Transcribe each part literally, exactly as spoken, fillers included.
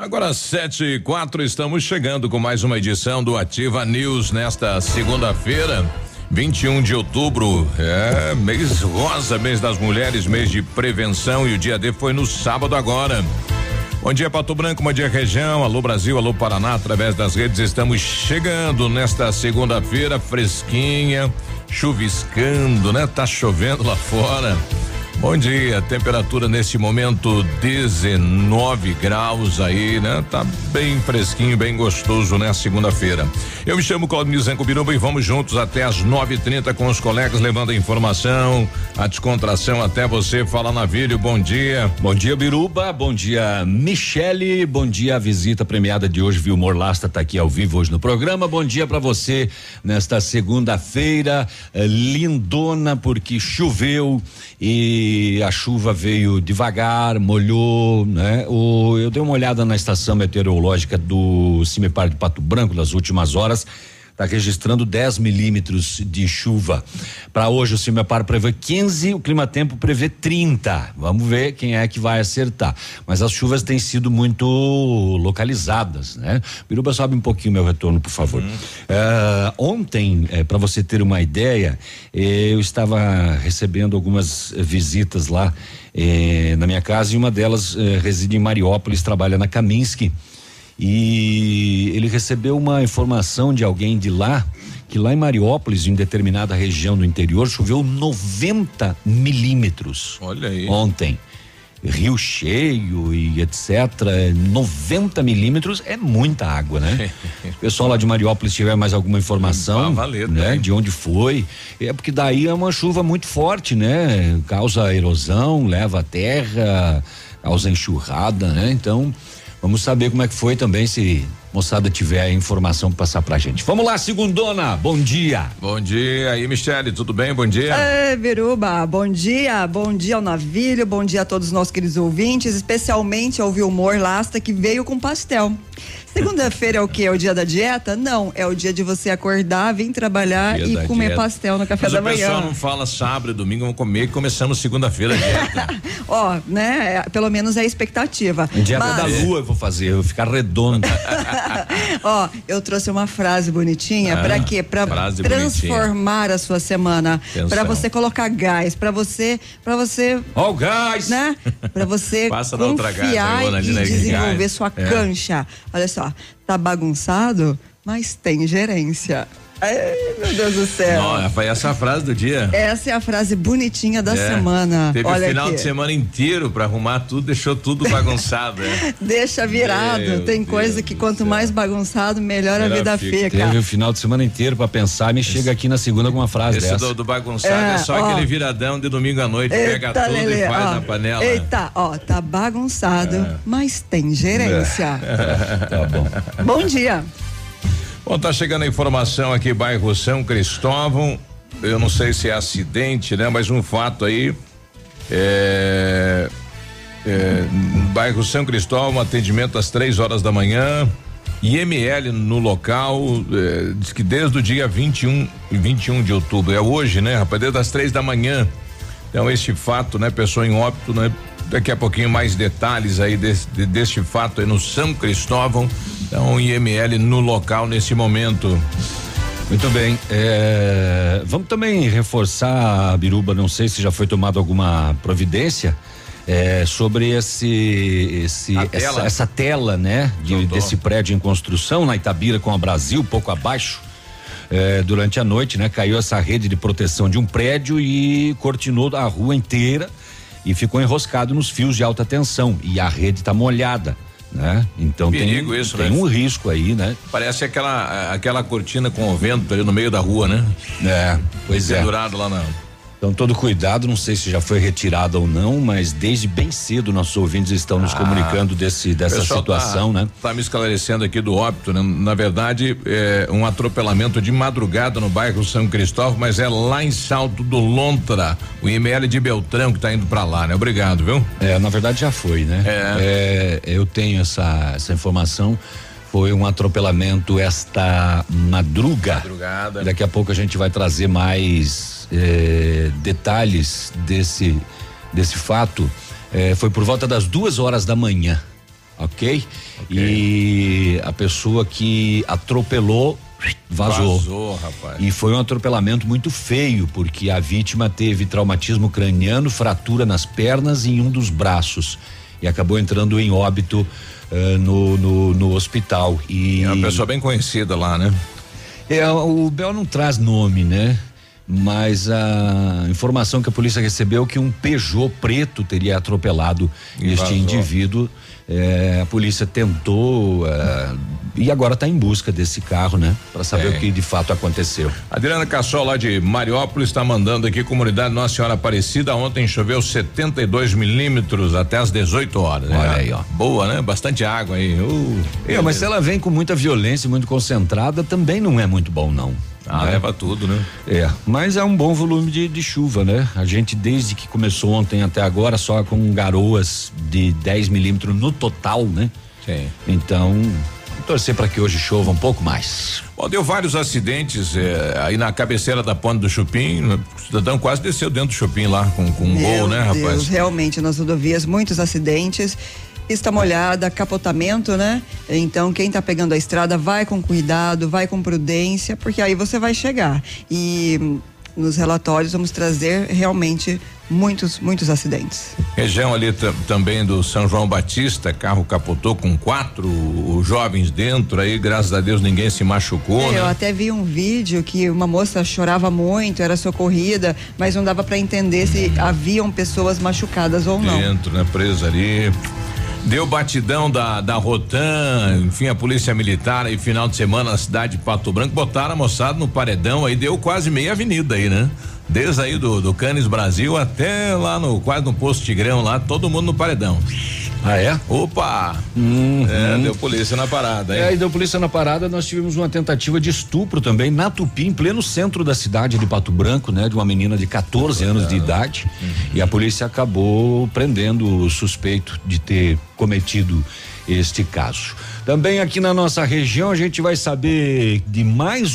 Agora sete e quatro, estamos chegando com mais uma edição do Ativa News nesta segunda-feira, vinte e um de outubro. É mês rosa, mês das mulheres, mês de prevenção, e o dia D foi no sábado agora. Bom dia, Pato Branco, bom dia, região. Alô, Brasil, alô, Paraná, através das redes. Estamos chegando nesta segunda-feira, fresquinha, chuviscando, né? Tá chovendo lá fora. Bom dia, temperatura nesse momento dezenove graus aí, né? Tá bem fresquinho, bem gostoso, né? Segunda-feira. Eu me chamo Claudio Zanco Biruba e vamos juntos até as nove e trinta com os colegas, levando a informação, a descontração até você. Fala, Navírio, bom dia. Bom dia, Biruba, bom dia, Michele, bom dia, a visita premiada de hoje, Vilmor Lasta tá aqui ao vivo hoje no programa. Bom dia pra você nesta segunda-feira, eh, lindona, porque choveu e a chuva veio devagar, molhou, né? O, eu dei uma olhada na estação meteorológica do Cimepar de Pato Branco das últimas horas, está registrando dez milímetros de chuva. Para hoje o Cimepar prevê quinze, o Clima Tempo prevê trinta. Vamos ver quem é que vai acertar. Mas as chuvas têm sido muito localizadas, né? Biruba, sobe um pouquinho meu retorno, por favor. Uhum. Uh, ontem, eh, para você ter uma ideia, eh, eu estava recebendo algumas visitas lá eh, na minha casa, e uma delas eh, reside em Mariópolis, trabalha na Kaminski. E ele recebeu uma informação de alguém de lá, que lá em Mariópolis, em determinada região do interior, choveu noventa milímetros. Olha aí. Ontem. Rio cheio e etcétera. noventa milímetros é muita água, né? O pessoal lá de Mariópolis tiver mais alguma informação, ah, valer, né? De onde foi, é porque daí é uma chuva muito forte, né? Causa erosão, leva a terra, causa enxurrada, né? Então, vamos saber como é que foi também, se moçada tiver a informação pra passar pra gente. Vamos lá, segundona, bom dia. Bom dia, aí, Michele, tudo bem? Bom dia. É, Biruba, bom dia, bom dia ao Navírio, bom dia a todos os nossos queridos ouvintes, especialmente ao Vilmor Lasta, que veio com pastel. Segunda-feira é o quê? É o dia da dieta? Não, é o dia de você acordar, vir trabalhar dia e comer dieta. Pastel no café Mas da manhã. Mas o pessoal não fala sábado e domingo, vamos comer, começamos segunda-feira a dieta. Ó, né? É, pelo menos é a expectativa. A dieta Mas... da lua eu vou fazer, eu vou ficar redonda. Ó, eu trouxe uma frase bonitinha, ah, pra quê? Pra transformar bonitinha. A sua semana, Atenção. Pra você colocar gás, pra você, pra você... Ó, o gás! Né? Pra você Passa confiar gás, e desenvolver gás. Sua é. cancha. Olha só, tá bagunçado, mas tem gerência. Ai, meu Deus do céu. Não, foi essa a frase do dia. Essa é a frase bonitinha da é. semana. Teve Olha o final aqui. de semana inteiro pra arrumar tudo, deixou tudo bagunçado. É. Deixa virado. Meu Tem Deus coisa que quanto céu. mais bagunçado, melhor, melhor a vida fica. fica. Teve o final de semana inteiro pra pensar, me Esse, chega aqui na segunda com uma frase esse dessa. Do, do bagunçado é, é só ó, aquele viradão de domingo à noite, eita, pega tudo Lelê, e faz ó, na panela. Eita, ó, tá bagunçado, é. mas tem gerência. É. Tá bom. Bom dia. Bom, tá chegando a informação aqui, bairro São Cristóvão, eu não sei se é acidente, né? Mas um fato aí, é, é, bairro São Cristóvão, atendimento às três horas da manhã, I M L no local, é, diz que desde o dia vinte e um, vinte e um de outubro, é hoje, né, rapaz, desde as três da manhã, então este fato, né, pessoa em óbito, né? Daqui a pouquinho mais detalhes aí desse, deste fato aí no São Cristóvão. Então, I M L no local nesse momento. Muito bem. É, vamos também reforçar, Biruba, não sei se já foi tomada alguma providência é, sobre esse, esse essa, tela. essa tela, né? De, desse prédio em construção na Itabira com a Brasil, pouco abaixo. É, durante a noite, né? Caiu essa rede de proteção de um prédio e cortinou a rua inteira e ficou enroscado nos fios de alta tensão e a rede está molhada, né? Então perigo tem, isso, tem né? um risco aí, né? Parece aquela aquela cortina com o vento ali no meio da rua, né? É, pois é. Pendurado lá na... Então, todo cuidado, não sei se já foi retirado ou não, mas desde bem cedo nossos ouvintes estão nos ah, comunicando desse, dessa situação, tá, né? Tá me esclarecendo aqui do óbito, né? Na verdade, é um atropelamento de madrugada no bairro São Cristóvão, mas é lá em Salto do Lontra, o I M L de Beltrão que tá indo pra lá, né? Obrigado, viu? É, na verdade já foi, né? É. é eu tenho essa, essa informação. Foi um atropelamento esta madruga. Madrugada. Daqui a pouco a gente vai trazer mais eh, detalhes desse desse fato. Eh, foi por volta das duas horas da manhã. ok? E a pessoa que atropelou vazou. Vazou, rapaz. E foi um atropelamento muito feio, porque a vítima teve traumatismo craniano, fratura nas pernas e em um dos braços. E acabou entrando em óbito uh, no, no, no hospital. E é uma pessoa bem conhecida lá, né? É, o Bel não traz nome, né? Mas a informação que a polícia recebeu é que um Peugeot preto teria atropelado e este vazou. indivíduo. É, a polícia tentou é, e agora está em busca desse carro, né? Para saber é. o que de fato aconteceu. Adriana Cassol, lá de Mariópolis, está mandando aqui, comunidade Nossa Senhora Aparecida, ontem choveu setenta e dois milímetros até as dezoito horas. Olha né? aí, ó. Boa, né? Bastante água aí. Uh, é, mas se ela vem com muita violência, muito concentrada, também não é muito bom, não. Ah, né? Leva tudo, né? É, mas é um bom volume de, de chuva, né? A gente, desde que começou ontem até agora, só com garoas de dez milímetros no total, né? Sim. Então, torcer para que hoje chova um pouco mais. Bom, deu vários acidentes eh, aí na cabeceira da ponte do Chupim. O cidadão quase desceu dentro do Chupim lá com, com um gol, né, rapaz? Deus, realmente, nas rodovias, muitos acidentes. Pista molhada, capotamento, né? Então, quem tá pegando a estrada, vai com cuidado, vai com prudência, porque aí você vai chegar. E nos relatórios vamos trazer realmente muitos, muitos acidentes. Região ali também do São João Batista, carro capotou com quatro jovens dentro, aí graças a Deus ninguém se machucou, é, né? Eu até vi um vídeo que uma moça chorava muito, era socorrida, mas não dava para entender se hum. haviam pessoas machucadas ou não. Dentro, né? Presa ali. Deu batidão da, da Rotan, enfim, a polícia militar aí final de semana na cidade de Pato Branco, botaram a moçada no paredão aí, deu quase meia avenida aí, né? Desde aí do, do Canis Brasil até lá no, quase no Posto Tigrão lá, todo mundo no paredão. Ah, é? Opa! Uhum. É, deu polícia na parada, hein? É, e deu polícia na parada, nós tivemos uma tentativa de estupro também na Tupi, em pleno centro da cidade de Pato Branco, né? De uma menina de quatorze anos de idade, uhum. e a polícia acabou prendendo o suspeito de ter cometido este caso. Também aqui na nossa região a gente vai saber de mais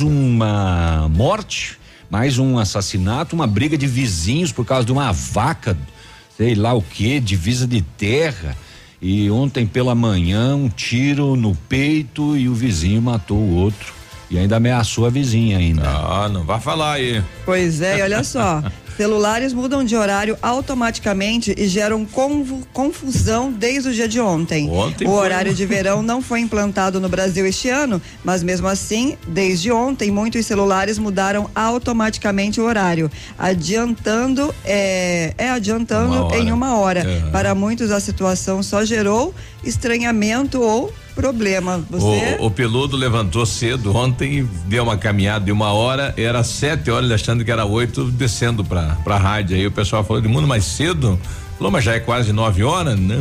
uma morte, mais um assassinato, uma briga de vizinhos por causa de uma vaca, sei lá o que, divisa de terra. E ontem pela manhã um tiro no peito e o vizinho matou o outro e ainda ameaçou a vizinha ainda. Ah, não vai falar aí. Pois é, e olha só, celulares mudam de horário automaticamente e geram convu- confusão desde o dia de ontem. Ontem o foi... horário de verão não foi implantado no Brasil este ano, mas mesmo assim, desde ontem, muitos celulares mudaram automaticamente o horário, adiantando, é, é adiantando uma em uma hora. Uhum. Para muitos a situação só gerou estranhamento ou problema. Você... O, o Peludo levantou cedo ontem e deu uma caminhada de uma hora, era sete horas, achando que era oito, descendo pra, pra rádio. Aí o pessoal falou de mundo mais cedo. Falou, mas já é quase nove horas, né?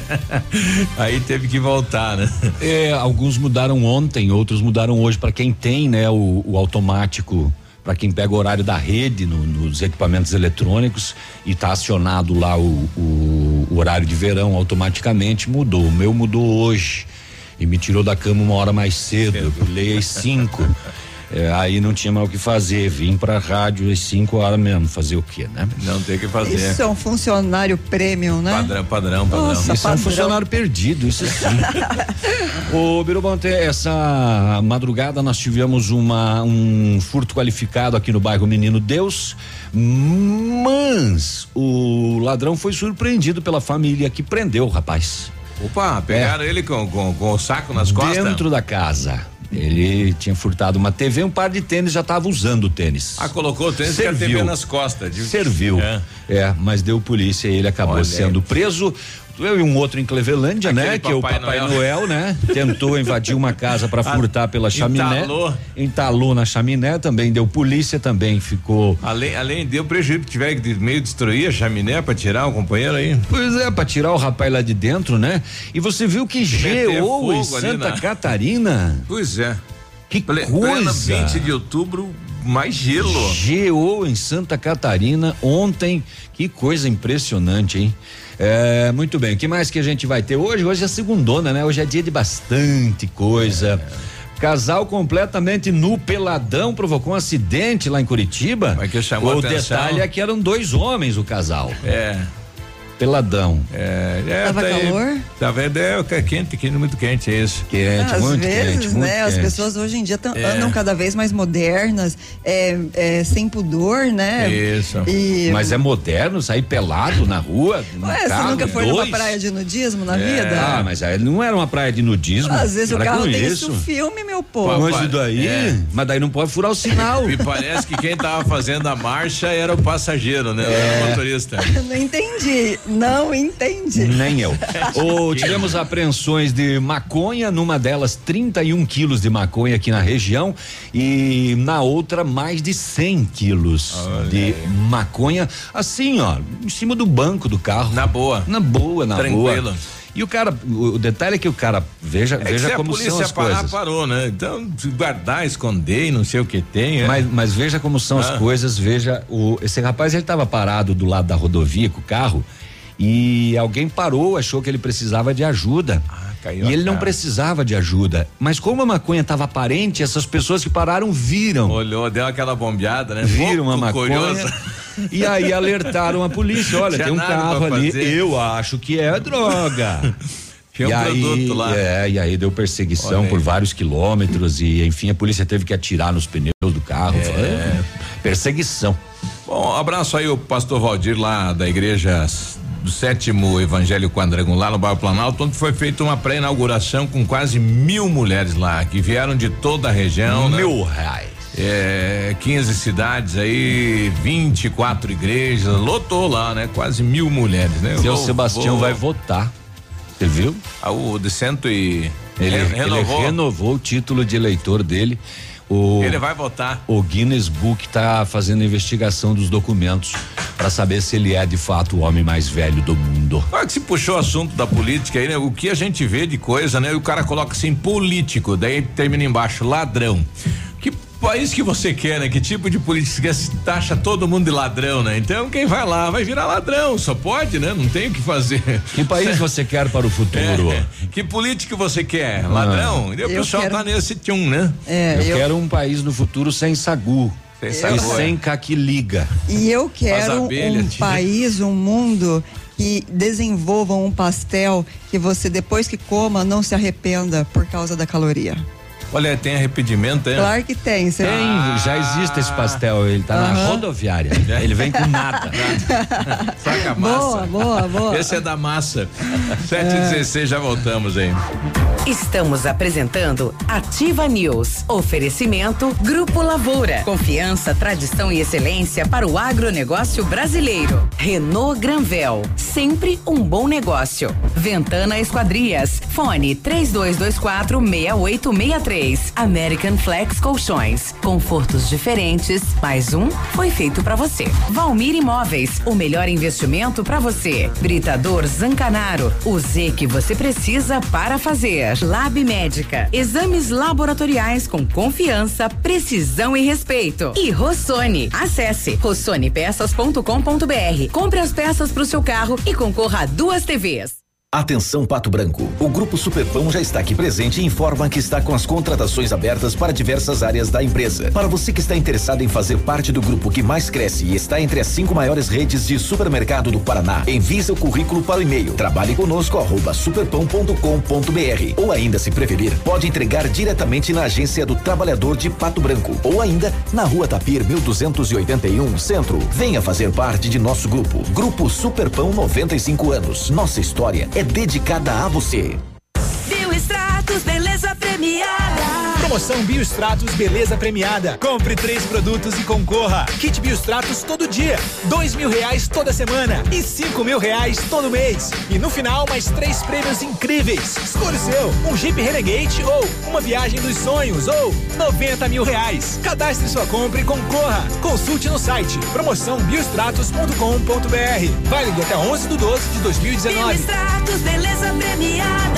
Aí teve que voltar, né? É, alguns mudaram ontem, outros mudaram hoje. Para quem tem, né, o, o automático, para quem pega o horário da rede no, nos equipamentos eletrônicos e tá acionado lá o, o, o horário de verão automaticamente, mudou. O meu mudou hoje. E me tirou da cama uma hora mais cedo, eu pulei às cinco. É, aí não tinha mais o que fazer, vim pra rádio às cinco horas mesmo, fazer o quê, né? Não tem o que fazer. Isso é um funcionário premium, né? Padrão, padrão, padrão. Nossa, isso padrão. é um funcionário perdido, isso sim. Ô, Birubante, essa madrugada nós tivemos uma, um furto qualificado aqui no bairro Menino Deus, mas o ladrão foi surpreendido pela família que prendeu o rapaz. Opa, pegaram é. ele com, com, com o saco nas costas? Dentro da casa. Ele tinha furtado uma T V, um par de tênis, já estava usando o tênis. Ah, colocou o tênis e a T V nas costas. De... Serviu. É. é, mas deu polícia e ele acabou Olha sendo aí. preso. Eu e um outro em Clevelândia, Aquele né? Que é o Papai Noel, Noel né? Tentou invadir uma casa para furtar pela chaminé. Entalou. Entalou na chaminé, também deu polícia, também ficou. Além, além deu prejuízo, tiver que meio destruir a chaminé para tirar o companheiro aí. Pois é, para tirar o rapaz lá de dentro, né? E você viu que geou em Santa na... Catarina? Pois é. Que Ple, coisa. vinte de outubro, mais gelo. Geou em Santa Catarina ontem. Que coisa impressionante, hein? É, muito bem, o que mais que a gente vai ter hoje? Hoje é segundona, né? Hoje é dia de bastante coisa. É. Casal completamente nu, peladão, provocou um acidente lá em Curitiba. Mas que chamou o atenção. detalhe é que eram dois homens o casal. É. peladão. É, é, Tava tá aí, calor? Tá vendo? É quente, quente, muito quente, é isso. Quente, Às muito vezes, quente, muito né? As quente. pessoas hoje em dia tão, É. andam cada vez mais modernas, é, é, sem pudor, né? Isso. E, Mas é moderno sair pelado na rua? No Ué, carro, você nunca foi numa dois? praia de nudismo na É. vida? Ah, mas aí não era uma praia de nudismo. Às vezes o Para carro com tem isso. isso filme, meu povo. Pô, Mas e daí? É. Mas daí não pode furar o sinal. Me parece que quem tava fazendo a marcha era o passageiro, né? Era o motorista. Não entendi, não entendi. Nem eu. Ô, tivemos apreensões de maconha, numa delas trinta e um quilos de maconha aqui na região e na outra mais de cem quilos Olha de aí. maconha, assim, ó, em cima do banco do carro. Na boa. Na boa, na Tranquilo. boa. E o cara, o, o detalhe é que o cara, veja, É que veja se a como são polícia as parar, coisas. parou, né? Então, se guardar, esconder e não sei o que tem. É. Mas, mas veja como são as Ah. coisas, veja, o, esse rapaz ele estava parado do lado da rodovia com o carro e alguém parou, achou que ele precisava de ajuda. Ah, caiu e a ele não cara. precisava de ajuda. Mas como a maconha estava aparente, essas pessoas que pararam viram. Olhou, deu aquela bombeada, né? Viram a Pouco maconha curioso. e aí alertaram a polícia. Olha, Tinha tem um nada carro pra ali, fazer. eu acho que é droga. Tinha um e aí, produto lá. É, e aí deu perseguição Olha por aí. vários quilômetros e enfim a polícia teve que atirar nos pneus do carro. É. Perseguição. Bom, abraço aí o pastor Valdir lá da igreja do sétimo Evangelho Quadrangular no bairro Planalto, onde foi feita uma pré-inauguração com quase mil mulheres lá, que vieram de toda a região. Mil né? reais. É, quinze cidades aí, vinte e quatro igrejas, lotou lá, né? Quase mil mulheres, né? Seu Vou- Sebastião vou- vai votar. Você viu? Ah, o de cento e Ele re- renovou. ele renovou o título de eleitor dele. O, Ele vai votar. o Guinness Book está fazendo investigação dos documentos para saber se ele é de fato o homem mais velho do mundo. Olha que se puxou o assunto da política aí, né? O que a gente vê de coisa, né? O cara coloca assim, político, daí termina embaixo, ladrão. Que país que você quer, né? Que tipo de política se taxa todo mundo de ladrão, né? Então quem vai lá vai virar ladrão, só pode, né? Não tem o que fazer. Que país você quer para o futuro? É, que político você quer? Ladrão? E o Eu pessoal quero- tá nesse tchum, né? É, eu, eu, quero um país no futuro sem sagu. Sem E sagu, é. sem caquiliga. e eu quero abelhas, um tia. país, um mundo que desenvolvam um pastel que você depois que coma não se arrependa por causa da caloria. Olha, tem arrependimento, é? Claro que tem. Você Tem, já existe esse pastel, ele tá na Aham. rodoviária. Ele vem com nada. Saca massa. Boa, boa, boa. Esse é da massa. sete e dezesseis, já voltamos aí. Estamos apresentando Ativa News. Oferecimento Grupo Lavoura. Confiança, tradição e excelência para o agronegócio brasileiro. Renault Granvel. Sempre um bom negócio. Ventana Esquadrias. Fone três dois dois quatro seis oito seis três. American Flex Colchões. Confortos diferentes. Mais um foi feito para você. Valmir Imóveis. O melhor investimento para você. Britador Zancanaro. O Z que você precisa para fazer. Lab Médica. Exames laboratoriais com confiança, precisão e respeito. E Rossoni. Acesse rossoni peças ponto com ponto br. Compre as peças para o seu carro e concorra a duas T Vs. Atenção Pato Branco, o Grupo Superpão já está aqui presente e informa que está com as contratações abertas para diversas áreas da empresa. Para você que está interessado em fazer parte do grupo que mais cresce e está entre as cinco maiores redes de supermercado do Paraná, envie seu currículo para o e-mail trabalhe conosco arroba superpão ponto com ponto br ou ainda, se preferir, pode entregar diretamente na agência do trabalhador de Pato Branco ou ainda na Rua Tapir mil duzentos e oitenta e um, Centro. Venha fazer parte de nosso grupo. Grupo Superpão, noventa e cinco anos. Nossa história é dedicada a você. Biostratos, beleza premiada. Promoção Biostratos Beleza Premiada. Compre três produtos e concorra. Kit Biostratos todo dia, dois mil reais toda semana e cinco mil reais todo mês. E no final, mais três prêmios incríveis. Escolha o seu, um Jeep Renegade ou uma viagem dos sonhos ou noventa mil reais. Cadastre sua compra e concorra. Consulte no site promoção biostratos ponto com ponto br. Válido até onze de doze de dois mil e dezenove. Biostratos, beleza premiada.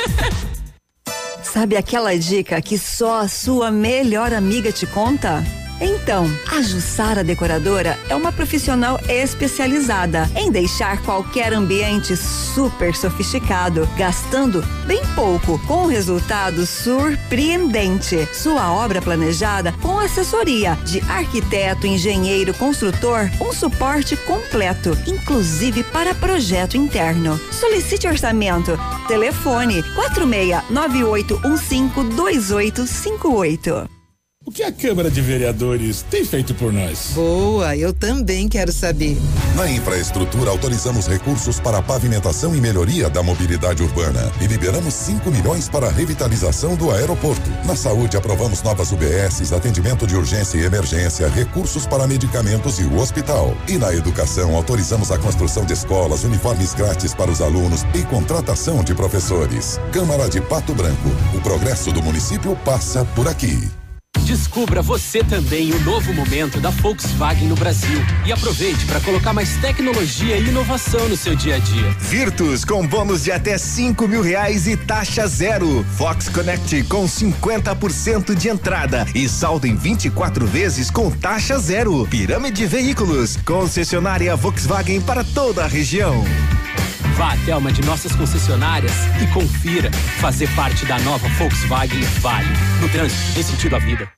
Sabe aquela dica que só a sua melhor amiga te conta? Então, a Jussara Decoradora é uma profissional especializada em deixar qualquer ambiente super sofisticado, gastando bem pouco, com um resultado surpreendente. Sua obra planejada com assessoria de arquiteto, engenheiro, construtor, um suporte completo, inclusive para projeto interno. Solicite orçamento. Telefone quatro seis nove oito um cinco dois oito cinco oito. O que a Câmara de Vereadores tem feito por nós? Boa, eu também quero saber. Na infraestrutura, autorizamos recursos para a pavimentação e melhoria da mobilidade urbana e liberamos cinco milhões para a revitalização do aeroporto. Na saúde, aprovamos novas U B S, atendimento de urgência e emergência, recursos para medicamentos e o hospital. E na educação, autorizamos a construção de escolas, uniformes grátis para os alunos e contratação de professores. Câmara de Pato Branco. O progresso do município passa por aqui. Descubra você também o novo momento da Volkswagen no Brasil e aproveite para colocar mais tecnologia e inovação no seu dia a dia. Virtus com bônus de até cinco mil reais e taxa zero. Fox Connect com cinquenta por cento de entrada e saldo em vinte e quatro vezes com taxa zero. Pirâmide Veículos, concessionária Volkswagen para toda a região. Vá até uma de nossas concessionárias e confira. Fazer parte da nova Volkswagen vale. No trânsito, dê sentido à vida.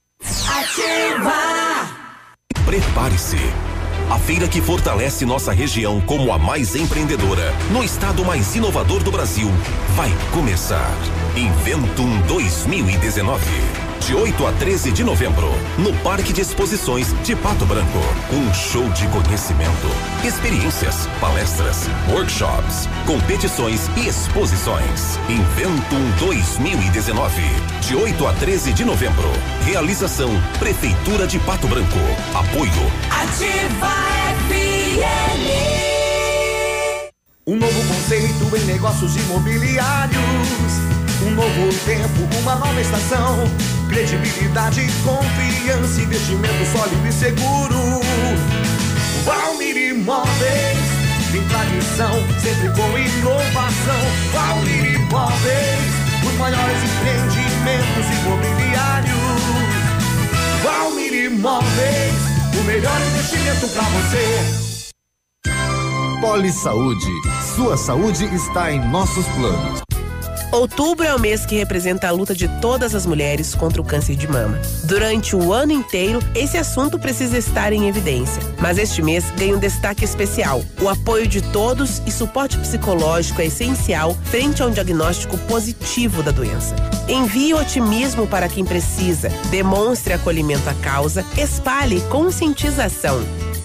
Ativa! Prepare-se. A feira que fortalece nossa região como a mais empreendedora, no estado mais inovador do Brasil, vai começar. Inventum dois mil e dezenove. De oito a treze de novembro, no Parque de Exposições de Pato Branco. Um show de conhecimento, experiências, palestras, workshops, competições e exposições. Inventum dois mil e dezenove. De oito a treze de novembro. Realização Prefeitura de Pato Branco. Apoio Ativa F M. Um novo conceito em negócios imobiliários. Um novo tempo, uma nova estação. Credibilidade, confiança, investimento sólido e seguro. Valmir Imóveis, tem tradição, sempre com inovação. Valmir Imóveis, os maiores empreendimentos imobiliários. Valmir Imóveis, o melhor investimento pra você. Poli Saúde, sua saúde está em nossos planos. Outubro é o mês que representa a luta de todas as mulheres contra o câncer de mama. Durante o ano inteiro, esse assunto precisa estar em evidência. Mas este mês ganha um destaque especial. O apoio de todos e suporte psicológico é essencial frente a um diagnóstico positivo da doença. Envie otimismo para quem precisa, demonstre acolhimento à causa, espalhe conscientização.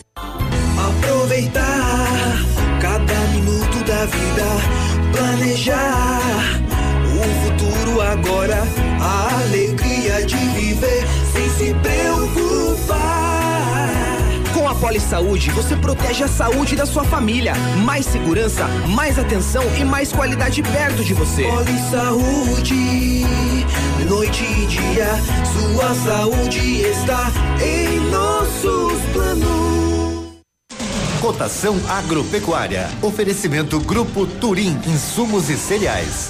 Aproveitar cada minuto da vida, planejar o futuro agora, a alegria de viver sem se preocupar. Com a Poli Saúde, você protege a saúde da sua família. Mais segurança, mais atenção e mais qualidade perto de você. Poli Saúde, noite e dia, sua saúde está em nossos planos. Cotação agropecuária. Oferecimento Grupo Turim, insumos e cereais.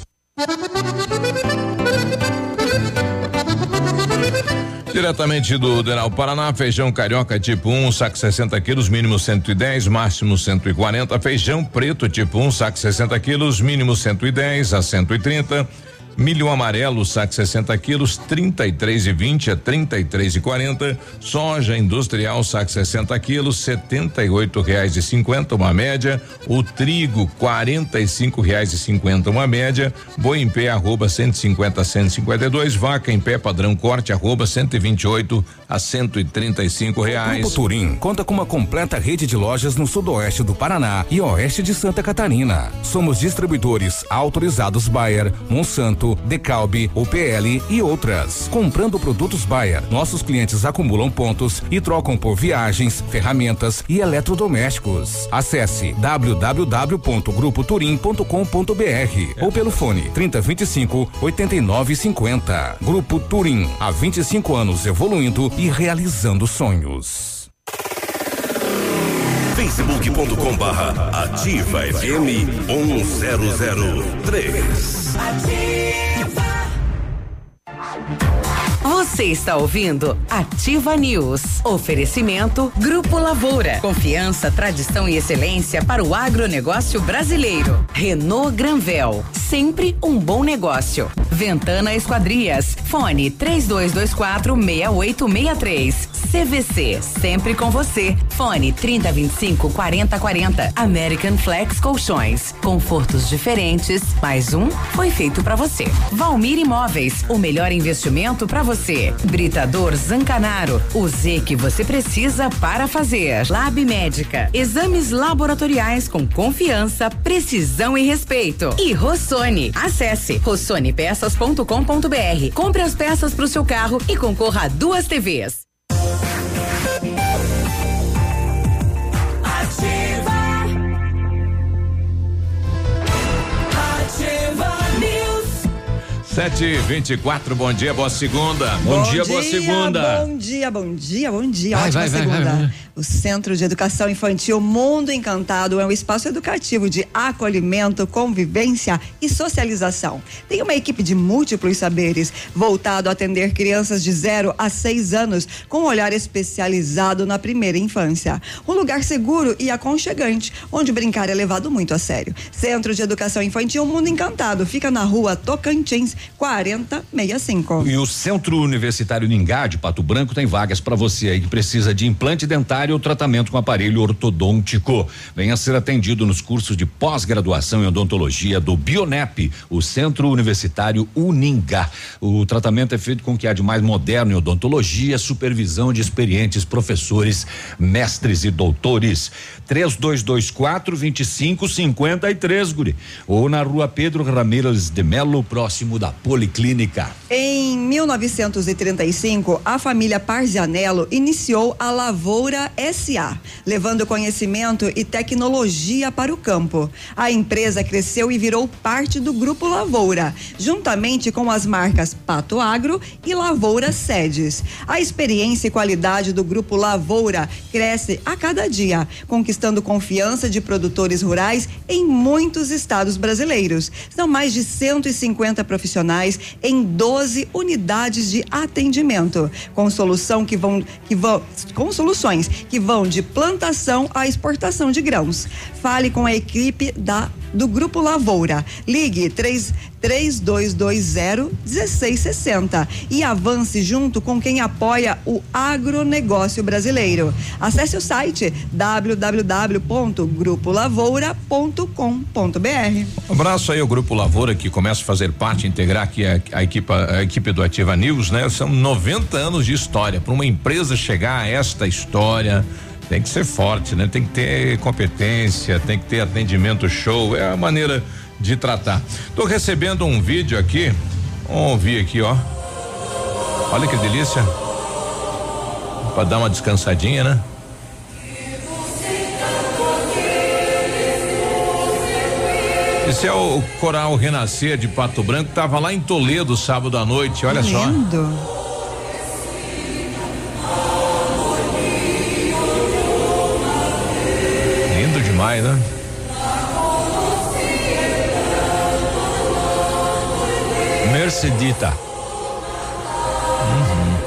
Diretamente do Denal Paraná, feijão carioca tipo um, saco sessenta quilos, mínimo cento e dez, máximo cento e quarenta. Feijão preto tipo um, saco sessenta quilos, mínimo cento e dez a cento e trinta. Milho amarelo, saco sessenta quilos, trinta e três e vinte a trinta e três e quarenta. Soja industrial, saco sessenta quilos, setenta e oito reais e cinquenta, uma média. O trigo, quarenta e cinco reais e cinquenta, uma média. Boi em pé, arroba cento e cinquenta a cento e cinquenta e dois. Vaca em pé, padrão corte, arroba cento e vinte e oito a cento e trinta e cinco reais. O Grupo Turim conta com uma completa rede de lojas no sudoeste do Paraná e oeste de Santa Catarina. Somos distribuidores autorizados Bayer, Monsanto, Decalbe, O P L e outras. Comprando produtos Bayer, nossos clientes acumulam pontos e trocam por viagens, ferramentas e eletrodomésticos. Acesse w w w ponto grupo turim ponto com ponto b r ou pelo fone trinta, vinte e cinco, oitenta e nove, cinquenta. Grupo Turim, há vinte e cinco anos evoluindo e realizando sonhos. facebook ponto com barra ativa F M um zero zero três. Você Você está ouvindo Ativa News. Oferecimento Grupo Lavoura. Confiança, tradição e excelência para o agronegócio brasileiro. Renault Granvel. Sempre um bom negócio. Ventana Esquadrias. Fone três dois dois quatro seis oito seis três. C V C. Sempre com você. Fone trinta vinte e cinco quarenta quarenta. American Flex Colchões. Confortos diferentes. Mais um foi feito para você. Valmir Imóveis. O melhor investimento para você. Britador Zancanaro. O Z que você precisa para fazer. Lab Médica. Exames laboratoriais com confiança, precisão e respeito. E Rossoni. Acesse rossoni peças ponto com ponto br. Compre as peças para o seu carro e concorra a duas T Vs. sete e vinte e quatro, bom dia, boa segunda. Bom, bom dia, dia, boa segunda. Bom dia, bom dia, bom dia. Vai, Ótima vai, segunda. Vai, vai, vai. O Centro de Educação Infantil Mundo Encantado é um espaço educativo de acolhimento, convivência e socialização. Tem uma equipe de múltiplos saberes, voltado a atender crianças de zero a seis anos, com um olhar especializado na primeira infância. Um lugar seguro e aconchegante, onde brincar é levado muito a sério. Centro de Educação Infantil Mundo Encantado, fica na rua Tocantins, quarenta sessenta e cinco. E o Centro Universitário Ningá de Pato Branco tem vagas para você aí que precisa de implante dentário ou tratamento com aparelho ortodôntico. Venha ser atendido nos cursos de pós-graduação em odontologia do Bionep, o Centro Universitário Uningá. O tratamento é feito com o que há de mais moderno em odontologia, supervisão de experientes professores, mestres e doutores. três dois dois quatro, vinte e cinco cinquenta e três, guri. Ou na rua Pedro Ramírez de Melo, próximo da Policlínica. Em mil novecentos e trinta e cinco, a família Parzianello iniciou a Lavoura S A, levando conhecimento e tecnologia para o campo. A empresa cresceu e virou parte do Grupo Lavoura, juntamente com as marcas Pato Agro e Lavoura Sedes. A experiência e qualidade do Grupo Lavoura cresce a cada dia, conquistando confiança de produtores rurais em muitos estados brasileiros. São mais de cento e cinquenta profissionais em doze unidades de atendimento, com solução que vão que vão com soluções que vão de plantação à exportação de grãos. Fale com a equipe da do Grupo Lavoura. Ligue três três dois dois zero um seis seis zero e avance junto com quem apoia o agronegócio brasileiro. Acesse o site w w w ponto grupo lavoura ponto com ponto b r. Um abraço aí ao Grupo Lavoura, que começa a fazer parte, integrar aqui a, a, equipe, a equipe do Ativa News, né? São noventa anos de história. Para uma empresa chegar a esta história, tem que ser forte, né? Tem que ter competência, tem que ter atendimento show, é a maneira de tratar. Tô recebendo um vídeo aqui, vamos ouvir aqui, ó. Olha que delícia. Pra dar uma descansadinha, né? Esse é o Coral Renascer de Pato Branco, tava lá em Toledo sábado à noite, olha só. Lindo. Demais, né? Mercedita. Uhum.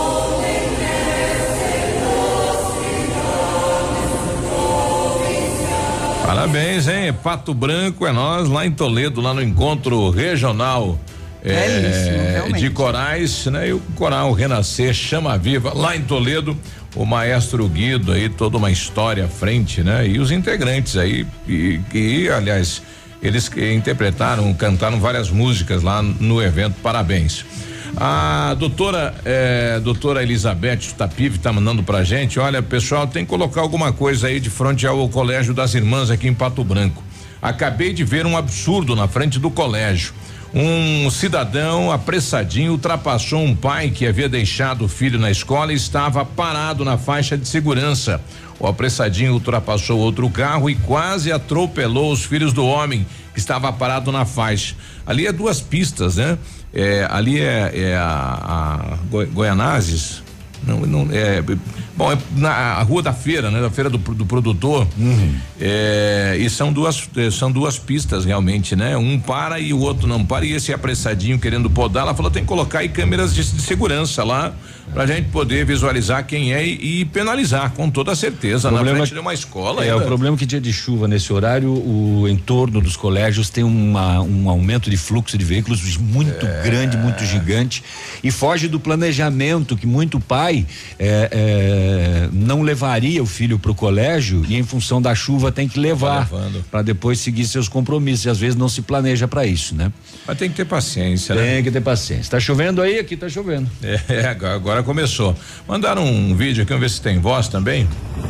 Parabéns, hein? Pato Branco é nós lá em Toledo, lá no encontro regional é, é isso, de corais, né? E o Coral Renascer Chama Viva lá em Toledo. O maestro Guido aí, toda uma história à frente, né? E os integrantes aí, e, e aliás, eles que interpretaram, cantaram várias músicas lá no evento, parabéns. A doutora, eh, doutora Elizabeth Tapive tá mandando pra gente, olha, pessoal, tem que colocar alguma coisa aí de frente ao Colégio das Irmãs aqui em Pato Branco. Acabei de ver um absurdo na frente do colégio. Um cidadão apressadinho ultrapassou um pai que havia deixado o filho na escola e estava parado na faixa de segurança. O apressadinho ultrapassou outro carro e quase atropelou os filhos do homem que estava parado na faixa. Ali é duas pistas, né? É, ali é, é a, a Goi- Goianazes, Não, não é. Bom, é na rua da feira, né? Da feira do, do produtor. Uhum. É, e são duas, são duas pistas realmente, né? Um para e o outro não para. E esse apressadinho querendo podar, ela falou: tem que colocar aí câmeras de, de segurança lá pra gente poder visualizar quem é e, e penalizar com toda certeza na frente de uma escola. É, ainda. O problema é que dia de chuva nesse horário, o entorno dos colégios tem uma, um aumento de fluxo de veículos muito é. grande, muito gigante e foge do planejamento que muito pai é, é, não levaria o filho pro colégio e em função da chuva tem que levar para depois seguir seus compromissos e às vezes não se planeja para isso, né? Mas tem que ter paciência, tem né? Tem que ter paciência. Tá chovendo aí? Aqui tá chovendo. É, agora, agora começou. Mandaram um vídeo aqui, vamos ver se tem voz também.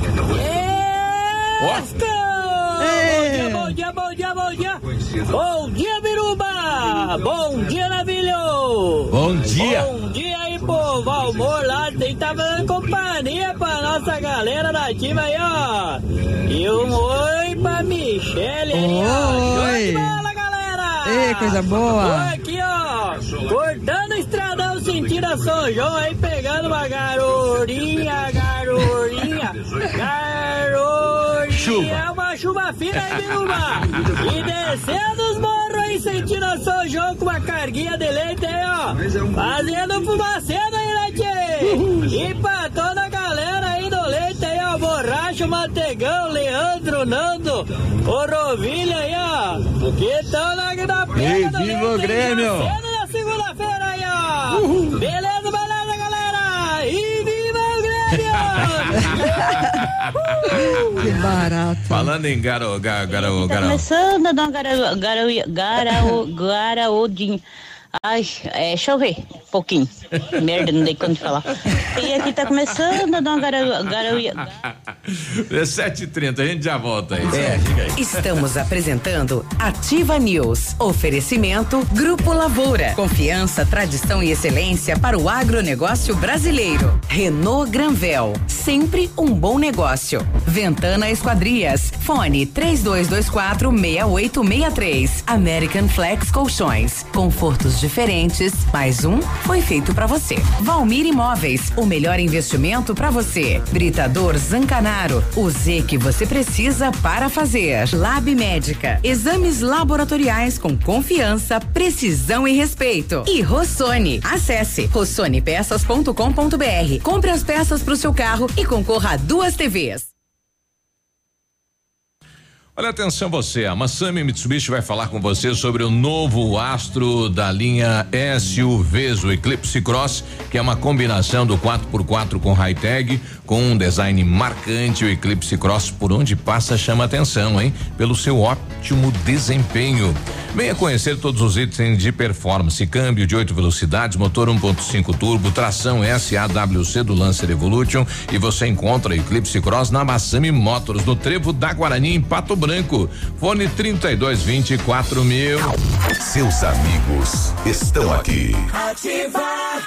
Ó! Bom dia, bom dia, bom dia, bom dia. Bom dia, Biruba! Bom dia, Navilho! Bom dia! Bom dia aí, pô! Valmor lá, tem que tá dando companhia pra nossa galera da ativa aí, ó! E um oi pra Michele aí, ó! Show de bola, galera! Ei, coisa boa! Tô aqui, ó! Cortando o estradão sentido a São João aí, pegando uma garorinha, garorinha, garorinha! Chuva. É uma chuva fina aí, Biruba! E descendo os morros aí, sentindo a São João com uma carguinha de leite aí, ó! Fazendo fumacena aí, né, tchê? E pra toda a galera aí do leite aí, ó! Borracha, Mantegão, Leandro, Nando, o Rovilha aí, ó! Que estão na, na pega do leite. Viva o Grêmio! Na segunda-feira aí, ó! Uhum. Beleza, beleza, galera! E viva o Grêmio! Que barato. Falando em garo, garo, garo, tá garo. começando a dar um garo, garo, garo, garaudinho. Ai, é, deixa eu ver, um pouquinho. Merda, não dei conta de falar. E aqui tá começando a dar um garo, garo, É sete e trinta, a gente já volta aí. É, diga aí. Estamos apresentando Ativa News. Oferecimento Grupo Lavoura. Confiança, tradição e excelência para o agronegócio brasileiro. Renault Granvel. Sempre um bom negócio. Ventana Esquadrias. Fone três dois dois quatro, seis oito seis três. American Flex Colchões. Confortos diferentes. Mais um foi feito para você. Valmir Imóveis. O melhor investimento para você. Britador Zancanaro. O Z que você precisa para fazer. Lab Médica. Exames laboratoriais com confiança, precisão e respeito. E Rossoni. Acesse rossoni peças ponto com ponto br. Compre as peças para o seu carro e concorra a duas T Vs. Olha, atenção você, a Massami Mitsubishi vai falar com você sobre o novo Astro da linha S U Vs, o Eclipse Cross, que é uma combinação do quatro por quatro com high-tag, com um design marcante. O Eclipse Cross, por onde passa, chama atenção, hein? Pelo seu ótimo desempenho. Venha conhecer todos os itens de performance: câmbio de oito velocidades, motor um ponto cinco turbo, tração S A W C do Lancer Evolution, e você encontra Eclipse Cross na Massami Motors, no Trevo da Guarani, em Pato Branco. Fone trinta e dois, vinte e quatro mil. Seus amigos estão aqui. Ativar.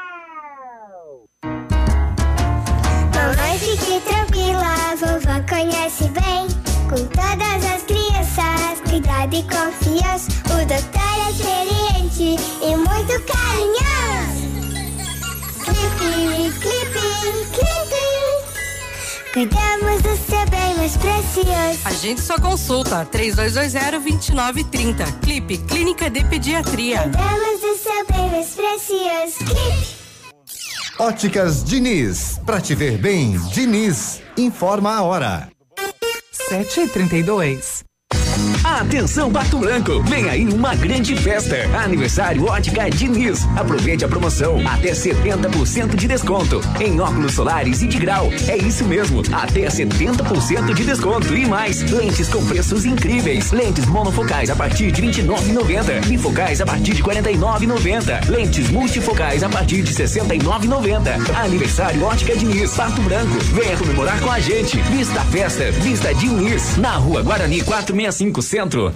Mamãe, fique tranquila, vovó conhece bem. Com todas as crianças, cuidado e confiança. O doutor é experiente e muito carinhoso. Clipe, clipe, clipe. Cuidamos do seu bem mais precioso. Agende sua consulta, três dois dois zero, dois nove três zero. Clipe, Clínica de Pediatria. Cuidamos do seu bem mais precioso. Clipe. Óticas Diniz, pra te ver bem, Diniz, informa a hora. sete e trinta e dois. Atenção, Pato Branco, vem aí uma grande festa. Aniversário Ótica Diniz. Aproveite a promoção, até setenta por cento de desconto em óculos solares e de grau. É isso mesmo, até setenta por cento de desconto e mais. Lentes com preços incríveis. Lentes monofocais a partir de vinte e nove reais e noventa centavos. Bifocais a partir de quarenta e nove reais e noventa centavos. Lentes multifocais a partir de sessenta e nove reais e noventa centavos. Aniversário Ótica Diniz, Pato Branco. Venha comemorar com a gente. Vista a festa, Vista Diniz, na Rua Guarani quatrocentos e sessenta e cinco, Centro.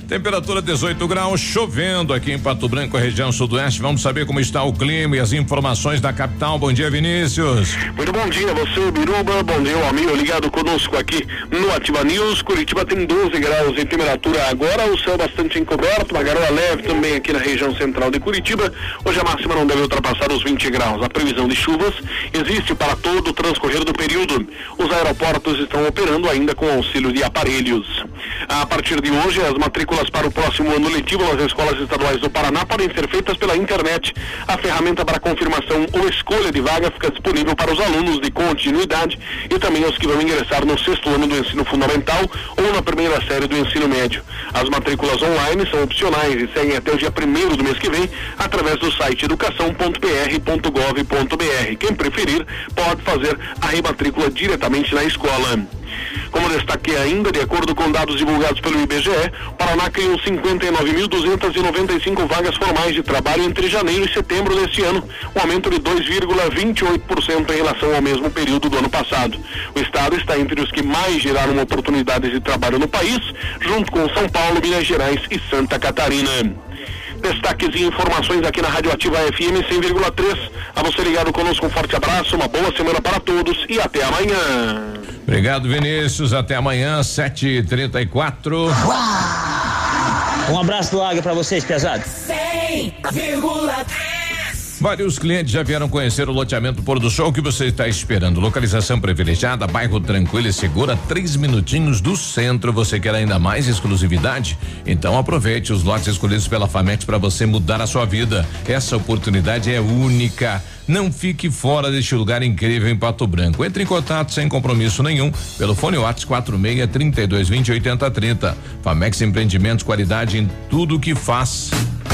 Temperatura dezoito graus, chovendo aqui em Pato Branco, região sudoeste. Vamos saber como está o clima e as informações da capital. Bom dia, Vinícius. Muito bom dia, você, Biruba. Bom dia, o amigo ligado conosco aqui no Ativa News. Curitiba tem doze graus de temperatura agora, o céu bastante encoberto, uma garoa leve também aqui na região central de Curitiba. Hoje a máxima não deve ultrapassar os vinte graus. A previsão de chuvas existe para todo o transcorrer do período. Os aeroportos estão operando ainda com auxílio de aparelhos. A partir de hoje, as matrículas para o próximo ano letivo nas escolas estaduais do Paraná podem ser feitas pela internet. A ferramenta para confirmação ou escolha de vaga fica disponível para os alunos de continuidade e também os que vão ingressar no sexto ano do ensino fundamental ou na primeira série do ensino médio. As matrículas online são opcionais e seguem até o dia primeiro do mês que vem através do site educação ponto p r ponto gov ponto b r. Quem preferir pode fazer a rematrícula diretamente na escola. Como destaquei ainda, de acordo com dados divulgados pelo I B G E, o Paraná criou cinquenta e nove mil duzentas e noventa e cinco vagas formais de trabalho entre janeiro e setembro deste ano, um aumento de dois vírgula vinte e oito por cento em relação ao mesmo período do ano passado. O estado está entre os que mais geraram oportunidades de trabalho no país, junto com São Paulo, Minas Gerais e Santa Catarina. Destaques e informações aqui na Rádio Ativa F M cem vírgula três. A você ligado conosco, um forte abraço, uma boa semana para todos e até amanhã. Obrigado, Vinícius. Até amanhã, sete e trinta e quatro. Um abraço do Águia para vocês, pesados. cem vírgula três. Vários clientes já vieram conhecer o loteamento Pôr do Sol. O que você está esperando? Localização privilegiada, bairro tranquilo e segura, três minutinhos do centro. Você quer ainda mais exclusividade? Então aproveite os lotes escolhidos pela Famex para você mudar a sua vida. Essa oportunidade é única. Não fique fora deste lugar incrível em Pato Branco. Entre em contato sem compromisso nenhum pelo fone WhatsApp quatro seis, trinta e dois, vinte, oitenta, trinta. Famex Empreendimentos, qualidade em tudo que faz.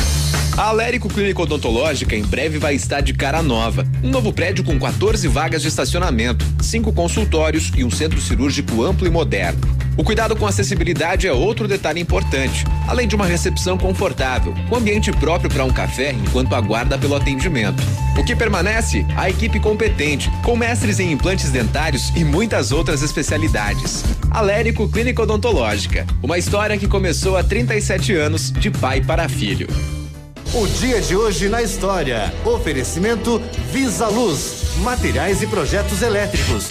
A Alérico Clínica Odontológica em breve vai estar de cara nova. Um novo prédio com quatorze vagas de estacionamento, cinco consultórios e um centro cirúrgico amplo e moderno. O cuidado com acessibilidade é outro detalhe importante, além de uma recepção confortável, com ambiente próprio para um café enquanto aguarda pelo atendimento. O que permanece? A equipe competente, com mestres em implantes dentários e muitas outras especialidades. Alérico Clínica Odontológica, uma história que começou há trinta e sete anos, de pai para filho. O dia de hoje na história. Oferecimento Visa Luz, materiais e projetos elétricos.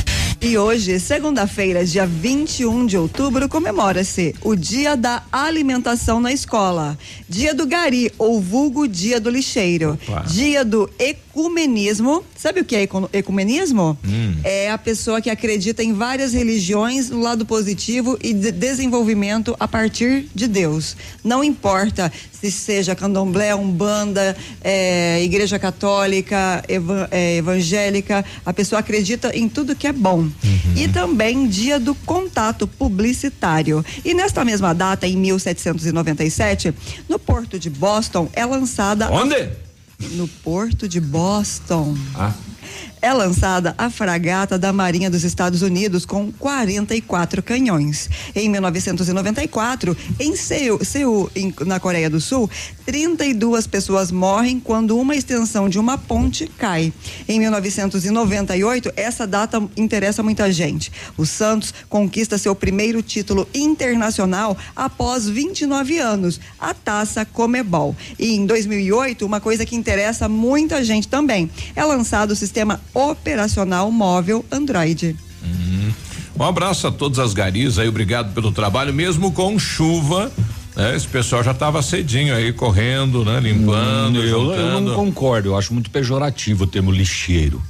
E hoje, segunda-feira, dia vinte e um de outubro, comemora-se o Dia da Alimentação na Escola, Dia do Gari, ou vulgo Dia do Lixeiro, Opa. Dia do Ecumenismo. Sabe o que é ecumenismo? Hum. É a pessoa que acredita em várias religiões no lado positivo e de desenvolvimento a partir de Deus. Não importa se seja candomblé, umbanda, é, igreja católica, eva, é, evangélica, a pessoa acredita em tudo que é bom. Uhum. E também Dia do Contato Publicitário. E nesta mesma data, em mil setecentos e noventa e sete, no Porto de Boston é lançada... Onde? A... No Porto de Boston. Ah. É lançada a fragata da Marinha dos Estados Unidos com quarenta e quatro canhões. Em mil novecentos e noventa e quatro, em Seul, Seul em, na Coreia do Sul, trinta e duas pessoas morrem quando uma extensão de uma ponte cai. Em mil novecentos e noventa e oito, essa data interessa muita gente. O Santos conquista seu primeiro título internacional após vinte e nove anos, a Taça Comebol. E em dois mil e oito, uma coisa que interessa muita gente também, é lançado o sistema operacional móvel Android. Uhum. Um abraço a todas as garis aí, obrigado pelo trabalho, mesmo com chuva, né? Esse pessoal já estava cedinho aí, correndo, né? Limpando, hum, eu, eu não concordo, eu acho muito pejorativo o termo lixeiro.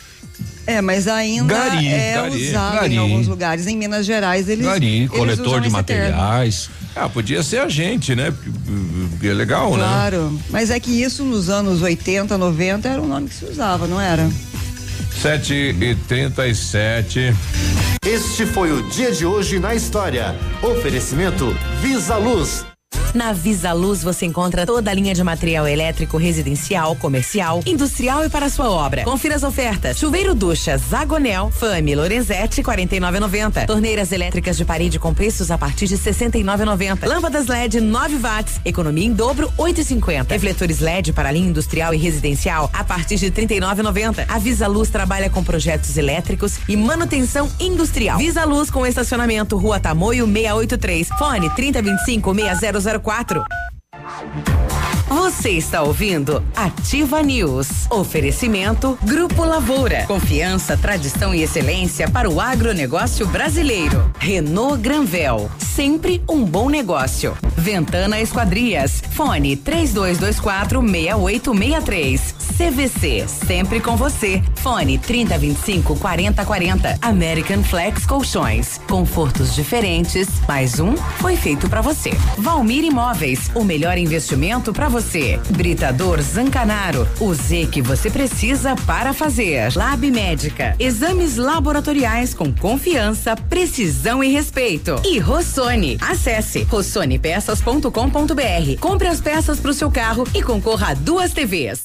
É, mas ainda gari, é gari, usado gari. em alguns lugares. Em Minas Gerais, eles Gari, eles coletor de materiais. Ah, podia ser a gente, né? É legal, claro, né? Claro, mas é que isso nos anos oitenta, noventa era um nome que se usava, não era? sete e trinta e sete. Este foi o dia de hoje na história. Oferecimento Visa Luz. Na Visa Luz você encontra toda a linha de material elétrico residencial, comercial, industrial e para sua obra. Confira as ofertas. Chuveiro ducha Zagonel, Fame, Lorenzetti, quarenta e nove e noventa. Torneiras elétricas de parede com preços a partir de sessenta e nove e noventa. Lâmpadas L E D nove watts, economia em dobro, oito e cinquenta. Refletores L E D para linha industrial e residencial a partir de trinta e nove e noventa. A Visa Luz trabalha com projetos elétricos e manutenção industrial. Visa Luz com estacionamento Rua Tamoio seiscentos e oitenta e três. Fone trinta e vinte e cinco, seis zero zero quatro. Você está ouvindo Ativa News. Oferecimento Grupo Lavoura. Confiança, tradição e excelência para o agronegócio brasileiro. Renault Granvel. Sempre um bom negócio. Ventana Esquadrias. Fone três dois dois quatro, seis oito seis três. C V C. Sempre com você. Fone trinta, vinte e cinco, quarenta, quarenta. American Flex Colchões. Confortos diferentes. Mais um foi feito para você. Valmir Imóveis. O melhor investimento para você. Britador Zancanaro, o Z que você precisa para fazer. Lab Médica, exames laboratoriais com confiança, precisão e respeito. E Rossoni, acesse rossoni peças ponto com ponto br. Compre as peças para o seu carro e concorra a duas T Vs.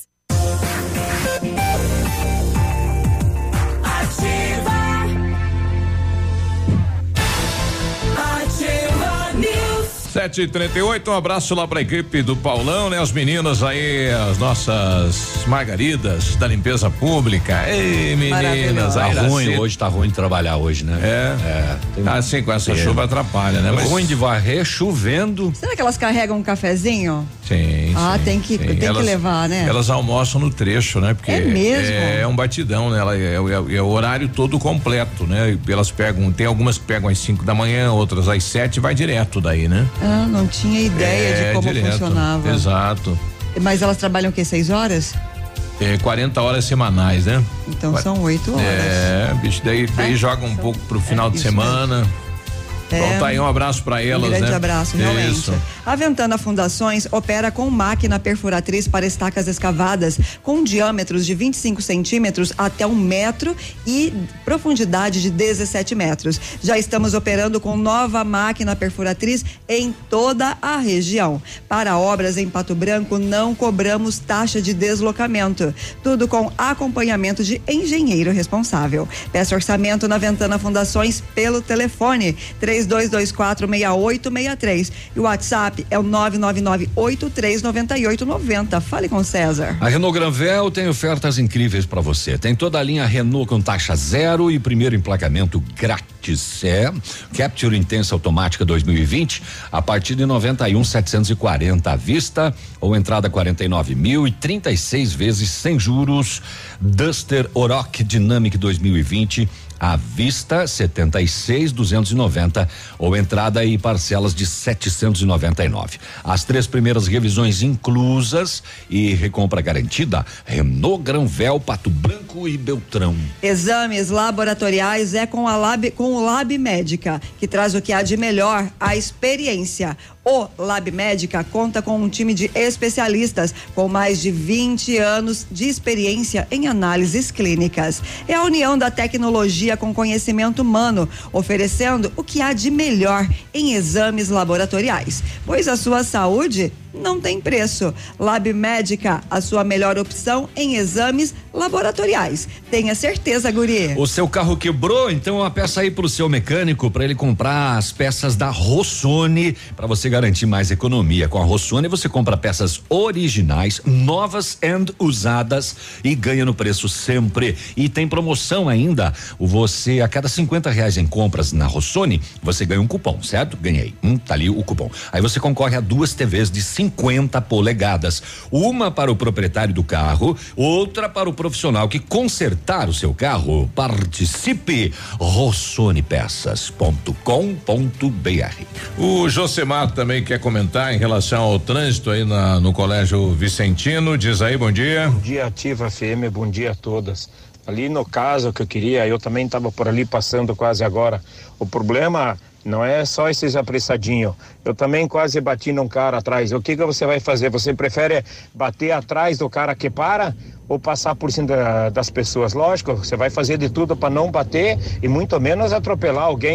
sete e trinta e oito, um abraço lá pra equipe do Paulão, né? As meninas aí, as nossas margaridas da limpeza pública. Ei, meninas, tá aí ruim, hoje tá ruim de trabalhar hoje, né? É. é tem assim, com essa é. chuva atrapalha, né? Mas ruim de varrer, chovendo. Será que elas carregam um cafezinho? Sim. Ah, sim, tem que, sim. tem elas, que levar, né? Elas almoçam no trecho, né? Porque é mesmo? É, é um batidão, né? Ela, é, é, é o horário todo completo, né? E elas pegam, tem algumas que pegam às cinco da manhã, outras às sete e vai direto daí, né? Ah, não tinha ideia é, de como direto, funcionava. Exato. Mas elas trabalham o quê? Seis horas? É, quarenta horas semanais, né? Então Qu- são oito horas. É, bicho, daí, daí é, joga um são, pouco pro final é, de semana. Mesmo. Então É, tá aí, um abraço para elas, um grande né? abraço, realmente. Isso. A Ventana Fundações opera com máquina perfuratriz para estacas escavadas com diâmetros de vinte e cinco centímetros até um metro e profundidade de dezessete metros. Já estamos operando com nova máquina perfuratriz em toda a região. Para obras em Pato Branco, não cobramos taxa de deslocamento. Tudo com acompanhamento de engenheiro responsável. Peça orçamento na Ventana Fundações pelo telefone três dois dois quatro, seis oito seis três. E o WhatsApp é o nove nove nove, oito três nove oito nove zero. Fale com César. A Renault Granvel tem ofertas incríveis para você. Tem toda a linha Renault com taxa zero e primeiro emplacamento grátis. É Capture Intensa Automática dois mil e vinte a partir de noventa e um, setecentos e quarenta à vista ou entrada quarenta e nove mil e trinta e seis vezes sem juros. Duster Oroch Dynamic dois mil e vinte à vista setenta e seis, duzentos e noventa ou entrada e parcelas de setecentos e noventa e nove. As três primeiras revisões inclusas e recompra garantida. Renault Granvel, Pato Branco e Beltrão. Exames laboratoriais é com a Lab, com o Lab Médica, que traz o que há de melhor, a experiência. O Lab Médica conta com um time de especialistas com mais de vinte anos de experiência em análises clínicas. É a união da tecnologia com conhecimento humano, oferecendo o que há de melhor em exames laboratoriais, pois a sua saúde não tem preço. Lab Médica, a sua melhor opção em exames laboratoriais. Tenha certeza, guri. O seu carro quebrou, então uma peça aí pro seu mecânico para ele comprar as peças da Rossoni para você garantir mais economia. Com a Rossoni você compra peças originais, novas and usadas e ganha no preço sempre. E tem promoção ainda. Você a cada cinquenta reais em compras na Rossoni você ganha um cupom, certo? Ganhei. Hum, tá ali o cupom. Aí você concorre a duas T Vs de cinquenta polegadas, uma para o proprietário do carro, outra para o profissional que consertar o seu carro. Participe, rossoni peças ponto com ponto br. O Josemar também quer comentar em relação ao trânsito aí na, no Colégio Vicentino. Diz aí, bom dia. Bom dia, Ativa F M, bom dia a todas. Ali no caso que eu queria, eu também estava por ali passando quase agora. O problema não é só esses apressadinhos. Eu também quase bati num cara atrás. O que que você vai fazer? Você prefere bater atrás do cara que para ou passar por cima da, das pessoas? Lógico, você vai fazer de tudo para não bater e muito menos atropelar alguém.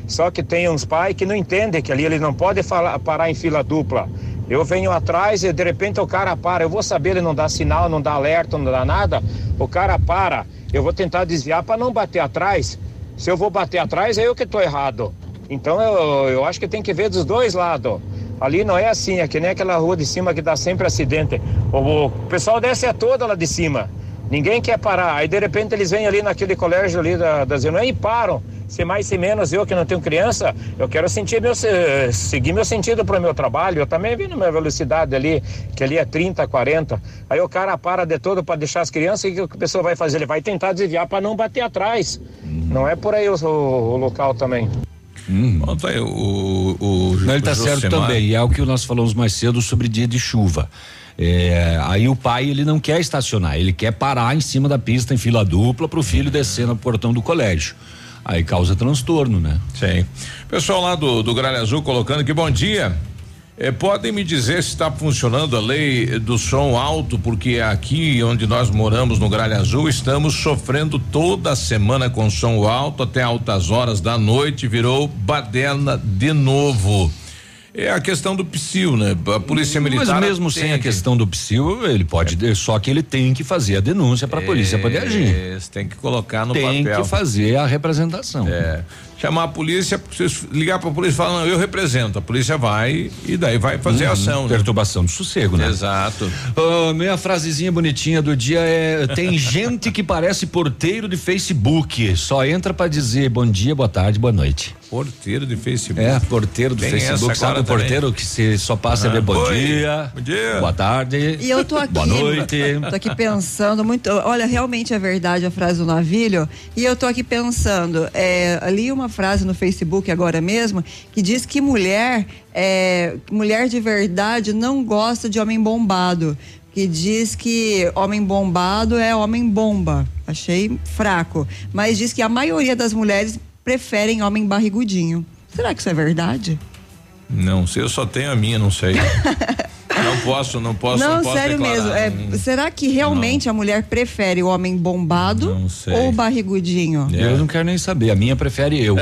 Só que tem uns pais que não entendem que ali eles não podem falar, parar em fila dupla. Eu venho atrás e de repente o cara para, eu vou saber, ele não dá sinal, não dá alerta, não dá nada, o cara para, eu vou tentar desviar para não bater atrás. Se eu vou bater atrás, é eu que estou errado. Então eu, eu acho que tem que ver dos dois lados. Ali não é assim, é que nem aquela rua de cima que dá sempre acidente. O, o pessoal desce a toda lá de cima, ninguém quer parar. Aí de repente eles vêm ali naquele colégio ali da, das irmãs e param. Se mais se menos, eu que não tenho criança, eu quero sentir meu, seguir meu sentido para o meu trabalho. Eu também vim na minha velocidade ali, que ali é trinta, quarenta. Aí o cara para de todo para deixar as crianças, e o que a pessoa vai fazer? Ele vai tentar desviar para não bater atrás. Hum. Não é por aí o, o, o local também. Hum. Bom, tá aí, o, o, o, Não, ele tá certo também, e é o que nós falamos mais cedo sobre dia de chuva. É, aí o pai, ele não quer estacionar, ele quer parar em cima da pista em fila dupla pro filho descer no portão do colégio. Aí causa transtorno, né? Sim. Pessoal lá do, do Gralha Azul colocando que bom dia. É, podem me dizer se está funcionando a lei do som alto, porque aqui onde nós moramos no Gralha Azul estamos sofrendo toda semana com som alto até altas horas da noite, virou baderna de novo. É a questão do psil, né? A polícia militar. Mas mesmo sem a questão do psil, ele pode, é. só que ele tem que fazer a denúncia para a é, polícia poder agir. Tem que colocar no tem papel. Tem que fazer a representação. É. Chamar a polícia, ligar para a polícia e falar, não, eu represento. A polícia vai e daí vai fazer uhum, a ação. Né? Perturbação do sossego, né? Exato. Uh, minha frasezinha bonitinha do dia é: tem gente que parece porteiro de Facebook, só entra para dizer bom dia, boa tarde, boa noite. Porteiro de Facebook. É, porteiro do Tem Facebook, sabe o porteiro que se só passa ah, a ver bom dia, bom dia, boa tarde. E eu tô aqui, boa noite. Tô aqui pensando muito, olha, realmente é verdade a frase do Navilho, e eu tô aqui pensando, é, ali uma frase no Facebook agora mesmo, que diz que mulher, é, mulher de verdade não gosta de homem bombado, que diz que homem bombado é homem bomba, achei fraco, mas diz que a maioria das mulheres preferem homem barrigudinho. Será que isso é verdade? Não sei, eu só tenho a minha, não sei. Não posso, não posso, não, não posso sério mesmo. É, será que realmente não. a mulher prefere o homem bombado ou barrigudinho? É. Eu não quero nem saber, a minha prefere eu.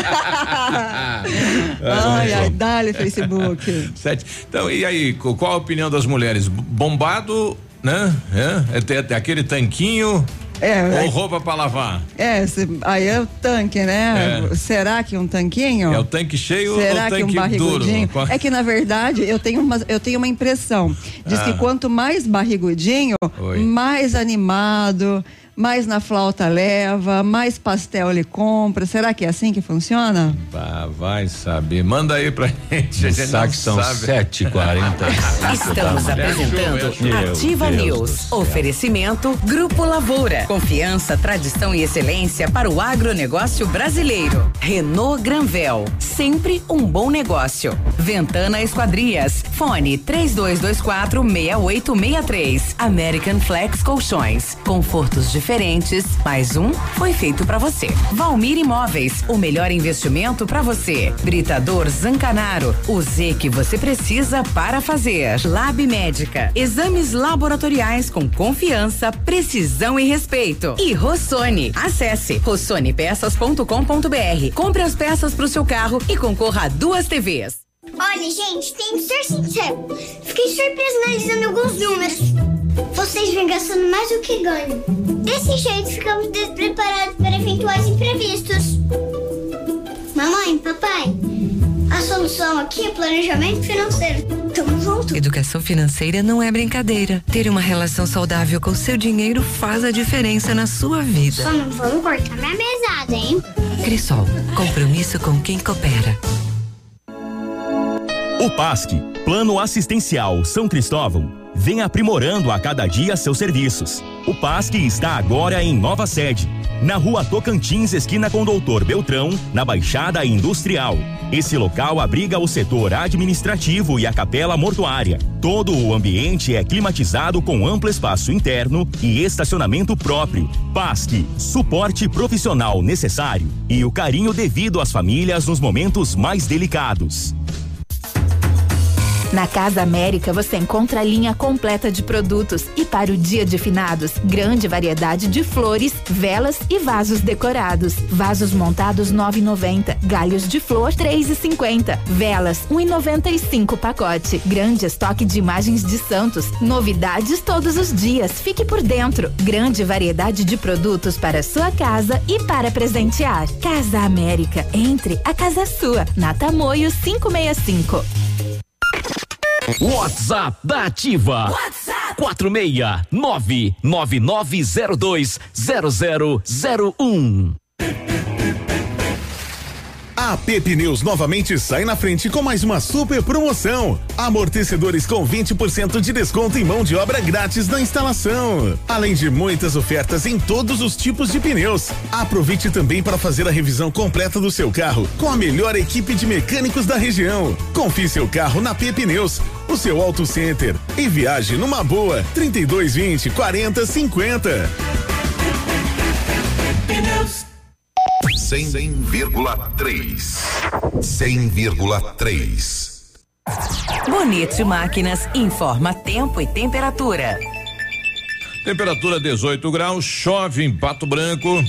ai, ai, dá-lhe Facebook. Sete. Então, e aí, qual a opinião das mulheres? Bombado, né? É, é, é aquele tanquinho. É, ou roupa para lavar? É, se, aí é o tanque, né? É. Será que um tanquinho? É o tanque cheio Será ou o tanque que um barrigudinho? duro? É que na verdade eu tenho uma, eu tenho uma impressão. Diz ah. que quanto mais barrigudinho, Oi. mais animado, mais na flauta leva, mais pastel ele compra. Será que é assim que funciona? Bah, vai saber. Manda aí pra gente. A gente sabe que são sete e quarenta. Estamos apresentando Meu Ativa Deus News. Oferecimento Grupo Lavoura. Confiança, tradição e excelência para o agronegócio brasileiro. Renault Granvel. Sempre um bom negócio. Ventana Esquadrias. Fone três dois dois quatro, seis oito seis três. American Flex Colchões. Confortos diferentes. Mais um foi feito para você. Valmir Imóveis. O melhor investimento para você. Britador Zancanaro. O Z que você precisa para fazer. Lab Médica. Exames laboratoriais com confiança, precisão e respeito. E Rossoni. Acesse rossoni peças ponto com ponto br. Compre as peças para o seu carro e concorra a duas T Vs. Olha, gente, tem que ser sincero. Fiquei surpresa analisando alguns números. Vocês vêm gastando mais do que ganham. Desse jeito, ficamos despreparados para eventuais imprevistos. Mamãe, papai, a solução aqui é planejamento financeiro. Tamo junto. Educação financeira não é brincadeira. Ter uma relação saudável com o seu dinheiro faz a diferença na sua vida. Só não vamos cortar minha mesada, hein? Crisol, compromisso com quem coopera. O PASC, Plano Assistencial São Cristóvão, vem aprimorando a cada dia seus serviços. O PASC está agora em nova sede, na Rua Tocantins, esquina com Doutor Beltrão, na Baixada Industrial. Esse local abriga o setor administrativo e a capela mortuária. Todo o ambiente é climatizado com amplo espaço interno e estacionamento próprio. PASC, suporte profissional necessário e o carinho devido às famílias nos momentos mais delicados. Na Casa América você encontra a linha completa de produtos e para o Dia de Finados, grande variedade de flores, velas e vasos decorados. Vasos montados nove e noventa, galhos de flor três e cinquenta, velas um e noventa e cinco pacote. Grande estoque de imagens de santos, novidades todos os dias. Fique por dentro. Grande variedade de produtos para sua casa e para presentear. Casa América, entre, a casa é sua. Na Tamoio cinco seis cinco. WhatsApp da Ativa. WhatsApp quatro seis nove nove nove zero dois zero zero zero um. A Pepneus novamente sai na frente com mais uma super promoção. Amortecedores com vinte por cento de desconto e mão de obra grátis na instalação. Além de muitas ofertas em todos os tipos de pneus. Aproveite também para fazer a revisão completa do seu carro com a melhor equipe de mecânicos da região. Confie seu carro na Pepneus, o seu Auto Center, e viaje numa boa. trinta e dois vinte, quarenta, cinquenta. Pneus cem vírgula três. cem vírgula três. Bonito Máquinas informa tempo e temperatura. Temperatura dezoito graus, chove em Pato Branco.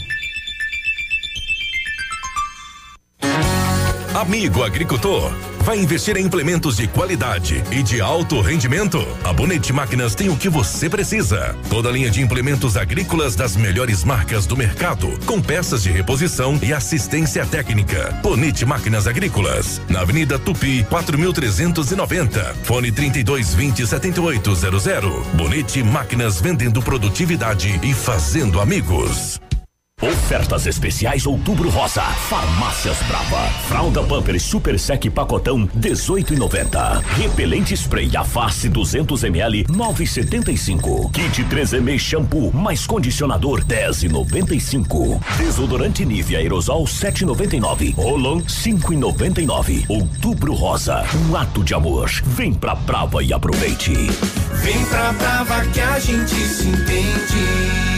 Amigo agricultor, vai investir em implementos de qualidade e de alto rendimento? A Bonete Máquinas tem o que você precisa. Toda a linha de implementos agrícolas das melhores marcas do mercado, com peças de reposição e assistência técnica. Bonete Máquinas Agrícolas, na Avenida Tupi, quatro mil trezentos e noventa. Fone trinta e dois vinte, setenta e oito zero zero. Bonete Máquinas, vendendo produtividade e fazendo amigos. Ofertas especiais Outubro Rosa. Farmácias Brava. Fralda Pampers Super Sec Pacotão dezoito e noventa. Repelente Spray a face duzentos mililitros nove e setenta e cinco. Kit três M shampoo mais condicionador dez e noventa e cinco. Desodorante Nivea aerosol sete e noventa e nove. Rolon cinco e noventa e nove. Outubro Rosa, um ato de amor. Vem pra Brava e aproveite. Vem pra Brava que a gente se entende.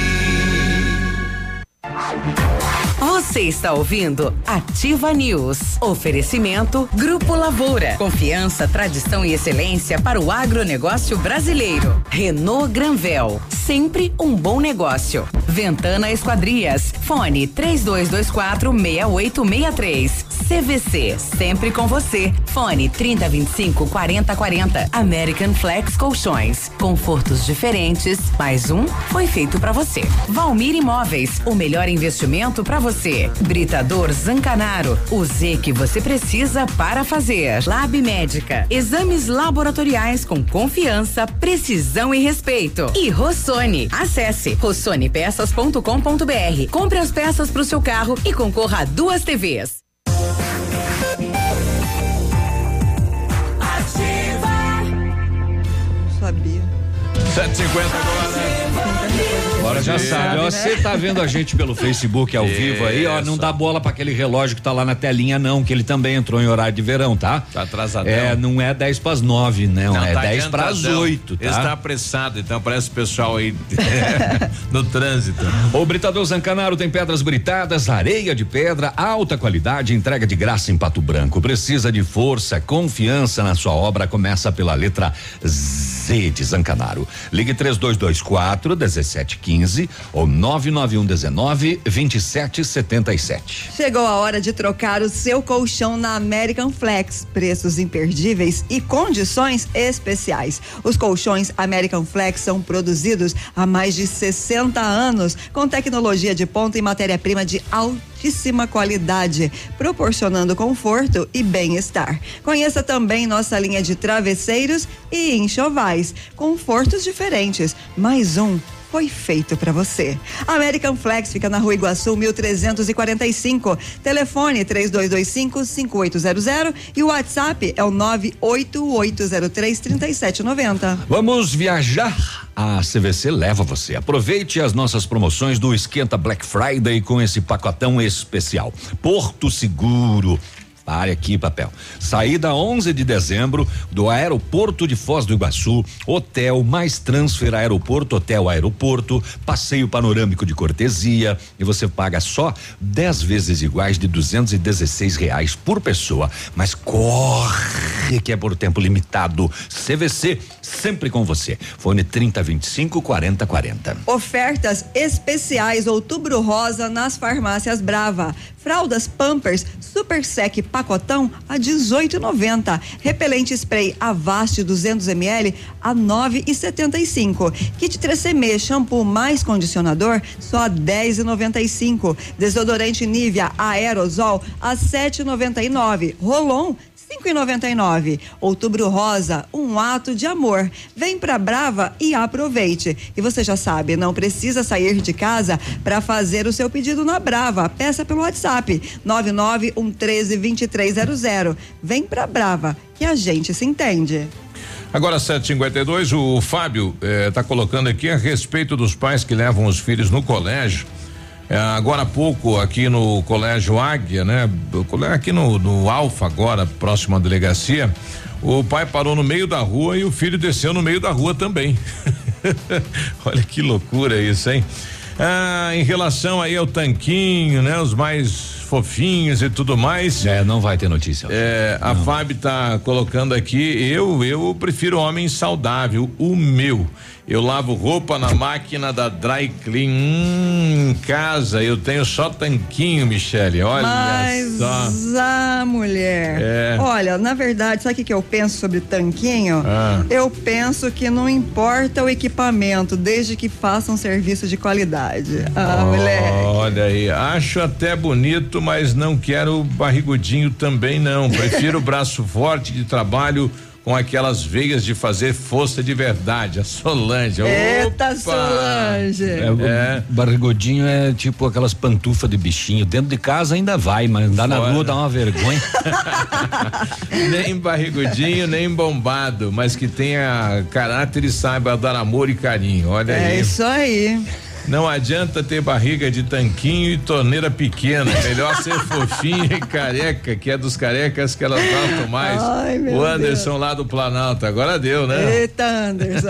Você está ouvindo Ativa News. Oferecimento Grupo Lavoura. Confiança, tradição e excelência para o agronegócio brasileiro. Renault Granvel. Sempre um bom negócio. Ventana Esquadrias. Fone três dois dois quatro seis oito seis três. C V C. Sempre com você. Fone trinta, vinte e cinco, quarenta, quarenta. American Flex Colchões. Confortos diferentes. Mais um foi feito para você. Valmir Imóveis. O melhor investimento para você. Britador Zancanaro. O Z que você precisa para fazer. Lab Médica. Exames laboratoriais com confiança, precisão e respeito. E Rossoni. Acesse rossoni peças ponto com ponto br. Compre as peças para o seu carro e concorra a duas T Vs. Sabia. sete e cinquenta agora. Agora já sabe, ó, você tá vendo a gente pelo Facebook ao Isso. vivo aí, ó, não dá bola pra aquele relógio que tá lá na telinha não, que ele também entrou em horário de verão, tá? Tá atrasadão. É, não é dez pras nove, não, Não, é tá dez pras oito, tá? Está apressado, então parece o pessoal aí no trânsito. O Britador Zancanaro tem pedras britadas, areia de pedra, alta qualidade, entrega de graça em Pato Branco. Precisa de força, confiança na sua obra, começa pela letra Z de Zancanaro. Ligue três dois dois quatro, dezessete quinze ou nove nove um dezenove, vinte e sete setenta e sete. Chegou a hora de trocar o seu colchão na American Flex. Preços imperdíveis e condições especiais. Os colchões American Flex são produzidos há mais de sessenta anos, com tecnologia de ponta e matéria-prima de altíssima qualidade, proporcionando conforto e bem-estar. Conheça também nossa linha de travesseiros e enxovais, confortos diferentes. Mais um foi feito para você. American Flex fica na Rua Iguaçu, mil trezentos e quarenta e cinco. Telefone três dois dois cinco, cinco oito zero zero e o WhatsApp é o nove oito oito zero três, trinta e sete noventa. Vamos viajar? A C V C leva você. Aproveite as nossas promoções do Esquenta Black Friday com esse pacotão especial. Porto Seguro, Pare aqui, papel. Saída onze de dezembro do aeroporto de Foz do Iguaçu, hotel mais transfer aeroporto, hotel aeroporto, passeio panorâmico de cortesia e você paga só dez vezes iguais de duzentos e dezesseis reais por pessoa. Mas corre que é por tempo limitado. C V C sempre com você. Fone trinta, vinte e cinco, quarenta, quarenta. Ofertas especiais Outubro Rosa nas farmácias Brava. Fraldas Pampers Super Sec pacotão a dezoito e noventa. Repelente spray Avast duzentos mililitros a nove e setenta e cinco. Kit três C M shampoo mais condicionador só a dez e noventa e cinco. Desodorante Nivea Aerosol a sete e noventa e nove. Rolon cinco e noventa e nove. Outubro Rosa, um ato de amor. Vem pra Brava e aproveite. E você já sabe, não precisa sair de casa para fazer o seu pedido na Brava. Peça pelo WhatsApp nove nove um um três, dois três zero zero. Vem pra Brava que a gente se entende. Agora sete e cinquenta e dois, o Fábio está eh, colocando aqui a respeito dos pais que levam os filhos no colégio. É, agora há pouco aqui no Colégio Águia, né? Aqui no, no Alfa agora, próximo à delegacia, o pai parou no meio da rua e o filho desceu no meio da rua também. Olha que loucura isso, hein? Ah, em relação aí ao tanquinho, né? Os mais fofinhos e tudo mais. É, não vai ter notícia. É, a Fábio tá colocando aqui, eu, eu prefiro homem saudável, o meu. Eu lavo roupa na máquina da Dry Clean. Hum, em casa eu tenho só tanquinho, Michele. Olha Mas só. a mulher. É. Olha, na verdade, sabe o que, que eu penso sobre tanquinho? Ah. Eu penso que não importa o equipamento, desde que faça um serviço de qualidade. Ah, oh, mulher. Olha aí, acho até bonito, mas não quero barrigudinho também não. Prefiro braço forte de trabalho com aquelas veias de fazer força de verdade. A Solange. Eita, Opa! Solange. É, É. O barrigudinho é tipo aquelas pantufas de bichinho. Dentro de casa ainda vai, mas andar na Fora. rua dá uma vergonha. Nem barrigudinho, nem bombado, mas que tenha caráter e saiba dar amor e carinho. Olha É aí. isso aí. Não adianta ter barriga de tanquinho e torneira pequena. Melhor ser fofinho e careca, que é dos carecas que elas gostam mais. Ai, meu o Anderson Deus. lá do Planalto. Agora deu, né? Eita, Anderson.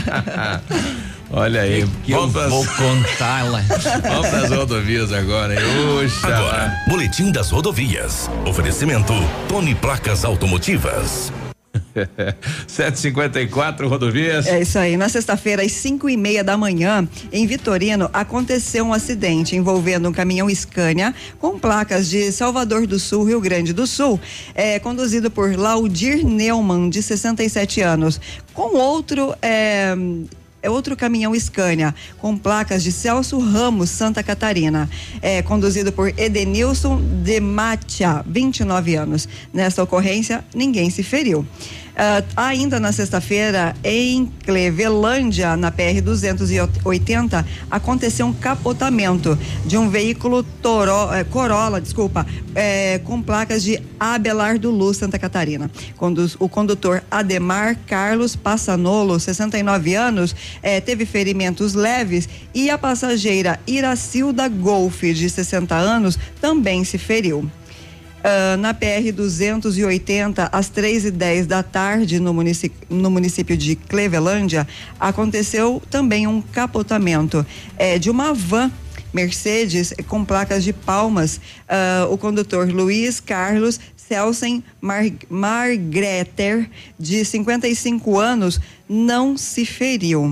Olha aí. Que eu vou contá-la. Vamos pras rodovias agora, hein? Oxa. Agora, Boletim das Rodovias. Oferecimento Tony Placas Automotivas. sete e cinquenta e quatro, rodovias. É isso aí. Na sexta-feira, às cinco e meia da manhã, em Vitorino, aconteceu um acidente envolvendo um caminhão Scania com placas de Salvador do Sul, Rio Grande do Sul, é, conduzido por Laudir Neumann, de sessenta e sete anos, com outro. É, É outro caminhão Scania com placas de Celso Ramos, Santa Catarina, é, conduzido por Edenilson de Matia, vinte e nove anos. Nessa ocorrência, ninguém se feriu. Uh, ainda na sexta-feira, em Clevelândia, na P R duzentos e oitenta, aconteceu um capotamento de um veículo Toro, eh, Corolla, desculpa, eh, com placas de Abelardo Luz, Santa Catarina. Conduz, o condutor Ademar Carlos Passanolo, sessenta e nove anos, eh, teve ferimentos leves e a passageira Iracilda Golf, de sessenta anos, também se feriu. Uh, na P R duzentos e oitenta, às três e dez da tarde, no município, no município de Clevelândia, aconteceu também um capotamento é, de uma van Mercedes com placas de Palmas. Uh, o condutor Luiz Carlos Celsen Mar Margreter, de cinquenta e cinco anos, não se feriu.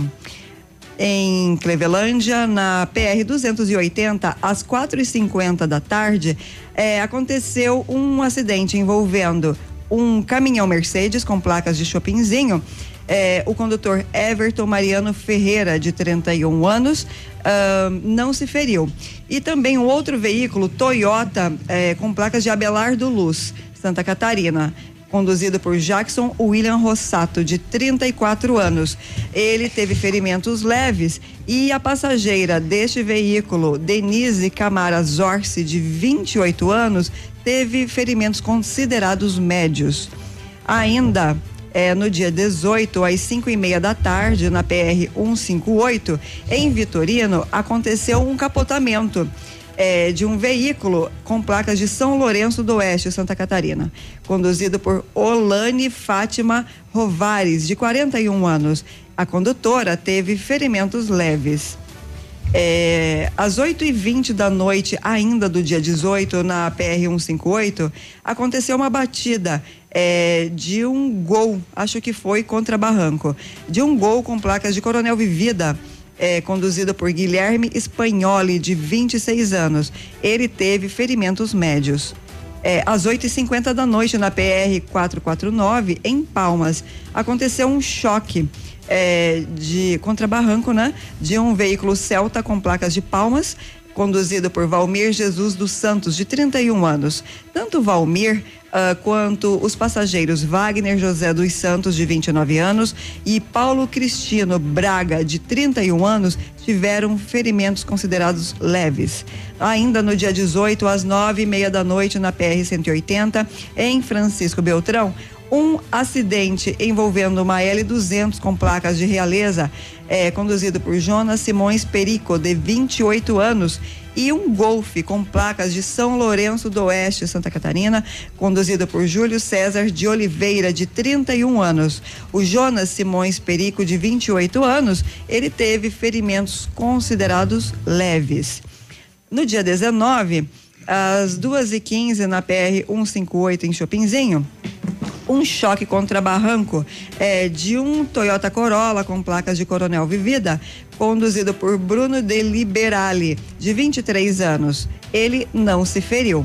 Em Clevelândia, na P R duzentos e oitenta, às quatro e cinquenta da tarde, eh, aconteceu um acidente envolvendo um caminhão Mercedes com placas de Chopinzinho. Eh, o condutor Everton Mariano Ferreira, de trinta e um anos, uh, não se feriu. E também um outro veículo Toyota eh, com placas de Abelardo Luz, Santa Catarina, conduzido por Jackson William Rossato, de trinta e quatro anos. Ele teve ferimentos leves e a passageira deste veículo, Denise Camara Zorci, de vinte e oito anos, teve ferimentos considerados médios. Ainda é, no dia dezoito, às cinco e meia da tarde, na P R cento e cinquenta e oito, em Vitorino, aconteceu um capotamento é, de um veículo com placas de São Lourenço do Oeste, Santa Catarina, conduzido por Olane Fátima Rovares, de quarenta e um anos. A condutora teve ferimentos leves. É, às oito e vinte da noite, ainda do dia dezoito, na P R cento e cinquenta e oito, aconteceu uma batida é, de um Gol, acho que foi contra barranco, de um Gol com placas de Coronel Vivida, é, conduzido por Guilherme Spagnoli, de vinte e seis anos. Ele teve ferimentos médios. É, às oito e cinquenta da noite, na P R quatrocentos e quarenta e nove, em Palmas, aconteceu um choque É, de contra barranco, né? De um veículo Celta com placas de Palmas, conduzido por Valmir Jesus dos Santos, de trinta e um anos. Tanto Valmir uh, quanto os passageiros Wagner José dos Santos, de vinte e nove anos, e Paulo Cristino Braga, de trinta e um anos, tiveram ferimentos considerados leves. Ainda no dia dezoito, às nove e meia da noite, na P R cento e oitenta, em Francisco Beltrão, um acidente envolvendo uma L duzentos com placas de Realeza, é, conduzido por Jonas Simões Perico, de vinte e oito anos, e um Golf com placas de São Lourenço do Oeste, Santa Catarina, conduzido por Júlio César de Oliveira, de trinta e um anos. O Jonas Simões Perico, de vinte e oito anos, ele teve ferimentos considerados leves. No dia dezenove, às duas e quinze, na P R cento e cinquenta e oito, em Chopinzinho, um choque contra barranco é, de um Toyota Corolla com placas de Coronel Vivida, conduzido por Bruno de Liberali, de vinte e três anos. Ele não se feriu.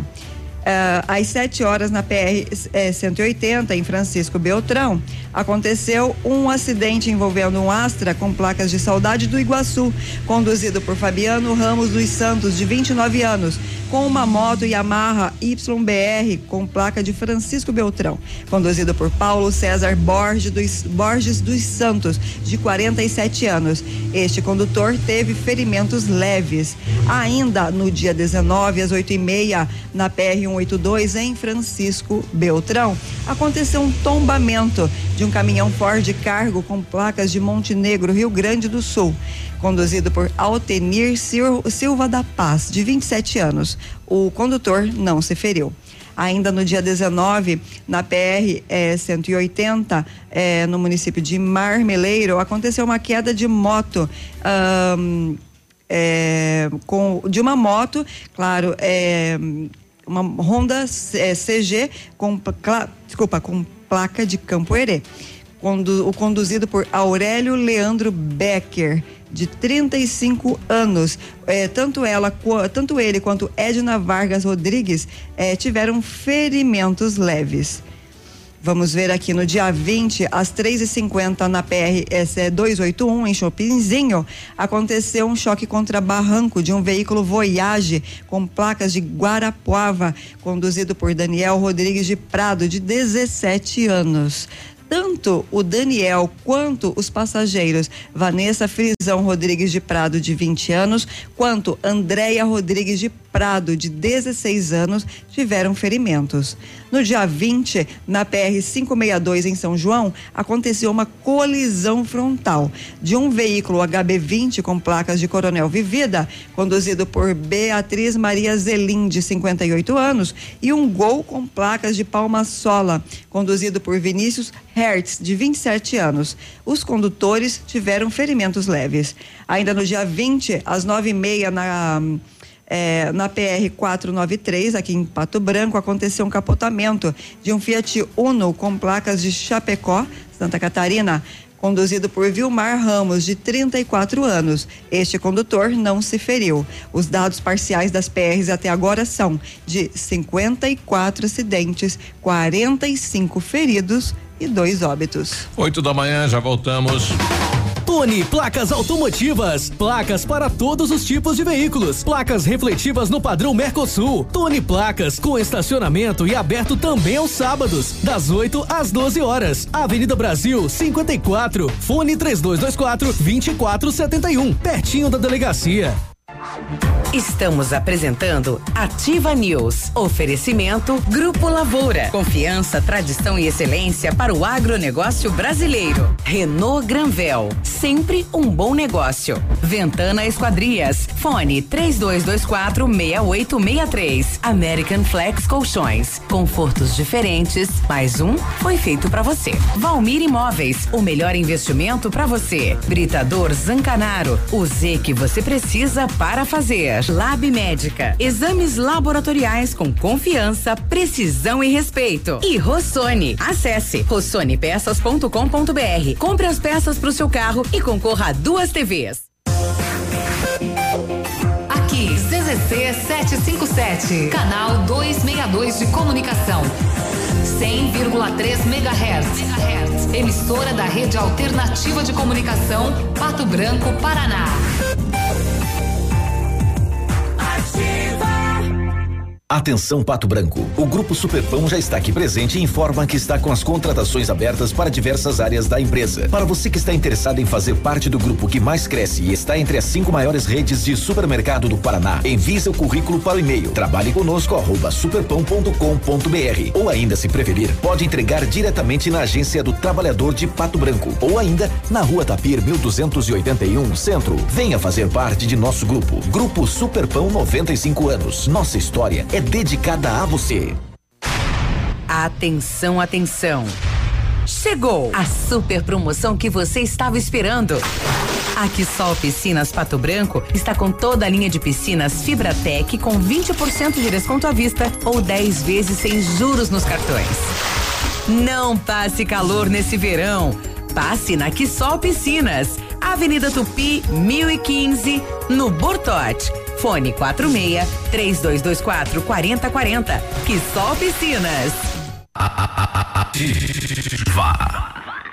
Uh, às sete horas, na P R eh, cento e oitenta, em Francisco Beltrão, aconteceu um acidente envolvendo um Astra com placas de Saudade do Iguaçu, conduzido por Fabiano Ramos dos Santos, de vinte e nove anos, com uma moto Yamaha Y B R com placa de Francisco Beltrão, conduzido por Paulo César Borges dos, Borges dos Santos, de quarenta e sete anos. Este condutor teve ferimentos leves. Ainda no dia dezenove, às oito e meia, na P R cento e oitenta e dois, em Francisco Beltrão, aconteceu um tombamento de um caminhão Ford Cargo com placas de Montenegro, Rio Grande do Sul, conduzido por Altenir Silva da Paz, de vinte e sete anos. O condutor não se feriu. Ainda no dia dezenove, na P R eh, cento e oitenta, eh, no município de Marmeleiro, aconteceu uma queda de moto, um, eh, com, de uma moto, claro, eh, uma Honda eh, C G com, cla, desculpa, com placa de Campo Herê, condu, o conduzido por Aurélio Leandro Becker, de trinta e cinco anos. É, tanto ela, tanto ele quanto Edna Vargas Rodrigues é, tiveram ferimentos leves. Vamos ver aqui no dia vinte, às três e cinquenta, na P R duzentos e oitenta e um, em Chopinzinho, aconteceu um choque contra barranco de um veículo Voyage com placas de Guarapuava, conduzido por Daniel Rodrigues de Prado, de dezessete anos. Tanto o Daniel quanto os passageiros Vanessa Frisão Rodrigues de Prado, de vinte anos, quanto Andréia Rodrigues de Prado, de dezesseis anos, tiveram ferimentos. No dia vinte, na P R quinhentos e sessenta e dois, em São João, aconteceu uma colisão frontal de um veículo H B vinte com placas de Coronel Vivida, conduzido por Beatriz Maria Zelim, de cinquenta e oito anos, e um Gol com placas de Palma Sola, conduzido por Vinícius Hertz, de vinte e sete anos. Os condutores tiveram ferimentos leves. Ainda no dia vinte, às nove e meia, na É, na P R quatrocentos e noventa e três, aqui em Pato Branco, aconteceu um capotamento de um Fiat Uno com placas de Chapecó, Santa Catarina, conduzido por Vilmar Ramos, de trinta e quatro anos. Este condutor não se feriu. Os dados parciais das P Rs até agora são de cinquenta e quatro acidentes, quarenta e cinco feridos e dois óbitos. Oito da manhã, já voltamos. Tony Placas Automotivas, placas para todos os tipos de veículos, placas refletivas no padrão Mercosul. Tony Placas, com estacionamento e aberto também aos sábados, das oito às doze horas. Avenida Brasil cinquenta e quatro, fone três dois dois quatro, dois quatro sete um, pertinho da delegacia. Estamos apresentando Ativa News. Oferecimento Grupo Lavoura. Confiança, tradição e excelência para o agronegócio brasileiro. Renault Granvel. Sempre um bom negócio. Ventana Esquadrias. Fone três dois dois quatro, seis oito seis três. American Flex Colchões. Confortos diferentes. Mais um foi feito para você. Valmir Imóveis. O melhor investimento para você. Britador Zancanaro. O Z que você precisa para fazer. Lab Médica. Exames laboratoriais com confiança, precisão e respeito. E Rossoni. Acesse rossoni peças ponto com ponto br. Compre as peças para o seu carro e concorra a duas T Vs. Aqui, C Z C setecentos e cinquenta e sete, canal duzentos e sessenta e dois de comunicação. cem vírgula três megahertz. Emissora da Rede Alternativa de Comunicação, Pato Branco, Paraná. Atenção Pato Branco, o Grupo Superpão já está aqui presente e informa que está com as contratações abertas para diversas áreas da empresa. Para você que está interessado em fazer parte do grupo que mais cresce e está entre as cinco maiores redes de supermercado do Paraná, envie seu currículo para o e-mail trabalhe conosco arroba superpão ponto com ponto br ou ainda, se preferir, pode entregar diretamente na agência do trabalhador de Pato Branco ou ainda na Rua Tapir mil duzentos e oitenta e um, Centro. Venha fazer parte de nosso grupo. Grupo Superpão, noventa e cinco anos. Nossa história é dedicada a você. Atenção, atenção. Chegou a super promoção que você estava esperando. A Quisol Piscinas Pato Branco está com toda a linha de piscinas Fibratec com vinte por cento de desconto à vista ou dez vezes sem juros nos cartões. Não passe calor nesse verão. Passe na Quisol Piscinas, Avenida Tupi, mil e quinze, no Bortote. Fone quatro seis, três dois dois quatro, quatro zero quatro zero. Quisol Piscinas. Ativa.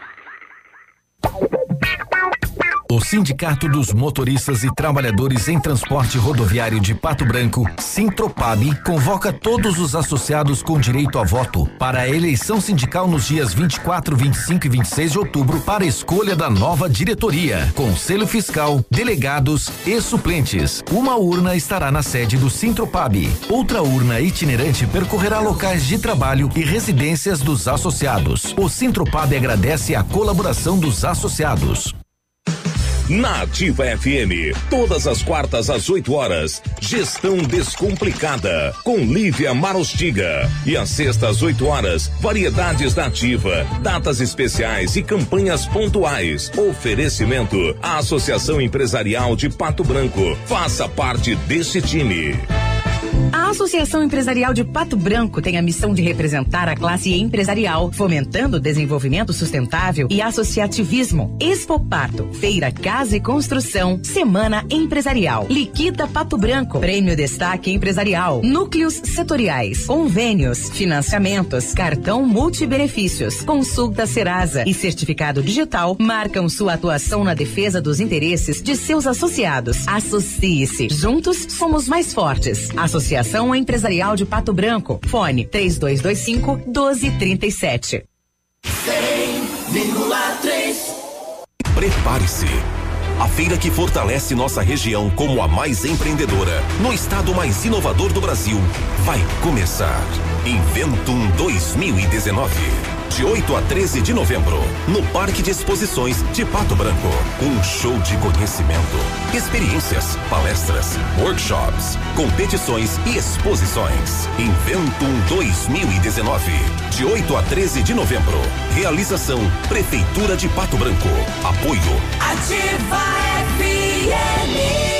O Sindicato dos Motoristas e Trabalhadores em Transporte Rodoviário de Pato Branco, Sintropab, convoca todos os associados com direito a voto para a eleição sindical nos dias vinte e quatro, vinte e cinco e vinte e seis de outubro para a escolha da nova diretoria, conselho fiscal, delegados e suplentes. Uma urna estará na sede do Sintropab. Outra urna itinerante percorrerá locais de trabalho e residências dos associados. O Sintropab agradece a colaboração dos associados. Na Ativa F M, todas as quartas às oito horas, Gestão Descomplicada, com Lívia Marostiga. E às sextas às oito horas, variedades da Ativa, datas especiais e campanhas pontuais. Oferecimento à Associação Empresarial de Pato Branco. Faça parte desse time. A Associação Empresarial de Pato Branco tem a missão de representar a classe empresarial, fomentando o desenvolvimento sustentável e associativismo. Expo Pato, Feira Casa e Construção, Semana Empresarial, Liquida Pato Branco, Prêmio Destaque Empresarial, Núcleos Setoriais, Convênios, Financiamentos, Cartão Multibenefícios, Consulta Serasa e Certificado Digital marcam sua atuação na defesa dos interesses de seus associados. Associe-se. Juntos somos mais fortes. Associação Empresarial de Pato Branco. Fone três dois dois cinco, um dois três sete. cem vírgula três. Prepare-se. A feira que fortalece nossa região como a mais empreendedora, no estado mais inovador do Brasil, vai começar. Inventum dois mil e dezenove. De oito a treze de novembro, no Parque de Exposições de Pato Branco. Um show de conhecimento, experiências, palestras, workshops, competições e exposições. Inventum dois mil e dezenove. De oito a treze de novembro. Realização Prefeitura de Pato Branco. Apoio Ativa F M.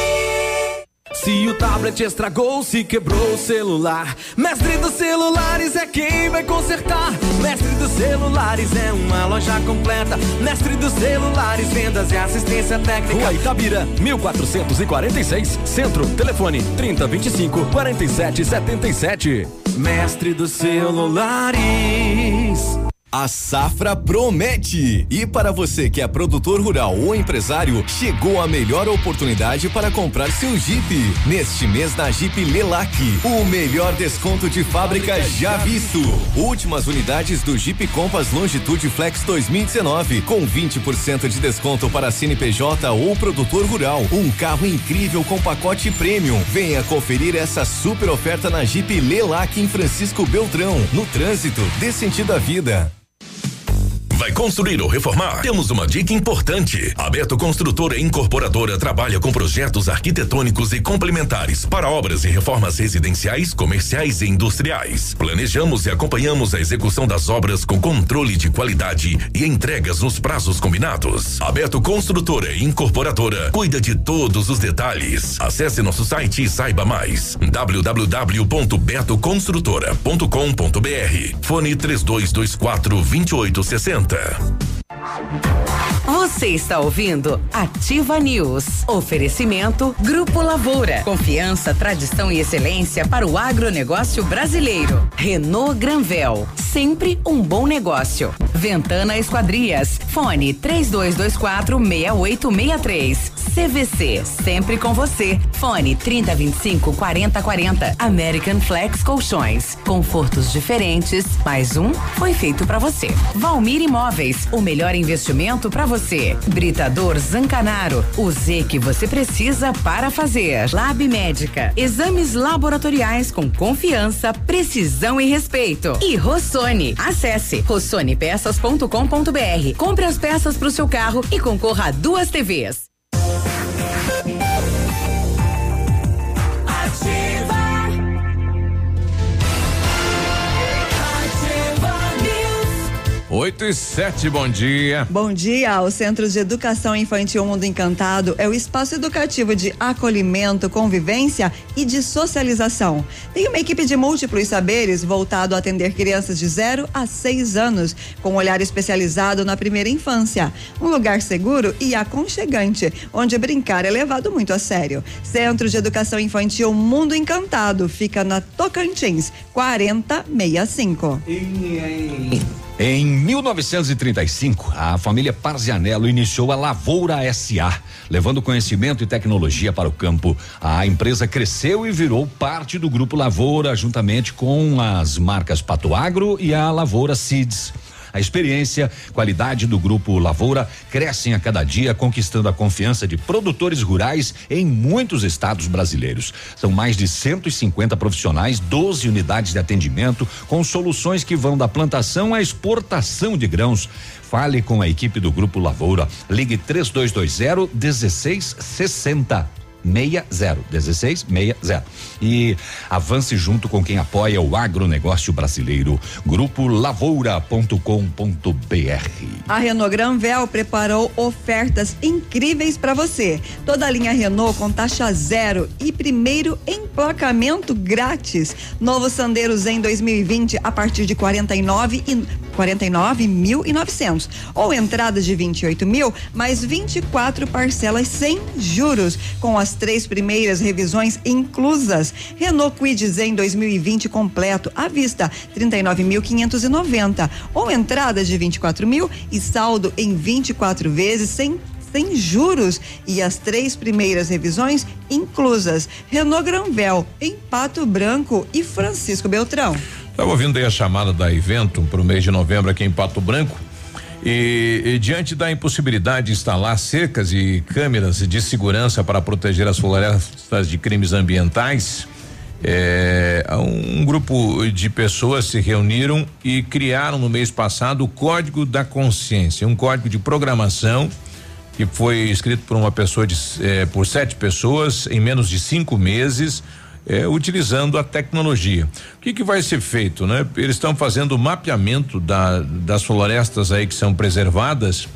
Se o tablet estragou, se quebrou o celular, Mestre dos Celulares é quem vai consertar. Mestre dos Celulares é uma loja completa. Mestre dos Celulares, vendas e assistência técnica. Rua Itabira, mil quatrocentos e quarenta e seis, Centro. Telefone trinta, vinte e cinco, quarenta e sete, setenta e sete. Mestre dos Celulares. A safra promete! E para você que é produtor rural ou empresário, chegou a melhor oportunidade para comprar seu Jeep. Neste mês na Jeep Lelac, o melhor desconto de fábrica já visto. Últimas unidades do Jeep Compass Longitude Flex dois mil e dezenove, com vinte por cento de desconto para C N P J ou produtor rural. Um carro incrível com pacote premium. Venha conferir essa super oferta na Jeep Lelac em Francisco Beltrão. No trânsito, dê sentido à vida. Vai construir ou reformar? Temos uma dica importante. A Beto Construtora e Incorporadora trabalha com projetos arquitetônicos e complementares para obras e reformas residenciais, comerciais e industriais. Planejamos e acompanhamos a execução das obras com controle de qualidade e entregas nos prazos combinados. A Beto Construtora e Incorporadora cuida de todos os detalhes. Acesse nosso site e saiba mais. w w w ponto beto construtora ponto com ponto b r. Fone três dois dois quatro, dois oito seis zero. Você está ouvindo Ativa News. Oferecimento Grupo Lavoura. Confiança, tradição e excelência para o agronegócio brasileiro. Renault Granvel. Sempre um bom negócio. Ventana Esquadrias. Fone três dois dois quatro, seis oito seis três. C V C. Sempre com você. Fone trinta, vinte e cinco, quarenta, quarenta. American Flex Colchões. Confortos diferentes. Mais um foi feito para você. Valmir Imóveis. O melhor investimento para você. Britador Zancanaro. O Z que você precisa para fazer. Lab Médica. Exames laboratoriais com confiança, precisão e respeito. E Rossoni. Acesse rossoni peças ponto com ponto b r. Compre as peças para o seu carro e concorra a duas T Vs. Oito e sete, bom dia. Bom dia. O Centro de Educação Infantil Mundo Encantado é o espaço educativo de acolhimento, convivência e de socialização. Tem uma equipe de múltiplos saberes voltado a atender crianças de zero a seis anos, com um olhar especializado na primeira infância. Um lugar seguro e aconchegante, onde brincar é levado muito a sério. Centro de Educação Infantil Mundo Encantado fica na Tocantins, quarenta sessenta e cinco. Em mil novecentos e trinta e cinco, a família Parzianello iniciou a Lavoura S A, levando conhecimento e tecnologia para o campo. A empresa cresceu e virou parte do Grupo Lavoura, juntamente com as marcas Pato Agro e a Lavoura Seeds. A experiência, qualidade do Grupo Lavoura crescem a cada dia, conquistando a confiança de produtores rurais em muitos estados brasileiros. São mais de cento e cinquenta profissionais, doze unidades de atendimento, com soluções que vão da plantação à exportação de grãos. Fale com a equipe do Grupo Lavoura. Ligue três dois dois zero, um seis seis zero. seis zero, dezesseis sessenta. E avance junto com quem apoia o agronegócio brasileiro. Grupo lavoura ponto com ponto b r. A Renault Granvel preparou ofertas incríveis para você. Toda a linha Renault com taxa zero e primeiro emplacamento grátis. Novo Sandero Zen dois mil e vinte a partir de quarenta e nove mil e novecentos, ou entrada de vinte e oito mil, mais vinte e quatro parcelas sem juros, com as três primeiras revisões inclusas. Renault Kwid Zen dois mil e vinte completo à vista, trinta e nove mil quinhentos e noventa, ou entrada de vinte e quatro mil e saldo em vinte e quatro vezes sem sem juros e as três primeiras revisões inclusas. Renault Granvel em Pato Branco e Francisco Beltrão. Estava ouvindo aí a chamada da Evento para o mês de novembro aqui em Pato Branco. E, e diante da impossibilidade de instalar cercas e câmeras de segurança para proteger as florestas de crimes ambientais, é, um grupo de pessoas se reuniram e criaram no mês passado o Código da Consciência, um código de programação que foi escrito por uma pessoa de, é, por sete pessoas em menos de cinco meses. É, utilizando a tecnologia. O que que vai ser feito, né? Eles estão fazendo o mapeamento da, das florestas aí que são preservadas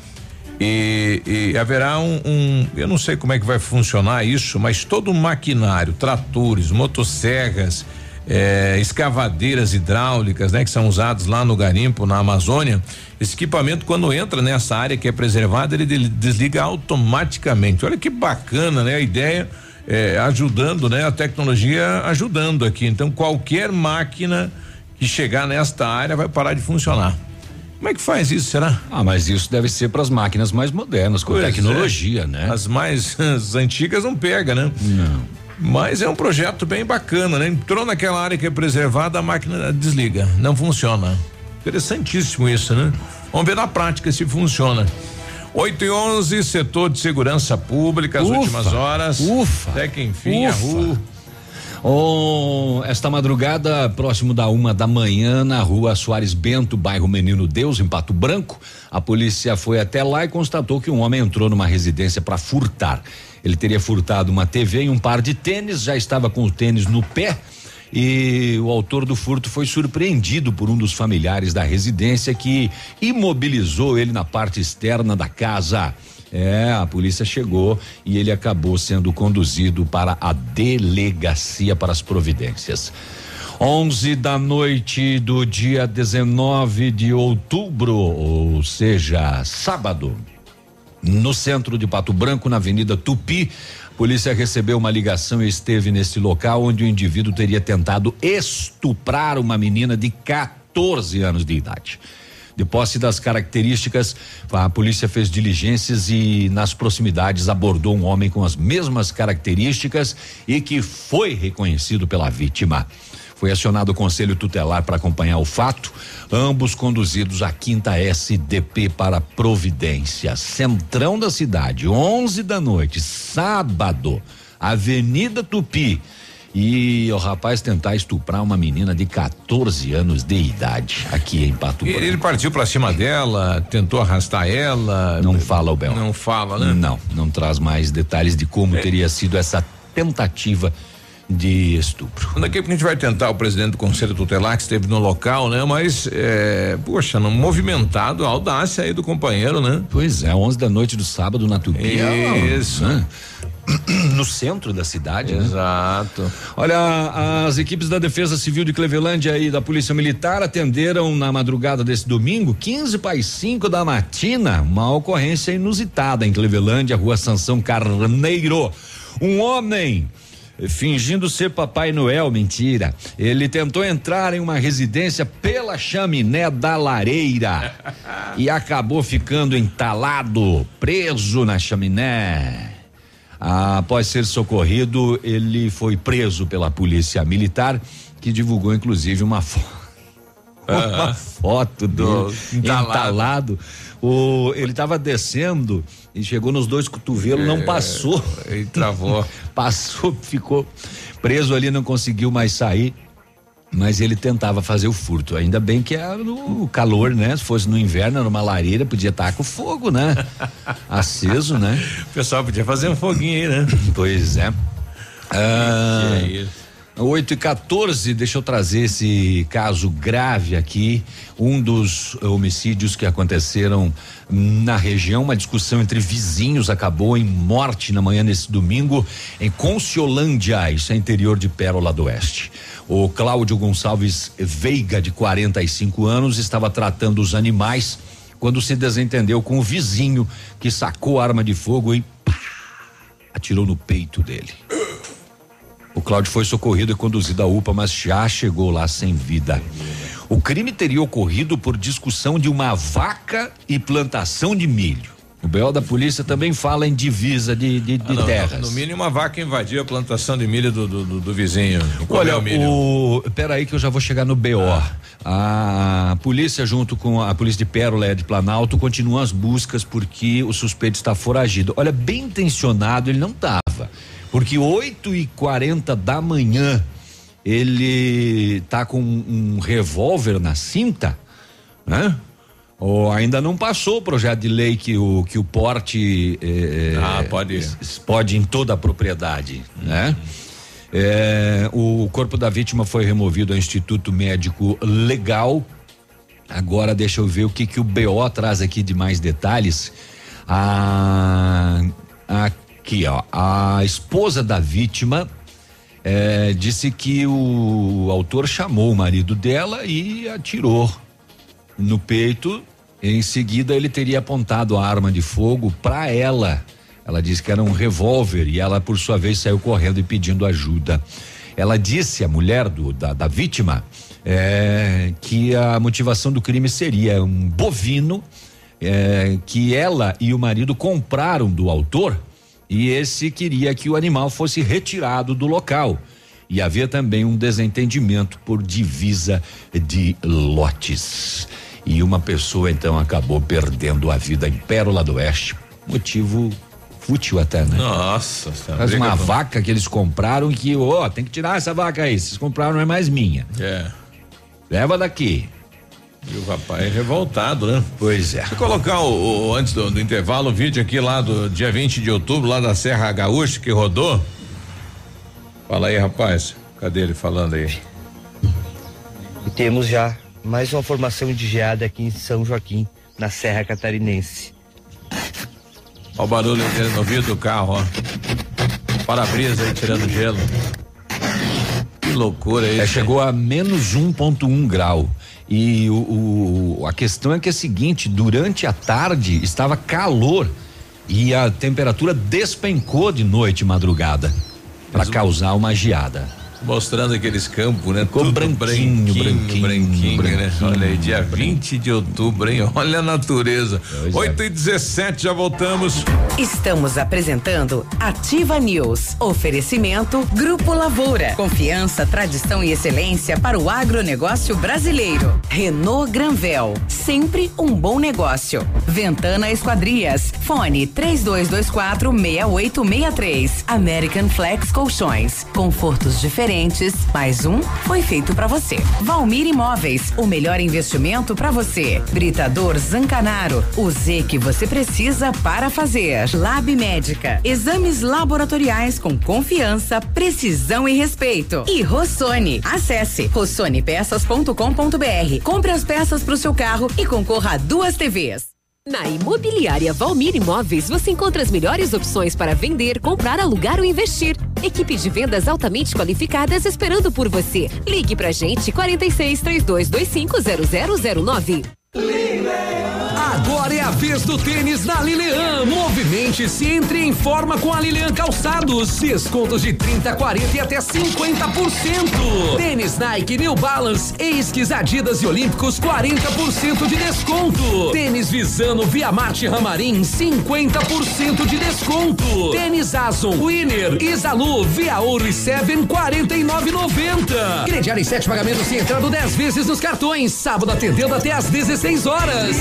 e, e haverá um, um, eu não sei como é que vai funcionar isso, mas todo o maquinário, tratores, motosserras, é, escavadeiras hidráulicas, né? Que são usados lá no garimpo, na Amazônia, esse equipamento quando entra nessa área que é preservada, ele desliga automaticamente. Olha que bacana, né? A ideia É, ajudando, né? A tecnologia ajudando aqui. Então, qualquer máquina que chegar nesta área vai parar de funcionar. Como é que faz isso, será? Ah, mas isso deve ser para as máquinas mais modernas, com Pois tecnologia, é. né? As mais as antigas não pega, né? Não. Mas é um projeto bem bacana, né? Entrou naquela área que é preservada, a máquina desliga, não funciona. Interessantíssimo isso, né? Vamos ver na prática se funciona. oito e onze, setor de segurança pública, as Ufa, últimas horas. Ufa. Até que enfim, a Ufa. rua. Oh, esta madrugada, próximo da uma da manhã, na rua Soares Bento, bairro Menino Deus, em Pato Branco, a polícia foi até lá e constatou que um homem entrou numa residência para furtar. Ele teria furtado uma T V e um par de tênis, já estava com o tênis no pé. E o autor do furto foi surpreendido por um dos familiares da residência que imobilizou ele na parte externa da casa. É, a polícia chegou e ele acabou sendo conduzido para a delegacia para as providências. onze da noite do dia dezenove de outubro, ou seja, sábado, no centro de Pato Branco, na Avenida Tupi, a polícia recebeu uma ligação e esteve nesse local onde o indivíduo teria tentado estuprar uma menina de quatorze anos de idade. De posse das características, a polícia fez diligências e nas proximidades abordou um homem com as mesmas características e que foi reconhecido pela vítima. Foi acionado o conselho tutelar para acompanhar o fato, ambos conduzidos à quinta S D P para providência. Centrão da cidade, onze da noite, sábado, Avenida Tupi. E o rapaz tentar estuprar uma menina de quatorze anos de idade aqui em Pato Branco. Ele partiu pra cima dela, tentou arrastar ela. Não fala o Bel. Não fala, né? Não, não traz mais detalhes de como É. teria sido essa tentativa de estupro. Daqui a pouco a gente vai tentar o presidente do Conselho Tutelar que esteve no local, né? Mas, é, poxa, não movimentado, a audácia aí do companheiro, né? Pois é, onze da noite do sábado na Tupi. Isso. Né? No centro da cidade, Exato. né? Olha, as equipes da Defesa Civil de Clevelândia e da Polícia Militar atenderam na madrugada desse domingo, quinze para as cinco da matina, uma ocorrência inusitada em Clevelândia, Rua Sansão Carneiro. Um homem fingindo ser Papai Noel, mentira. Ele tentou entrar em uma residência pela chaminé da lareira e acabou ficando entalado, preso na chaminé. Após ser socorrido, ele foi preso pela polícia militar, que divulgou inclusive uma foto. Uma foto do entalado. entalado. O, ele estava descendo e chegou nos dois cotovelos, é, não passou. E travou. Passou, ficou preso ali, não conseguiu mais sair. Mas ele tentava fazer o furto. Ainda bem que era no calor, né? Se fosse no inverno, numa lareira, podia estar com fogo, né? Aceso, né? O pessoal podia fazer um foguinho aí, né? Pois é. Ah, que é isso? oito e quatorze, deixa eu trazer esse caso grave aqui. Um dos homicídios que aconteceram na região, uma discussão entre vizinhos acabou em morte na manhã desse domingo em Conciolândia, isso é interior de Pérola do Oeste. O Cláudio Gonçalves Veiga, de quarenta e cinco anos, estava tratando os animais quando se desentendeu com o vizinho que sacou a arma de fogo e pá, atirou no peito dele. O Cláudio foi socorrido e conduzido à U P A, mas já chegou lá sem vida. O crime teria ocorrido por discussão de uma vaca e plantação de milho. O B O da polícia também fala em divisa de, de, de ah, não, terras. No mínimo, uma vaca invadiu a plantação de milho do, do, do, do vizinho. Olha, o milho. o, peraí que eu já vou chegar no B O. Ah. A polícia, junto com a polícia de Pérola e a de Planalto, continuam as buscas porque o suspeito está foragido. Olha, bem intencionado ele não estava, porque oito e quarenta da manhã ele tá com um revólver na cinta, né? Ou ainda não passou o projeto de lei que o que o porte eh, ah, pode pode em toda a propriedade, né? É, o corpo da vítima foi removido ao Instituto Médico Legal. Agora deixa eu ver o que que o B O traz aqui de mais detalhes. A, aqui, ó, a esposa da vítima é, disse que o autor chamou o marido dela e atirou no peito. Em seguida, ele teria apontado a arma de fogo para ela. Ela disse que era um revólver e ela, por sua vez, saiu correndo e pedindo ajuda. Ela disse, a mulher do, da, da vítima, é, que a motivação do crime seria um bovino é, que ela e o marido compraram do autor e esse queria que o animal fosse retirado do local. E havia também um desentendimento por divisa de lotes. E uma pessoa então acabou perdendo a vida em Pérola do Oeste. Motivo fútil até, né? Nossa, mas uma com... vaca que eles compraram que, ó, oh, tem que tirar essa vaca aí. Vocês compraram, não é mais minha. É. Leva daqui. E o rapaz é revoltado, né? Pois é. Deixa eu colocar o, o antes do, do intervalo o vídeo aqui lá do dia vinte de outubro, lá da Serra Gaúcha, que rodou. Fala aí, rapaz. Cadê ele falando aí? E temos já mais uma formação de geada aqui em São Joaquim, na Serra Catarinense. Olha o barulho dele no vidro do carro, ó. Para-brisa aí tirando gelo. Que loucura isso. É, chegou a menos um ponto um grau. E o, o, a questão é que é a seguinte, durante a tarde estava calor e a temperatura despencou de noite e madrugada para causar uma geada. Mostrando aqueles campos, né? Ficou tudo branquinho, branquinho, branquinho, branquinho, branquinho, né? Olha aí, dia branquinho. vinte de outubro, hein? Olha a natureza. oito e dezessete, já voltamos. Estamos apresentando Ativa News. Oferecimento Grupo Lavoura. Confiança, tradição e excelência para o agronegócio brasileiro. Renault Granvel. Sempre um bom negócio. Ventana Esquadrias. Fone três dois dois quatro, seis oito seis três. American Flex Colchões. Confortos diferentes. Mais um foi feito para você. Valmir Imóveis, o melhor investimento para você. Britador Zancanaro, o Z que você precisa para fazer. Lab Médica, exames laboratoriais com confiança, precisão e respeito. E Rossoni, acesse rossoni peças ponto com ponto br. Compre as peças para o seu carro e concorra a duas T Vs. Na Imobiliária Valmir Imóveis, você encontra as melhores opções para vender, comprar, alugar ou investir. Equipe de vendas altamente qualificadas esperando por você. Ligue pra gente quarenta e seis, três dois dois cinco, zero zero zero nove. Agora é a vez do tênis na Lilian. Movimente-se, entre em forma com a Lilian Calçados. Descontos de trinta, quarenta e até cinquenta por cento. Tênis Nike, New Balance, Esquis, Adidas e Olímpicos, quarenta por cento de desconto. Tênis Visano, Via Marte Ramarim, cinquenta por cento de desconto. Tênis Azon, Winner, Isalu, Via Ouro e Seven, quarenta e nove reais e noventa centavos. Crediário em sete pagamentos sem entrada dez vezes nos cartões. Sábado atendendo até às dezesseis horas.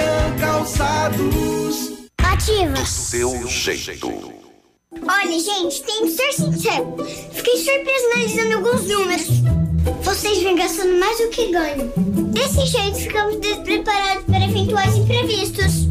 Calçados. Ativa. Do seu jeito. Olha, gente, tem que ser sincero. Fiquei surpresa analisando alguns números. Vocês vêm gastando mais do que ganham. Desse jeito, ficamos despreparados para eventuais imprevistos.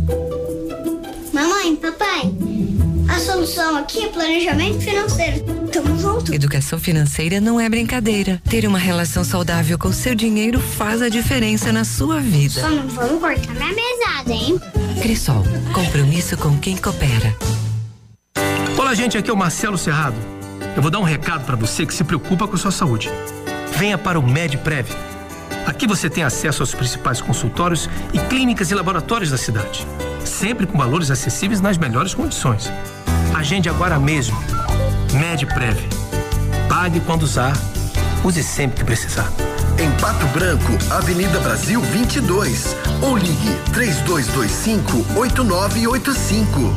Mamãe, papai, a solução aqui é planejamento financeiro. Tamo junto. Educação financeira não é brincadeira. Ter uma relação saudável com seu dinheiro faz a diferença na sua vida. Só não vamos cortar minha mesada, hein? Crisol, compromisso com quem coopera. Olá, gente, aqui é o Marcelo Serrado. Eu vou dar um recado para você que se preocupa com a sua saúde. Venha para o MedPrev. Aqui você tem acesso aos principais consultórios e clínicas e laboratórios da cidade. Sempre com valores acessíveis nas melhores condições. Agende agora mesmo. MedPrev. Pague quando usar, use sempre que precisar. Em Pato Branco, Avenida Brasil vinte e dois. Ou ligue três dois dois cinco, oito nove oito cinco.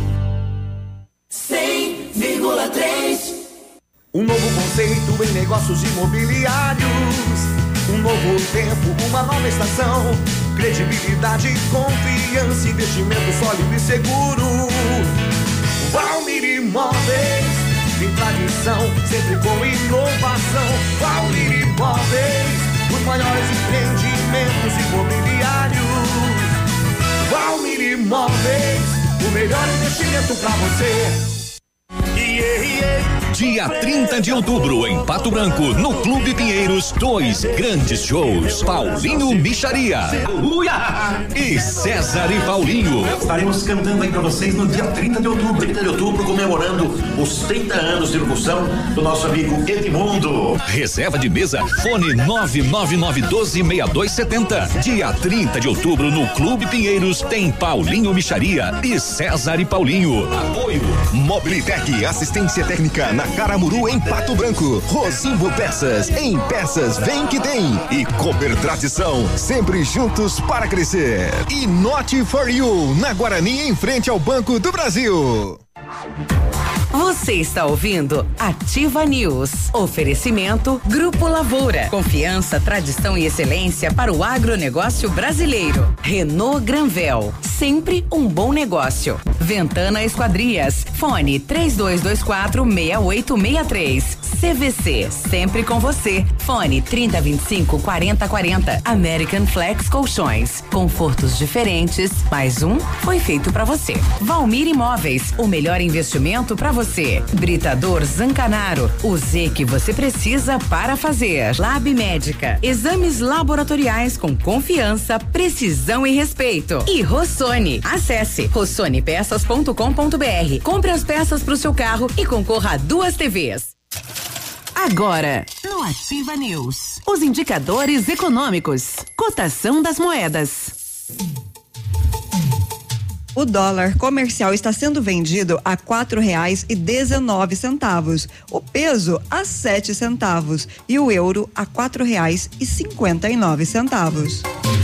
cem vírgula três. Um novo conceito em negócios imobiliários. Um novo tempo, uma nova estação. Credibilidade, confiança, investimento sólido e seguro. Valmir Imóveis, tem tradição, sempre com inovação. Valmir Imóveis, os maiores empreendimentos imobiliários. Valmir Imóveis, o melhor investimento pra você. Yeah, yeah. Dia trinta de outubro, em Pato Branco, no Clube Pinheiros, dois grandes shows. Paulinho Micharia. Aleluia! E César e Paulinho. Estaremos cantando aí pra vocês no dia trinta de outubro. trinta de outubro, comemorando os trinta anos de locução do nosso amigo Edmundo. Reserva de mesa, fone nove nove nove um dois, seis dois sete zero. Dia trinta de outubro, no Clube Pinheiros, tem Paulinho Micharia e César e Paulinho. Apoio Mobilitec, assistência técnica na Caramuru, em Pato Branco. Rosimbo Peças, em Peças Vem Que Tem. E Cooper Tradição, sempre juntos para crescer. E Not For You, na Guarani, em frente ao Banco do Brasil. Você está ouvindo Ativa News. Oferecimento Grupo Lavoura. Confiança, tradição e excelência para o agronegócio brasileiro. Renault Granvel. Sempre um bom negócio. Ventana Esquadrias. Fone três dois dois quatro, seis oito seis três. C V C. Sempre com você. Fone trinta, vinte e cinco, quarenta, quarenta. American Flex Colchões. Confortos diferentes. Mais um foi feito para você. Valmir Imóveis. O melhor investimento para você. Britador Zancanaro. O Z que você precisa para fazer. Lab Médica. Exames laboratoriais com confiança, precisão e respeito. E Rossoni. Acesse rossoni peças ponto com ponto br. Compre as peças para o seu carro e concorra a duas T Vs. Agora, no Ativa News, os indicadores econômicos, cotação das moedas. O dólar comercial está sendo vendido a quatro reais e dezenove centavos, o peso a sete centavos e o euro a quatro reais e cinquenta e nove centavos.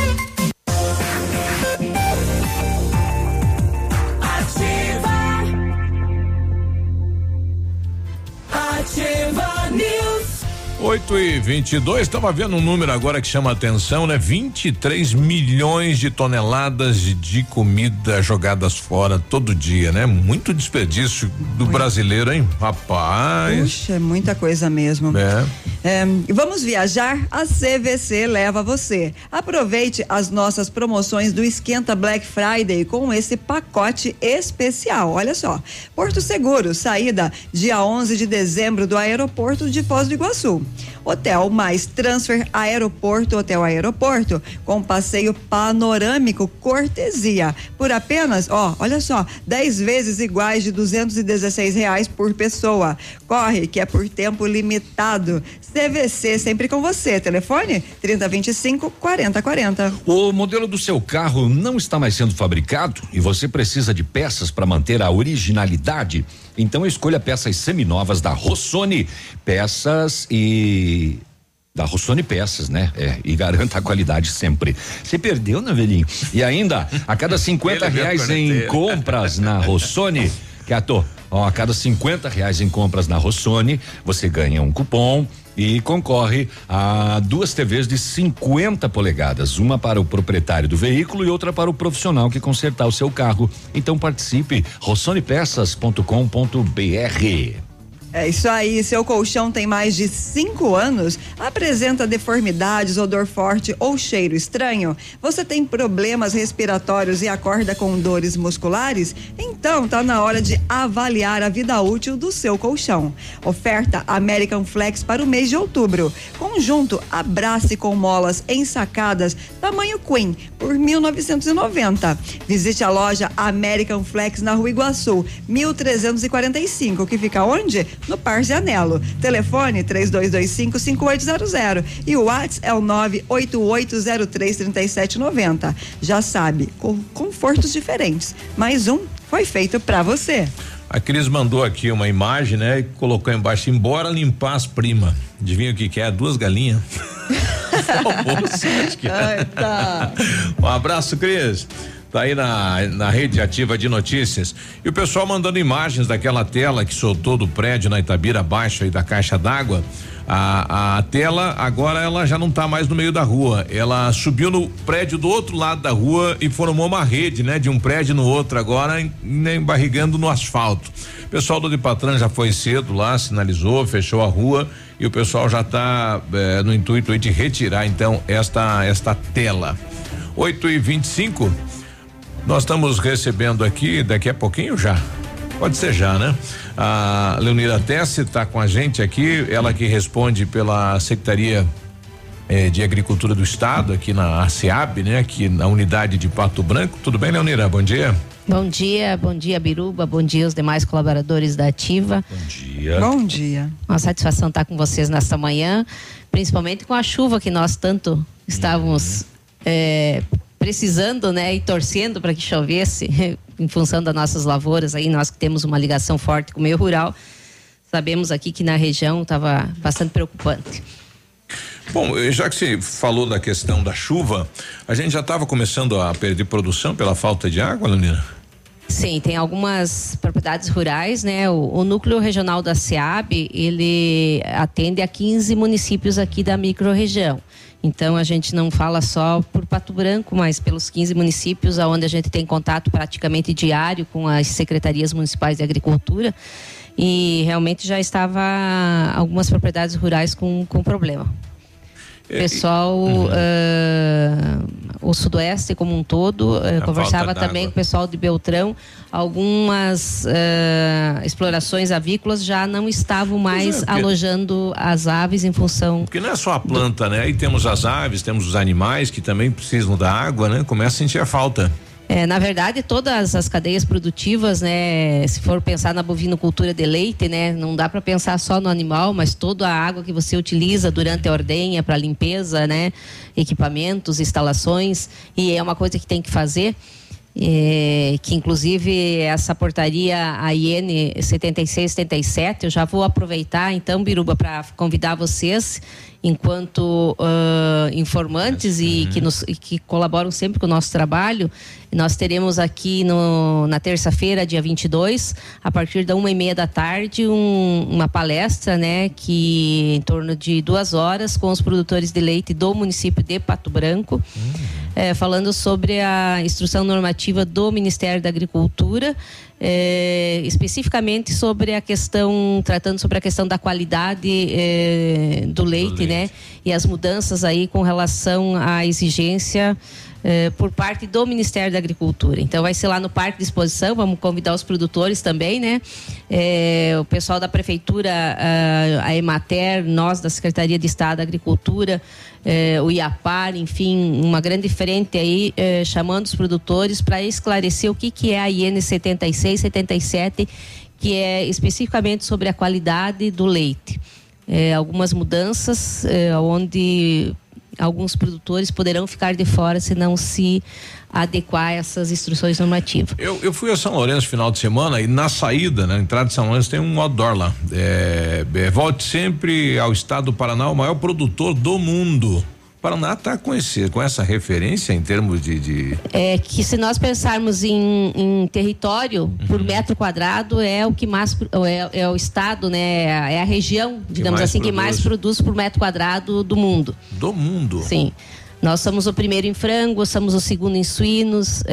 Ativa News. oito e vinte e dois, estava vendo um número agora que chama a atenção, né? vinte e três milhões de toneladas de comida jogadas fora todo dia, né? Muito desperdício do brasileiro, hein? Rapaz. Puxa, é muita coisa mesmo. É. É, vamos viajar? A C V C leva você. Aproveite as nossas promoções do Esquenta Black Friday com esse pacote especial. Olha só, Porto Seguro, saída dia onze de dezembro do aeroporto de Foz do Iguaçu. Hotel mais transfer aeroporto, hotel aeroporto, com passeio panorâmico cortesia, por apenas, ó, olha só, dez vezes iguais de duzentos e dezesseis reais por pessoa. Corre que é por tempo limitado. C V C sempre com você. Telefone trinta, vinte e cinco, quarenta, quarenta. O modelo do seu carro não está mais sendo fabricado e você precisa de peças para manter a originalidade? Então escolha peças seminovas da Rossoni. Peças e da Rossoni Peças, né? É, e garanta a qualidade sempre. Você perdeu, né, velhinho? E ainda, a cada cinquenta reais em compras na Rossoni, que ator, ó, a cada cinquenta reais em compras na Rossoni, você ganha um cupom e concorre a duas T Vs de cinquenta polegadas, uma para o proprietário do veículo e outra para o profissional que consertar o seu carro. Então participe, rossoni peças ponto com ponto br. É isso aí, seu colchão tem mais de cinco anos, apresenta deformidades, odor forte ou cheiro estranho? Você tem problemas respiratórios e acorda com dores musculares? Então tá na hora de avaliar a vida útil do seu colchão. Oferta American Flex para o mês de outubro. Conjunto Abrace com molas ensacadas, tamanho Queen, por mil novecentos e noventa. Visite a loja American Flex na Rua Iguaçu, mil trezentos e quarenta e cinco, que fica onde? No Parque Anelo. Telefone três dois dois cinco, cinco oito zero zero e o WhatsApp é o nove oito oito zero três, três sete nove zero. Já sabe, com confortos diferentes. Mais um foi feito pra você. A Cris mandou aqui uma imagem, né? E colocou embaixo, embora limpar as primas. Adivinha o que que é? Duas galinhas. Almoço, acho que é. Ai, tá. Um abraço, Cris. Tá aí na, na rede ativa de notícias. E o pessoal mandando imagens daquela tela que soltou do prédio na Itabira abaixo aí da caixa d'água. A, a tela agora ela já não tá mais no meio da rua. Ela subiu no prédio do outro lado da rua e formou uma rede, né? De um prédio no outro agora, embarrigando no asfalto. O pessoal do Depatran já foi cedo lá, sinalizou, fechou a rua e o pessoal já tá eh, no intuito aí de retirar então esta esta tela. oito e vinte e cinco. Nós estamos recebendo aqui, daqui a pouquinho já, pode ser já, né? A Leonira Tessi está com a gente aqui, ela que responde pela Secretaria eh, de Agricultura do Estado, aqui na ARCEAB, né? Aqui na unidade de Pato Branco. Tudo bem, Leonira? Bom dia. Bom dia, bom dia, Biruba, bom dia aos demais colaboradores da Ativa. Bom dia. Bom dia. Uma satisfação estar com vocês nesta manhã, principalmente com a chuva que nós tanto estávamos uhum. eh, precisando, né, e torcendo para que chovesse em função das nossas lavouras aí, nós que temos uma ligação forte com o meio rural, sabemos aqui que na região estava bastante preocupante. Bom, já que você falou da questão da chuva, a gente já estava começando a perder produção pela falta de água, Leonina? Sim, tem algumas propriedades rurais, né? O, o núcleo regional da SEAB, ele atende a quinze municípios aqui da microrregião. Então a gente não fala só por Pato Branco, mas pelos quinze municípios onde a gente tem contato praticamente diário com as secretarias municipais de agricultura, e realmente já estava algumas propriedades rurais com, com problema. Pessoal, uhum. uh, o Sudoeste como um todo, uh, conversava também com o pessoal de Beltrão, algumas uh, explorações avícolas já não estavam mais é, alojando as aves em função... Porque não é só a planta, né? Aí temos as aves, temos os animais que também precisam da água, né? Começa a sentir a falta. É, na verdade, todas as cadeias produtivas, né, se for pensar na bovinocultura de leite, né, não dá para pensar só no animal, mas toda a água que você utiliza durante a ordenha para limpeza, né, equipamentos, instalações, e é uma coisa que tem que fazer. É, que inclusive essa portaria A I N setenta e seis setenta e sete, eu já vou aproveitar então, Biruba, para convidar vocês enquanto uh, informantes uhum. e, que nos, e que colaboram sempre com o nosso trabalho. Nós teremos aqui no, na terça-feira, dia vinte e dois, a partir da uma e meia da tarde, um, uma palestra, né, que em torno de duas horas com os produtores de leite do município de Pato Branco, uhum. é, falando sobre a instrução normativa do Ministério da Agricultura, é, especificamente sobre a questão, tratando sobre a questão da qualidade é, do, leite, do leite, né, e as mudanças aí com relação à exigência Uh, por parte do Ministério da Agricultura. Então vai ser lá no Parque de Exposição, vamos convidar os produtores também, né? É, o pessoal da Prefeitura, uh, a Emater, nós da Secretaria de Estado da Agricultura, uh, o IAPAR, enfim, uma grande frente aí, uh, chamando os produtores para esclarecer o que, que é a I N setenta e seis setenta e sete, que é especificamente sobre a qualidade do leite. É, algumas mudanças, é, onde alguns produtores poderão ficar de fora se não se adequar a essas instruções normativas. Eu, eu fui a São Lourenço final de semana e na saída, na entrada de São Lourenço tem um outdoor lá. É, é, volte sempre ao estado do Paraná, o maior produtor do mundo. O Paraná está com, esse, com essa referência em termos de, de... É que se nós pensarmos em, em território, uhum. por metro quadrado, é o que mais, é, é o estado, né? É a região, digamos assim, produz. que mais produz por metro quadrado do mundo. Do mundo? Sim. Nós somos o primeiro em frango, somos o segundo em suínos,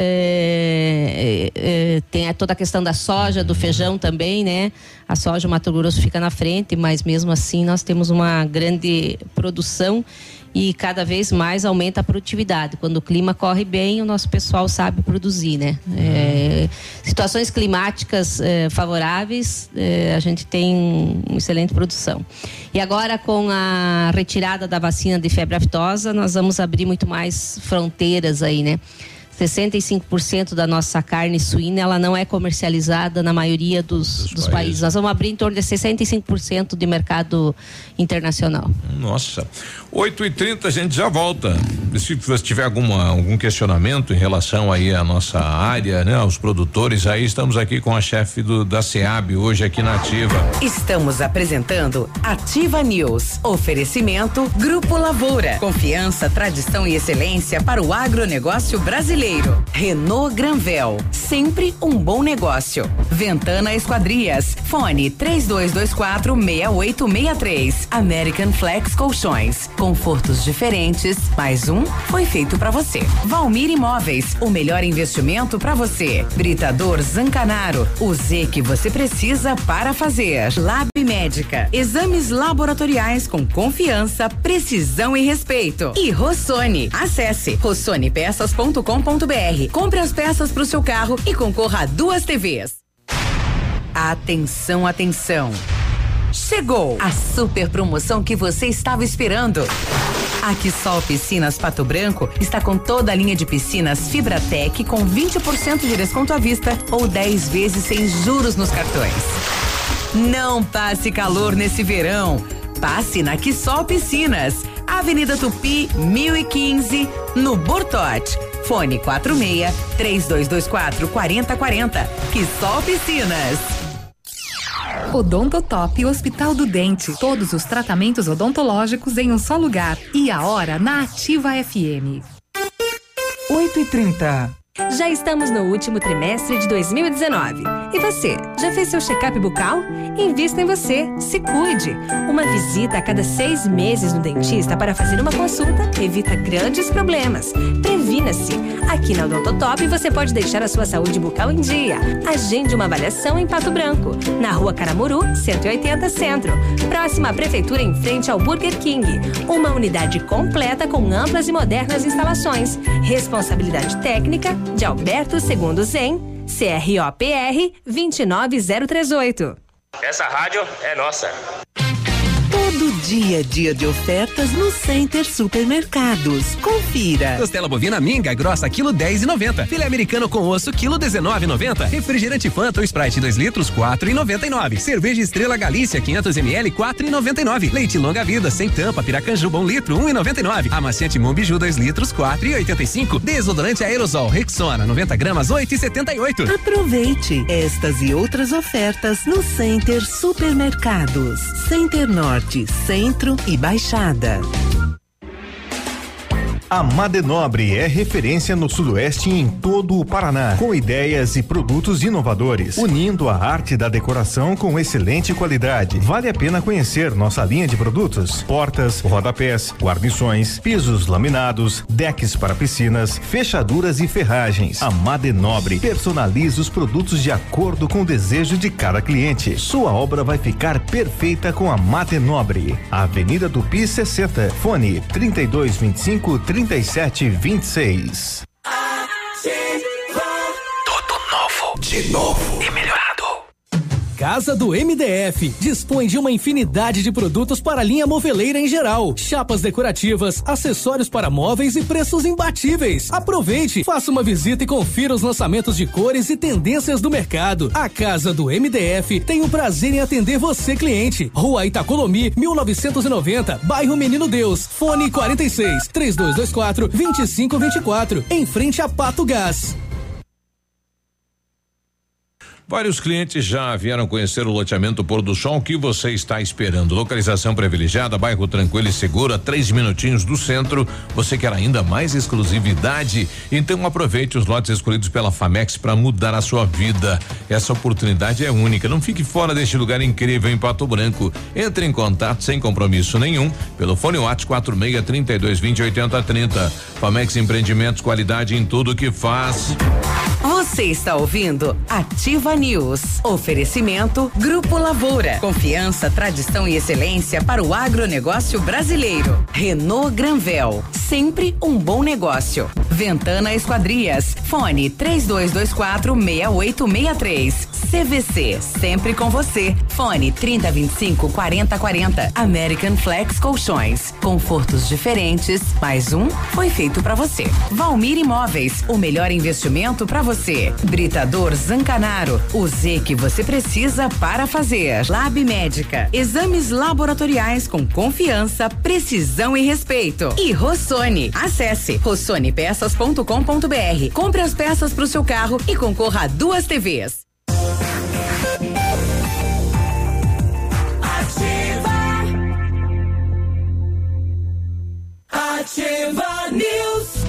é, é, é, tem toda a questão da soja, do feijão também, né? A soja, o Mato Grosso fica na frente, mas mesmo assim nós temos uma grande produção e cada vez mais aumenta a produtividade. Quando o clima corre bem, o nosso pessoal sabe produzir, né? É, situações climáticas é, favoráveis, é, a gente tem uma excelente produção. E agora, com a retirada da vacina de febre aftosa, nós vamos abrir muito mais fronteiras aí, né? sessenta e cinco por cento da nossa carne suína, ela não é comercializada na maioria dos, dos, dos países. países. Nós vamos abrir em torno de sessenta e cinco por cento de mercado internacional. Nossa. oito e trinta, a gente já volta. Se você tiver alguma, algum questionamento em relação aí à nossa área, né? Aos produtores, aí estamos aqui com a chefe do, da SEAB hoje aqui na Ativa. Estamos apresentando Ativa News. Oferecimento Grupo Lavoura. Confiança, tradição e excelência para o agronegócio brasileiro. Renault Granvel, sempre um bom negócio. Ventana Esquadrias, fone três dois dois quatro, seis oito seis três. American Flex Colchões, confortos diferentes, mais um foi feito para você. Valmir Imóveis, o melhor investimento para você. Britador Zancanaro, o Z que você precisa para fazer. Lab Médica, exames laboratoriais com confiança, precisão e respeito. E Rossoni, acesse rossoni peças ponto com ponto br. Compre as peças para o seu carro e concorra a duas T Vs. Atenção, atenção. Chegou a super promoção que você estava esperando. A Quisol Piscinas Pato Branco está com toda a linha de piscinas Fibratec com vinte por cento de desconto à vista ou dez vezes sem juros nos cartões. Não passe calor nesse verão. Passe na Quisol Piscinas, Avenida Tupi, mil e quinze, no Bortote. Fone quatro seis, três dois dois quatro, quatro zero quatro zero. Quisol Piscinas. Odontotop Hospital do Dente. Todos os tratamentos odontológicos em um só lugar. E a hora na Ativa F M. oito e trinta. Já estamos no último trimestre de dois mil e dezenove. E você, já fez seu check-up bucal? Invista em você, se cuide. Uma visita a cada seis meses no dentista para fazer uma consulta evita grandes problemas. Previna-se. Aqui na Odontotop você pode deixar a sua saúde bucal em dia. Agende uma avaliação em Pato Branco, na Rua Caramuru, cento e oitenta Centro. Próxima à Prefeitura, em frente ao Burger King. Uma unidade completa com amplas e modernas instalações. Responsabilidade técnica de Alberto Segundo Zen, C R O P R dois nove zero três oito. Essa rádio é nossa. Todo dia é dia de ofertas no Center Supermercados. Confira. Costela bovina minga grossa, quilo dez e noventa. Filé americano com osso, quilo dezenove e noventa. Refrigerante Fanta ou Sprite dois litros, quatro e noventa e nove. Cerveja Estrela Galícia, quinhentos mililitros, quatro e noventa e nove. Leite Longa Vida, sem tampa, Piracanjuba, um litro, um e noventa e nove. Amaciante Mombiju, dois litros, quatro e oitenta e cinco. Desodorante Aerosol Rexona, noventa gramas, oito e setenta e oito. Aproveite estas e outras ofertas no Center Supermercados. Center Norte, Centro e Baixada. A Madenobre é referência no Sudoeste e em todo o Paraná, com ideias e produtos inovadores, unindo a arte da decoração com excelente qualidade. Vale a pena conhecer nossa linha de produtos: portas, rodapés, guarnições, pisos laminados, decks para piscinas, fechaduras e ferragens. A Madenobre personaliza os produtos de acordo com o desejo de cada cliente. Sua obra vai ficar perfeita com a Madenobre. Avenida Tupi sessenta, fone trinta e dois vinte e cinco, trinta e sete vinte e seis. Tudo novo, de novo e melhorado. Casa do M D F dispõe de uma infinidade de produtos para a linha moveleira em geral, chapas decorativas, acessórios para móveis e preços imbatíveis. Aproveite, faça uma visita e confira os lançamentos de cores e tendências do mercado. A Casa do M D F tem o prazer em atender você, cliente. Rua Itacolomi, mil novecentos e noventa, bairro Menino Deus. Fone quarenta e seis, três dois dois quatro, vinte e cinco vinte e quatro, em frente a Pato Gás. Vários clientes já vieram conhecer o loteamento Pôr do Sol. O que você está esperando? Localização privilegiada, bairro tranquilo e seguro, a três minutinhos do centro. Você quer ainda mais exclusividade? Então aproveite os lotes escolhidos pela Famex para mudar a sua vida. Essa oportunidade é única. Não fique fora deste lugar incrível em Pato Branco. Entre em contato sem compromisso nenhum pelo fone WhatsApp quatro seis, trinta e dois, vinte, oitenta, trinta. Famex Empreendimentos, qualidade em tudo que faz. Você está ouvindo Ativa News. Oferecimento Grupo Lavoura. Confiança, tradição e excelência para o agronegócio brasileiro. Renault Granvel. Sempre um bom negócio. Ventana Esquadrias. Fone três dois dois quatro, seis oito seis três. C V C. Sempre com você. Fone trinta, vinte e cinco, quarenta, quarenta. American Flex Colchões. Confortos diferentes. Mais um foi feito para você. Valmir Imóveis. O melhor investimento para você. Britador Zancanaro. O Z que você precisa para fazer. Lab Médica. Exames laboratoriais com confiança, precisão e respeito. E Rossoni. Acesse rossoni peças ponto com ponto br. Compre as peças para o seu carro e concorra a duas T Vs. Ativa. Ativa News.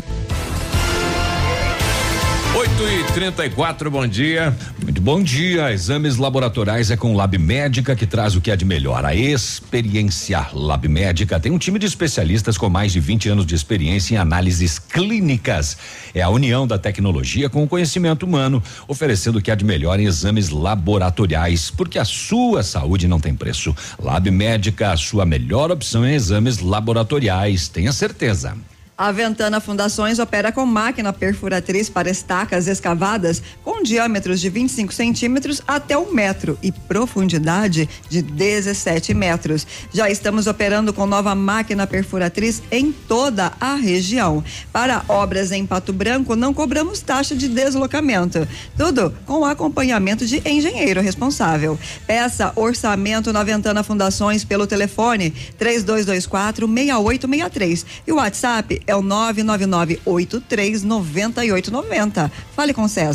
oito e trinta e quatro, bom dia. Muito bom dia. Exames laboratoriais é com Lab Médica, que traz o que é de melhor. A experiência Lab Médica tem um time de especialistas com mais de vinte anos de experiência em análises clínicas. É a união da tecnologia com o conhecimento humano, oferecendo o que há de melhor em exames laboratoriais, porque a sua saúde não tem preço. Lab Médica, a sua melhor opção em exames laboratoriais, tenha certeza. A Ventana Fundações opera com máquina perfuratriz para estacas escavadas com diâmetros de vinte e cinco centímetros até um metro e profundidade de dezessete metros. Já estamos operando com nova máquina perfuratriz em toda a região. Para obras em Pato Branco, não cobramos taxa de deslocamento. Tudo com acompanhamento de engenheiro responsável. Peça orçamento na Ventana Fundações pelo telefone três dois dois quatro, seis oito seis três e o WhatsApp é o nove nove nove oito três nove oito nove zero. Fale com César.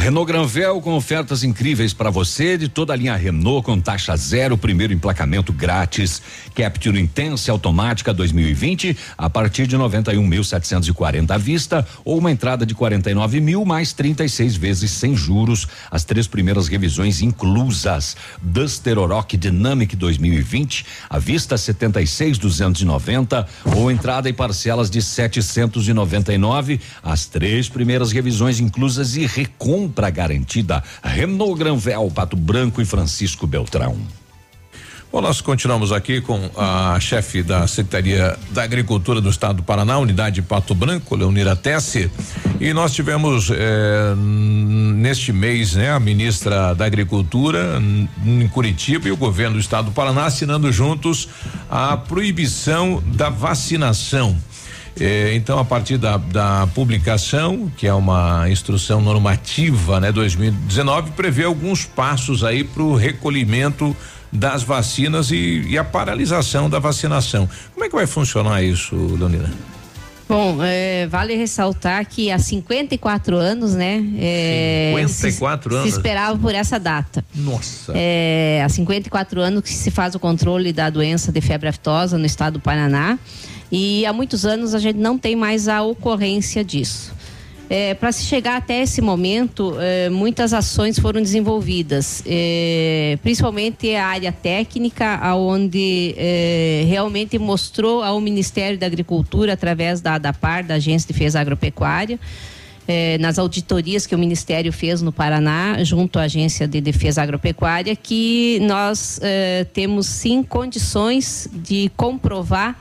Renault Granvel com ofertas incríveis para você de toda a linha Renault com taxa zero, primeiro emplacamento grátis, Capture Intense automática dois mil e vinte a partir de noventa e um mil setecentos e quarenta à vista ou uma entrada de quarenta e nove mil mais trinta e seis vezes sem juros, as três primeiras revisões inclusas. Duster Oroch Dynamic dois mil e vinte à vista setenta e seis mil duzentos e noventa ou entrada e parcelas de setecentos e noventa e nove, as três primeiras revisões inclusas e recompra garantida. Renault Granvel, Pato Branco e Francisco Beltrão. Bom, nós continuamos aqui com a chefe da Secretaria da Agricultura do Estado do Paraná, unidade Pato Branco, Leonira Tessi, e nós tivemos eh, neste mês, né, a ministra da Agricultura em Curitiba e o governo do Estado do Paraná assinando juntos a proibição da vacinação. Eh, então, a partir da, da publicação, que é uma instrução normativa, né, dois mil e dezenove, prevê alguns passos aí para o recolhimento das vacinas e, e a paralisação da vacinação. Como é que vai funcionar isso, Leonina? Bom, é, vale ressaltar que há cinquenta e quatro anos, né? É, cinquenta e quatro se, anos? Se esperava por essa data. Nossa. É, há cinquenta e quatro anos que se faz o controle da doença de febre aftosa no estado do Paraná e há muitos anos a gente não tem mais a ocorrência disso. É, para se chegar até esse momento, é, muitas ações foram desenvolvidas, é, principalmente a área técnica, onde é, realmente mostrou ao Ministério da Agricultura, através da ADAPAR, da Agência de Defesa Agropecuária, é, nas auditorias que o Ministério fez no Paraná, junto à Agência de Defesa Agropecuária, que nós é, temos sim condições de comprovar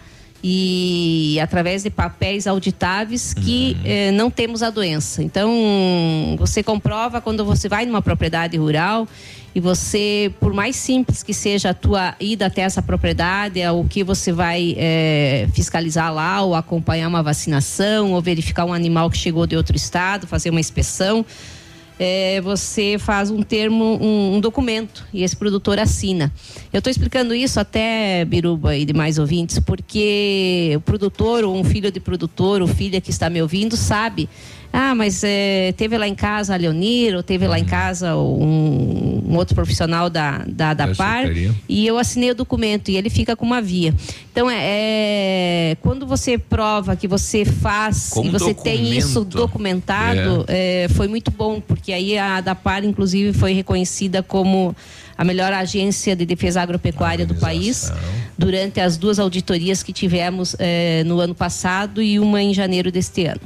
e através de papéis auditáveis que uhum. eh, não temos a doença. Então, você comprova quando você vai numa propriedade rural e você, por mais simples que seja a tua ida até essa propriedade, o que você vai eh, fiscalizar lá, ou acompanhar uma vacinação, ou verificar um animal que chegou de outro estado, fazer uma inspeção, É, você faz um termo, um, um documento, e esse produtor assina. Eu estou explicando isso até, Biruba e demais ouvintes, porque o produtor, ou um filho de produtor, ou filha que está me ouvindo, sabe. Ah, mas é, teve lá em casa a Leonir, ou teve lá em casa um, um outro profissional da, da, da Par, e eu assinei o documento, e ele fica com uma via. Então, é, é quando você prova que você faz, como e você documento. Tem isso documentado, é. É, foi muito bom, porque aí a ADAPAR, inclusive, foi reconhecida como a melhor agência de defesa agropecuária do país, durante as duas auditorias que tivemos é, no ano passado e uma em janeiro deste ano.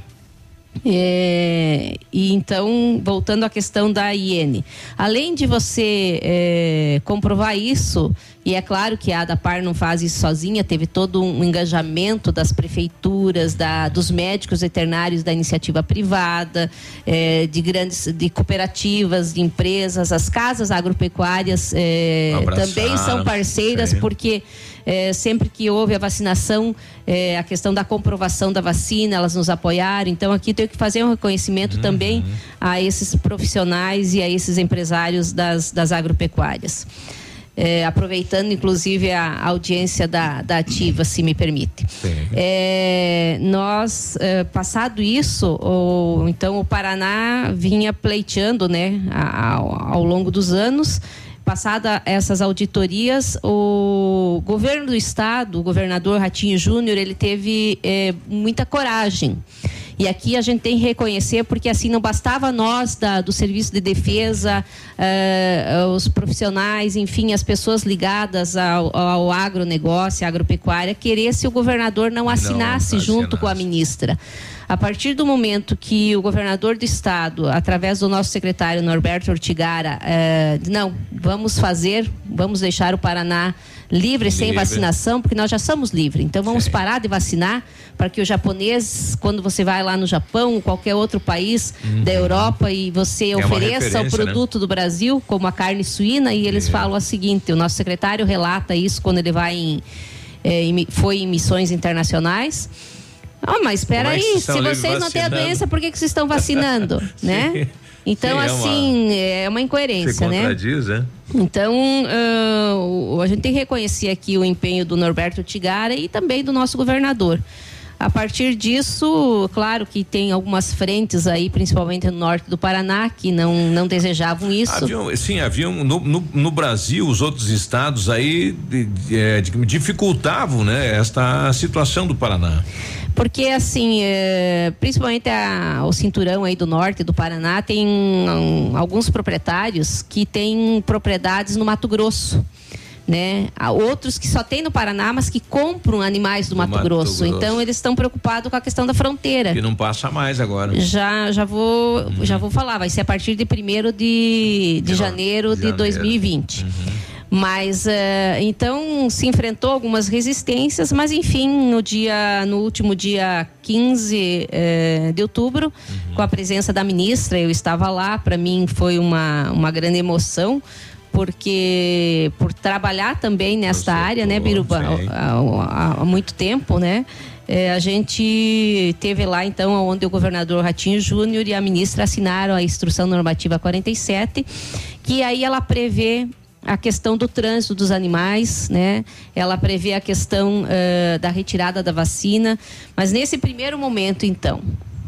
É, e então, voltando à questão da I N, além de você é, comprovar isso, e é claro que a ADAPAR não faz isso sozinha, teve todo um engajamento das prefeituras, da, dos médicos veterinários da iniciativa privada, é, de grandes, de cooperativas, de empresas, as casas agropecuárias é, também são parceiras, sim. Porque É, sempre que houve a vacinação, é, a questão da comprovação da vacina, elas nos apoiaram. Então, aqui tenho que fazer um reconhecimento uhum. também a esses profissionais e a esses empresários das, das agropecuárias. É, aproveitando, inclusive, a audiência da, da Ativa, se me permite. É, nós, é, passado isso, o, então o Paraná vinha pleiteando, né, ao, ao longo dos anos. Passada essas auditorias, o governo do estado, o governador Ratinho Júnior, ele teve é, muita coragem. E aqui a gente tem que reconhecer, porque assim não bastava nós da, do serviço de defesa, uh, os profissionais, enfim, as pessoas ligadas ao, ao agronegócio, à agropecuária, querer se o governador não assinasse não, junto com a ministra. A partir do momento que o governador do estado, através do nosso secretário Norberto Ortigara, eh, não, vamos fazer, vamos deixar o Paraná livre, livre, sem vacinação, porque nós já somos livres. Então vamos Sim. parar de vacinar para que o japonês, quando você vai lá no Japão, qualquer outro país uhum. da Europa, e você é ofereça o produto né? do Brasil, como a carne suína, e eles é. falam o seguinte, o nosso secretário relata isso quando ele vai em, eh, em foi em missões internacionais. Ah, mas espera aí, se vocês não têm a doença, por que que vocês estão vacinando, né? Então, Sim, assim, é uma, é uma incoerência, se contradiz, né? né? Então, uh, a gente tem que reconhecer aqui o empenho do Norberto Tigara e também do nosso governador. A partir disso, claro que tem algumas frentes aí, principalmente no norte do Paraná, que não, não desejavam isso. Haviam, sim, haviam no, no, no Brasil, os outros estados aí de, de, de, dificultavam, né, esta situação do Paraná. Porque assim, é, principalmente a, o cinturão aí do norte do Paraná tem um, alguns proprietários que têm propriedades no Mato Grosso. Né? Há outros que só tem no Paraná, mas que compram animais do, do Mato, Mato Grosso. Grosso. Então eles estão preocupados com a questão da fronteira. Que não passa mais agora. Já, já vou, uhum. já vou falar. Vai ser a partir de primeiro de, de, de janeiro de, de dois mil e vinte. Uhum. Mas uh, então se enfrentou algumas resistências, mas enfim, no dia, no último dia quinze uh, de outubro, uhum. com a presença da ministra, eu estava lá. Para mim foi uma, uma grande emoção. Porque por trabalhar também nesta área, né, Biruba, há, há, há muito tempo, né, é, a gente teve lá então onde o governador Ratinho Júnior e a ministra assinaram a instrução normativa quarenta e sete, que aí ela prevê a questão do trânsito dos animais, né? Ela prevê a questão uh, da retirada da vacina, mas nesse primeiro momento então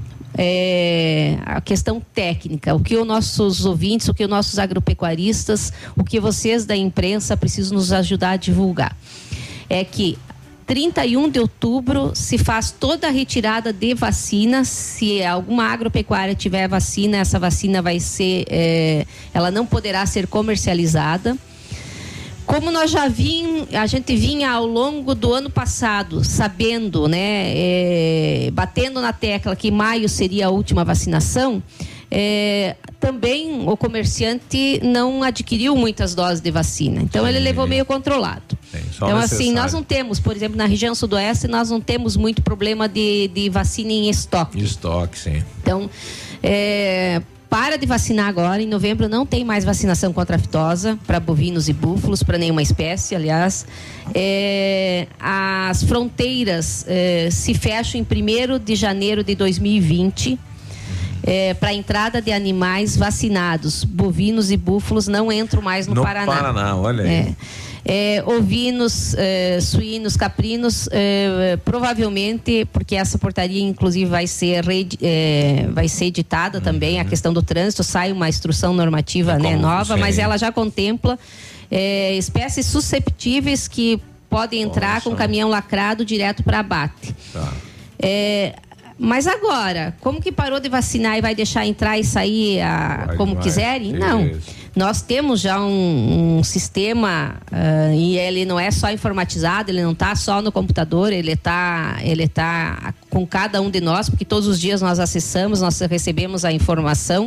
É, a questão técnica, o que os nossos ouvintes, o que os nossos agropecuaristas, o que vocês da imprensa precisam nos ajudar a divulgar, é que trinta e um de outubro se faz toda a retirada de vacina. Se alguma agropecuária tiver vacina, essa vacina vai ser, é, ela não poderá ser comercializada. Como nós já vim, a gente vinha ao longo do ano passado sabendo, né, é, batendo na tecla que maio seria a última vacinação, é, também o comerciante não adquiriu muitas doses de vacina. Então, sim, ele levou meio controlado. Sim, então, assim, nós não temos, por exemplo, na região sudoeste, nós não temos muito problema de, de vacina em estoque. Em estoque, sim. Então, é... para de vacinar agora. Em novembro não tem mais vacinação contra a aftosa para bovinos e búfalos, para nenhuma espécie, aliás. É, as fronteiras é, se fecham em primeiro de janeiro de dois mil e vinte. É, para a entrada de animais vacinados. Bovinos e búfalos não entram mais no, no Paraná. Paraná, olha aí. É. É, ovinos, é, suínos, caprinos, é, provavelmente, porque essa portaria inclusive vai ser, é, vai ser editada uhum. também, a questão do trânsito, sai uma instrução normativa, né, nova, sim, mas ela já contempla é, espécies susceptíveis que podem entrar Nossa. com caminhão lacrado direto para abate. Tá. É, mas agora, como que parou de vacinar e vai deixar entrar e sair a, vai, como vai. quiserem? Não. Isso. Nós temos já um, um sistema uh, e ele não é só informatizado, ele não está só no computador, ele está ele tá com cada um de nós, porque todos os dias nós acessamos, nós recebemos a informação.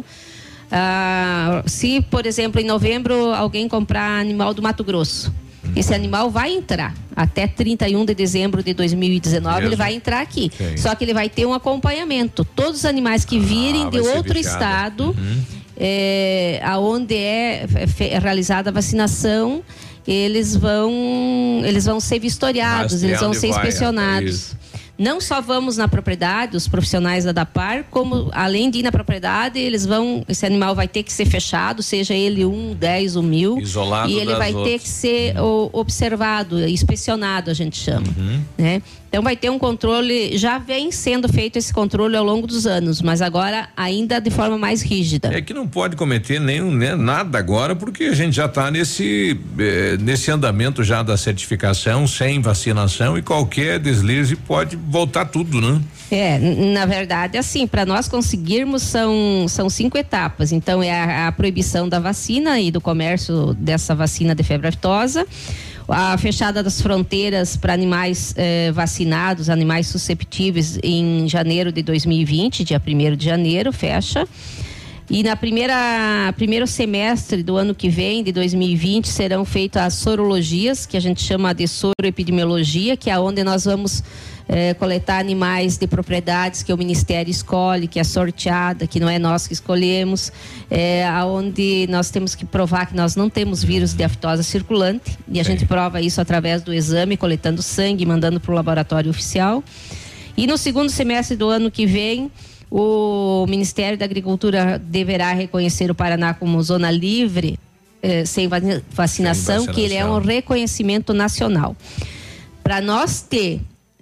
Uh, se, por exemplo, em novembro alguém comprar animal do Mato Grosso, esse animal vai entrar até trinta e um de dezembro de dois mil e dezenove. Mesmo? Ele vai entrar aqui. Sim. Só que ele vai ter um acompanhamento. Todos os animais que virem ah, de outro bichada. estado, uhum. é, aonde é, é realizada a vacinação, eles vão, eles vão ser vistoriados, eles vão ser vai, inspecionados. É Não só vamos na propriedade, os profissionais da DAPAR, como além de ir na propriedade, eles vão, esse animal vai ter que ser fechado, seja ele um, dez ou mil. Isolado. E ele vai outras. ter que ser o, observado, inspecionado, a gente chama. Uhum. Né? Então vai ter um controle, já vem sendo feito esse controle ao longo dos anos, mas agora ainda de forma mais rígida. É que não pode cometer nenhum, né, nada agora, porque a gente já está nesse, eh, nesse andamento já da certificação, sem vacinação, e qualquer deslize pode voltar tudo, né? É, na verdade, assim, para nós conseguirmos são, são cinco etapas. Então é a, a proibição da vacina e do comércio dessa vacina de febre aftosa, a fechada das fronteiras para animais eh, vacinados, animais susceptíveis em janeiro de dois mil e vinte, dia primeiro de janeiro, fecha. E na primeira primeiro semestre do ano que vem, de dois mil e vinte, serão feitas as sorologias, que a gente chama de soroepidemiologia, que é onde nós vamos É, coletar animais de propriedades que o Ministério escolhe, que é sorteada, que não é nós que escolhemos, é, onde nós temos que provar que nós não temos vírus de aftosa circulante, e a Sim. gente prova isso através do exame, coletando sangue, mandando para o laboratório oficial. E no segundo semestre do ano que vem, o Ministério da Agricultura deverá reconhecer o Paraná como zona livre, eh, sem vacinação, sem vacinação, que ele é um reconhecimento nacional. Para nós ter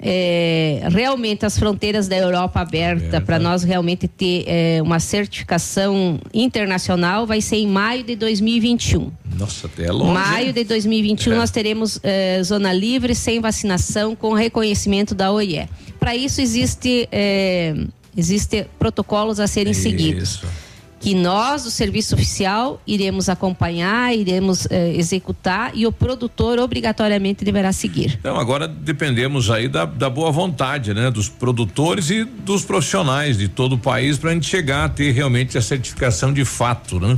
é, realmente as fronteiras da Europa aberta, para nós realmente ter é, uma certificação internacional, vai ser em maio de dois mil e vinte e um. Nossa, até é longe. Maio de dois mil e vinte e um é. nós teremos é, zona livre, sem vacinação, com reconhecimento da O I E. Para isso existe, é, existe protocolos a serem isso. seguidos. Que nós, do serviço oficial, iremos acompanhar, iremos eh, executar e o produtor obrigatoriamente deverá seguir. Então agora dependemos aí da, da boa vontade, né? Dos produtores e dos profissionais de todo o país para a gente chegar a ter realmente a certificação de fato, né?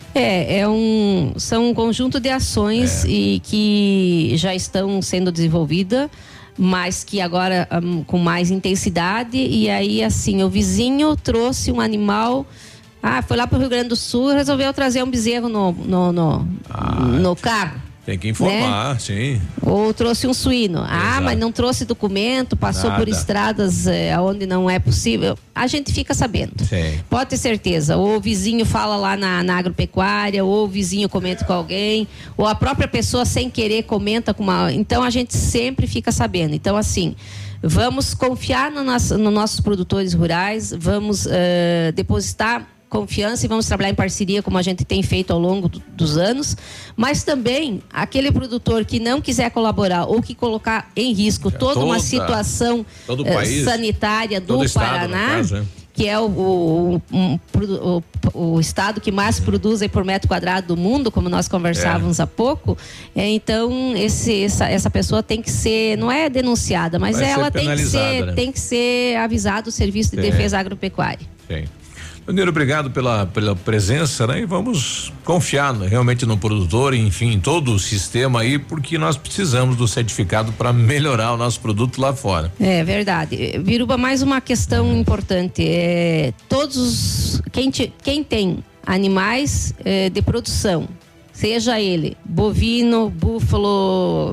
É, é um, são um conjunto de ações é. e que já estão sendo desenvolvidas, mas que agora um, com mais intensidade. E aí, assim, o vizinho trouxe um animal. Ah, foi lá pro Rio Grande do Sul e resolveu trazer um bezerro no, no, no, ah, no carro. Tem que informar, né? Sim. Ou trouxe um suíno. Exato. Ah, mas não trouxe documento, passou Nada. por estradas é, onde não é possível. A gente fica sabendo. Sim. Pode ter certeza. Ou o vizinho fala lá na, na agropecuária, ou o vizinho comenta com alguém, ou a própria pessoa sem querer comenta com uma... Então a gente sempre fica sabendo. Então, assim... Vamos confiar no nosso, nos nossos produtores rurais, vamos uh, depositar confiança e vamos trabalhar em parceria como a gente tem feito ao longo do, dos anos, mas também aquele produtor que não quiser colaborar ou que colocar em risco toda, toda uma situação uh, país, sanitária do Paraná, caso, é. que é o, o, um, o, o estado que mais produz aí por metro quadrado do mundo, como nós conversávamos é. há pouco, é, então esse, essa, essa pessoa tem que ser, não é denunciada, mas Vai ela tem que ser, né? tem que ser avisado o Serviço de Sim. Defesa Agropecuária. Sim. Leonir, obrigado pela, pela presença, né? E vamos confiar no, realmente no produtor, enfim, em todo o sistema aí, porque nós precisamos do certificado para melhorar o nosso produto lá fora. É verdade. Biruba, mais uma questão importante. É, todos, quem, te, quem tem animais é, de produção, seja ele bovino, búfalo,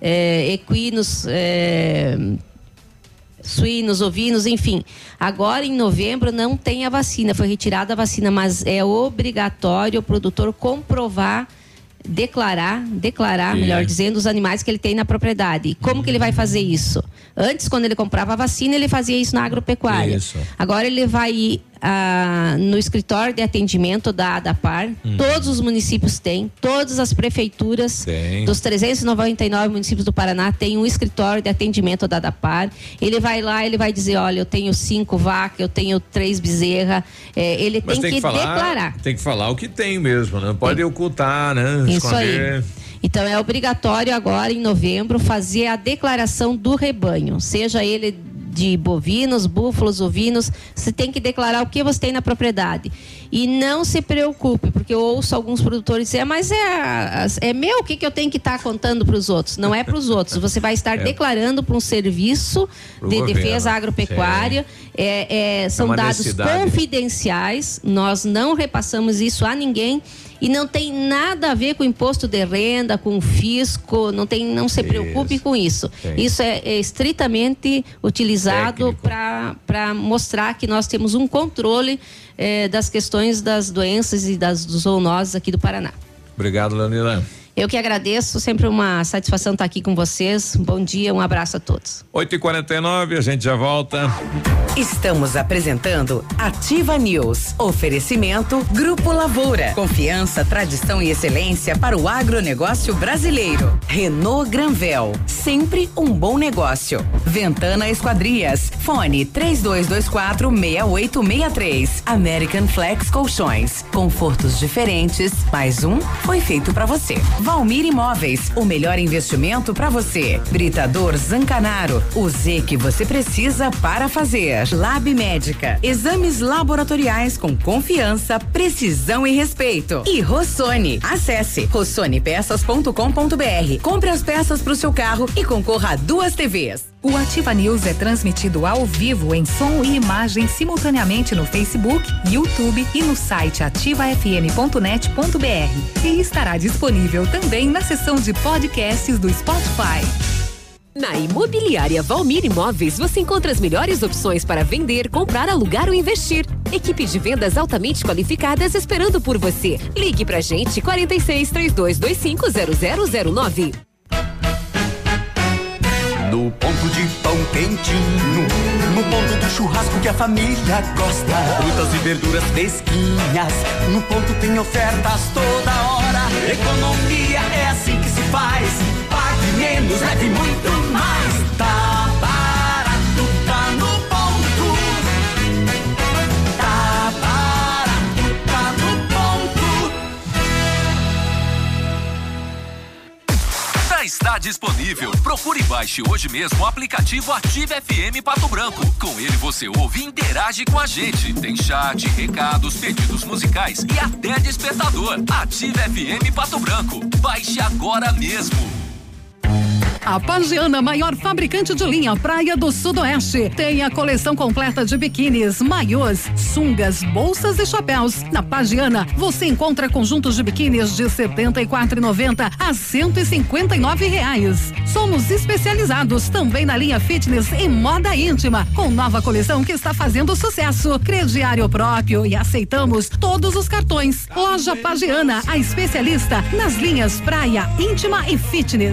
é, equinos, é, suínos, ovinos, enfim. Agora em novembro não tem a vacina, foi retirada a vacina, mas é obrigatório o produtor comprovar, declarar, declarar, é. melhor dizendo, os animais que ele tem na propriedade. E como que ele vai fazer isso? Antes, quando ele comprava a vacina, ele fazia isso na agropecuária. Isso. Agora ele vai ir ah, no escritório de atendimento da ADAPAR. Hum. Todos os municípios têm, todas as prefeituras tem. dos trezentos e noventa e nove municípios do Paraná têm um escritório de atendimento da ADAPAR. Ele vai lá, ele vai dizer, olha, eu tenho cinco vacas, eu tenho três bezerras. É, ele tem, tem que, que falar, declarar. Tem que falar o que tem mesmo, não pode tem. ocultar, né? Isso esconder. Aí. Então é obrigatório agora em novembro fazer a declaração do rebanho, seja ele de bovinos, búfalos, ovinos, você tem que declarar o que você tem na propriedade. E não se preocupe, porque eu ouço alguns produtores dizer, mas é, é meu, o que, que eu tenho que estar tá contando para os outros? Não é para os outros, você vai estar é. declarando para um serviço Pro de governo. defesa agropecuária, é, é, são é dados necessidade. confidenciais, nós não repassamos isso a ninguém. E não tem nada a ver com imposto de renda, com o fisco, não, tem, não se preocupe isso. com isso. Sim. Isso é, é estritamente utilizado para mostrar que nós temos um controle eh, das questões das doenças e das zoonoses aqui do Paraná. Obrigado, Leonila. Eu que agradeço, sempre uma satisfação estar aqui com vocês. Bom dia, um abraço a todos. oito e quarenta e nove, a gente já volta. Estamos apresentando Ativa News. Oferecimento Grupo Lavoura. Confiança, tradição e excelência para o agronegócio brasileiro. Renault Granvel. Sempre um bom negócio. Ventana Esquadrias. Fone três dois dois quatro, seis oito seis três. American Flex Colchões. Confortos diferentes. Mais um foi feito para você. Valmir Imóveis, o melhor investimento para você. Britador Zancanaro, o Z que você precisa para fazer. Lab Médica, exames laboratoriais com confiança, precisão e respeito. E Rossoni, acesse rossoni peças ponto com ponto br. Compre as peças para o seu carro e concorra a duas T Vs. O Ativa News é transmitido ao vivo em som e imagem simultaneamente no Facebook, YouTube e no site ativa f m ponto net ponto br. E estará disponível também na seção de podcasts do Spotify. Na Imobiliária Valmir Imóveis, você encontra as melhores opções para vender, comprar, alugar ou investir. Equipe de vendas altamente qualificadas esperando por você. Ligue pra gente quarenta e seis, três dois dois cinco, zero zero zero nove. No ponto de pão quentinho, no ponto do churrasco que a família gosta. Frutas e verduras fresquinhas, no ponto tem ofertas toda hora. Economia é assim que se faz. Pague menos, leve muito mais. Tá barato, tá no ponto. Tá barato, tá no ponto. Já está disponível. Procure e baixe hoje mesmo o aplicativo Ativa F M Pato Branco. Com ele você ouve e interage com a gente. Tem chat, recados, pedidos musicais e até despertador. Ativa F M Pato Branco. Baixe agora mesmo. A Pagiana, maior fabricante de linha Praia do Sudoeste, tem a coleção completa de biquínis, maiôs, sungas, bolsas e chapéus. Na Pagiana, você encontra conjuntos de biquínis de setenta e quatro reais e noventa centavos a cento e cinquenta e nove reais. Somos especializados também na linha fitness e moda íntima, com nova coleção que está fazendo sucesso. Crediário próprio e aceitamos todos os cartões. Loja Pagiana, a especialista nas linhas praia, íntima e fitness.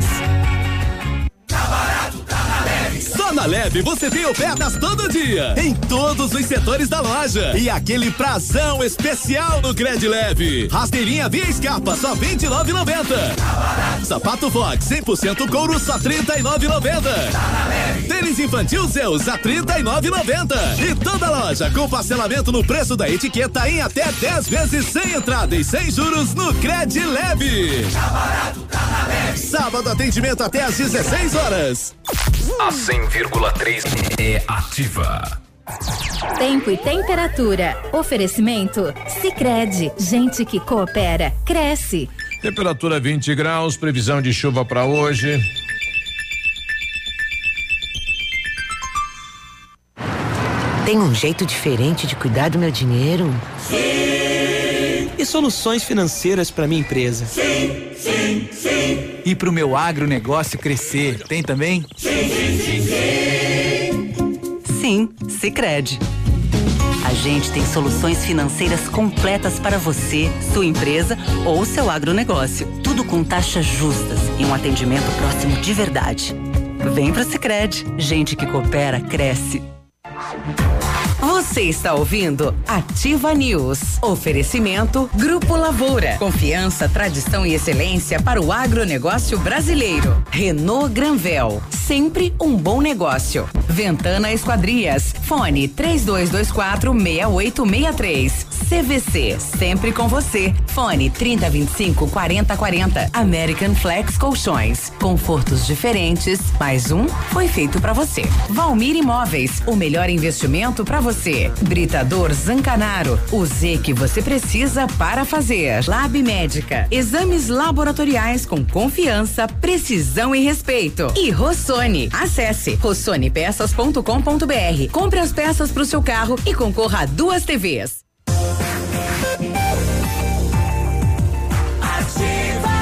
Só na Leve você tem ofertas todo dia, em todos os setores da loja. E aquele prazão especial no Cred Leve. Rasteirinha Via Scarpa, só vinte e nove reais e noventa centavos. Sapato Fox cem por cento couro, só trinta e nove reais e noventa centavos. Tênis infantil Zeus a trinta e nove reais e noventa centavos. E toda loja com parcelamento no preço da etiqueta em até dez vezes sem entrada e sem juros no Cred Leve. Tá barato, tá na Leve. Sábado atendimento até às dezesseis horas. A cem vírgula três é Ativa. Tempo e temperatura. Oferecimento Sicredi. Gente que coopera, cresce. Temperatura vinte graus, previsão de chuva para hoje. Tem um jeito diferente de cuidar do meu dinheiro? Sim. E soluções financeiras para minha empresa? Sim, sim, sim. E para o meu agronegócio crescer, tem também? Sim, sim, sim, sim. Sim, Sicredi. A gente tem soluções financeiras completas para você, sua empresa ou seu agronegócio. Tudo com taxas justas e um atendimento próximo de verdade. Vem pro Sicredi. Gente que coopera, cresce. Você está ouvindo Ativa News. Oferecimento Grupo Lavoura. Confiança, tradição e excelência para o agronegócio brasileiro. Renault Granvel. Sempre um bom negócio. Ventana Esquadrias. Fone três dois dois quatro, seis oito seis três. C V C. Sempre com você. Fone trinta, vinte e cinco, quarenta, quarenta. American Flex Colchões. Confortos diferentes. Mais um foi feito para você. Valmir Imóveis. O melhor investimento para você. Britador Zancanaro. O Z que você precisa para fazer. Lab Médica. Exames laboratoriais com confiança, precisão e respeito. E Rossoni. Acesse rossoni peças ponto com ponto br. Compre as peças para o seu carro e concorra a duas T Vs. Ativa.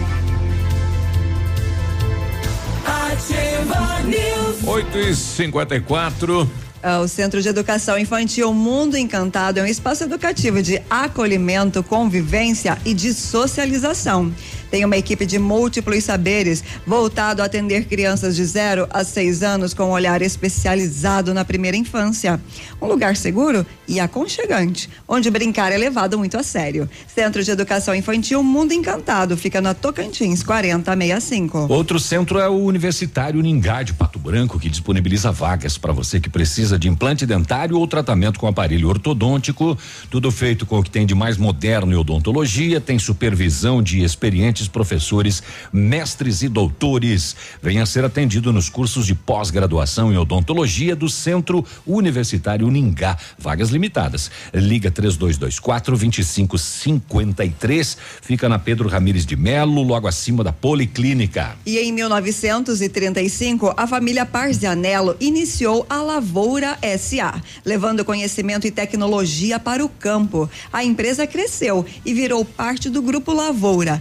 Ativa News. oito e cinquenta e quatro. O Centro de Educação Infantil Mundo Encantado é um espaço educativo de acolhimento, convivência e de socialização. Tem uma equipe de múltiplos saberes voltado a atender crianças de zero a seis anos com um olhar especializado na primeira infância. Um lugar seguro e aconchegante, onde brincar é levado muito a sério. Centro de Educação Infantil Mundo Encantado, fica na Tocantins quarenta sessenta e cinco. Outro centro é o Universitário Uningá de Pato Branco, que disponibiliza vagas para você que precisa de implante dentário ou tratamento com aparelho ortodôntico. Tudo feito com o que tem de mais moderno em odontologia, tem supervisão de experientes professores, mestres e doutores. Venha ser atendido nos cursos de pós-graduação em odontologia do Centro Universitário Uningá. Vagas limitadas. Liga três dois dois quatro, vinte e cinco cinquenta e três. Fica na Pedro Ramires de Melo, logo acima da Policlínica. E em mil novecentos e trinta e cinco, a família Parzianello iniciou a Lavoura S A, levando conhecimento e tecnologia para o campo. A empresa cresceu e virou parte do Grupo Lavoura. Juntamente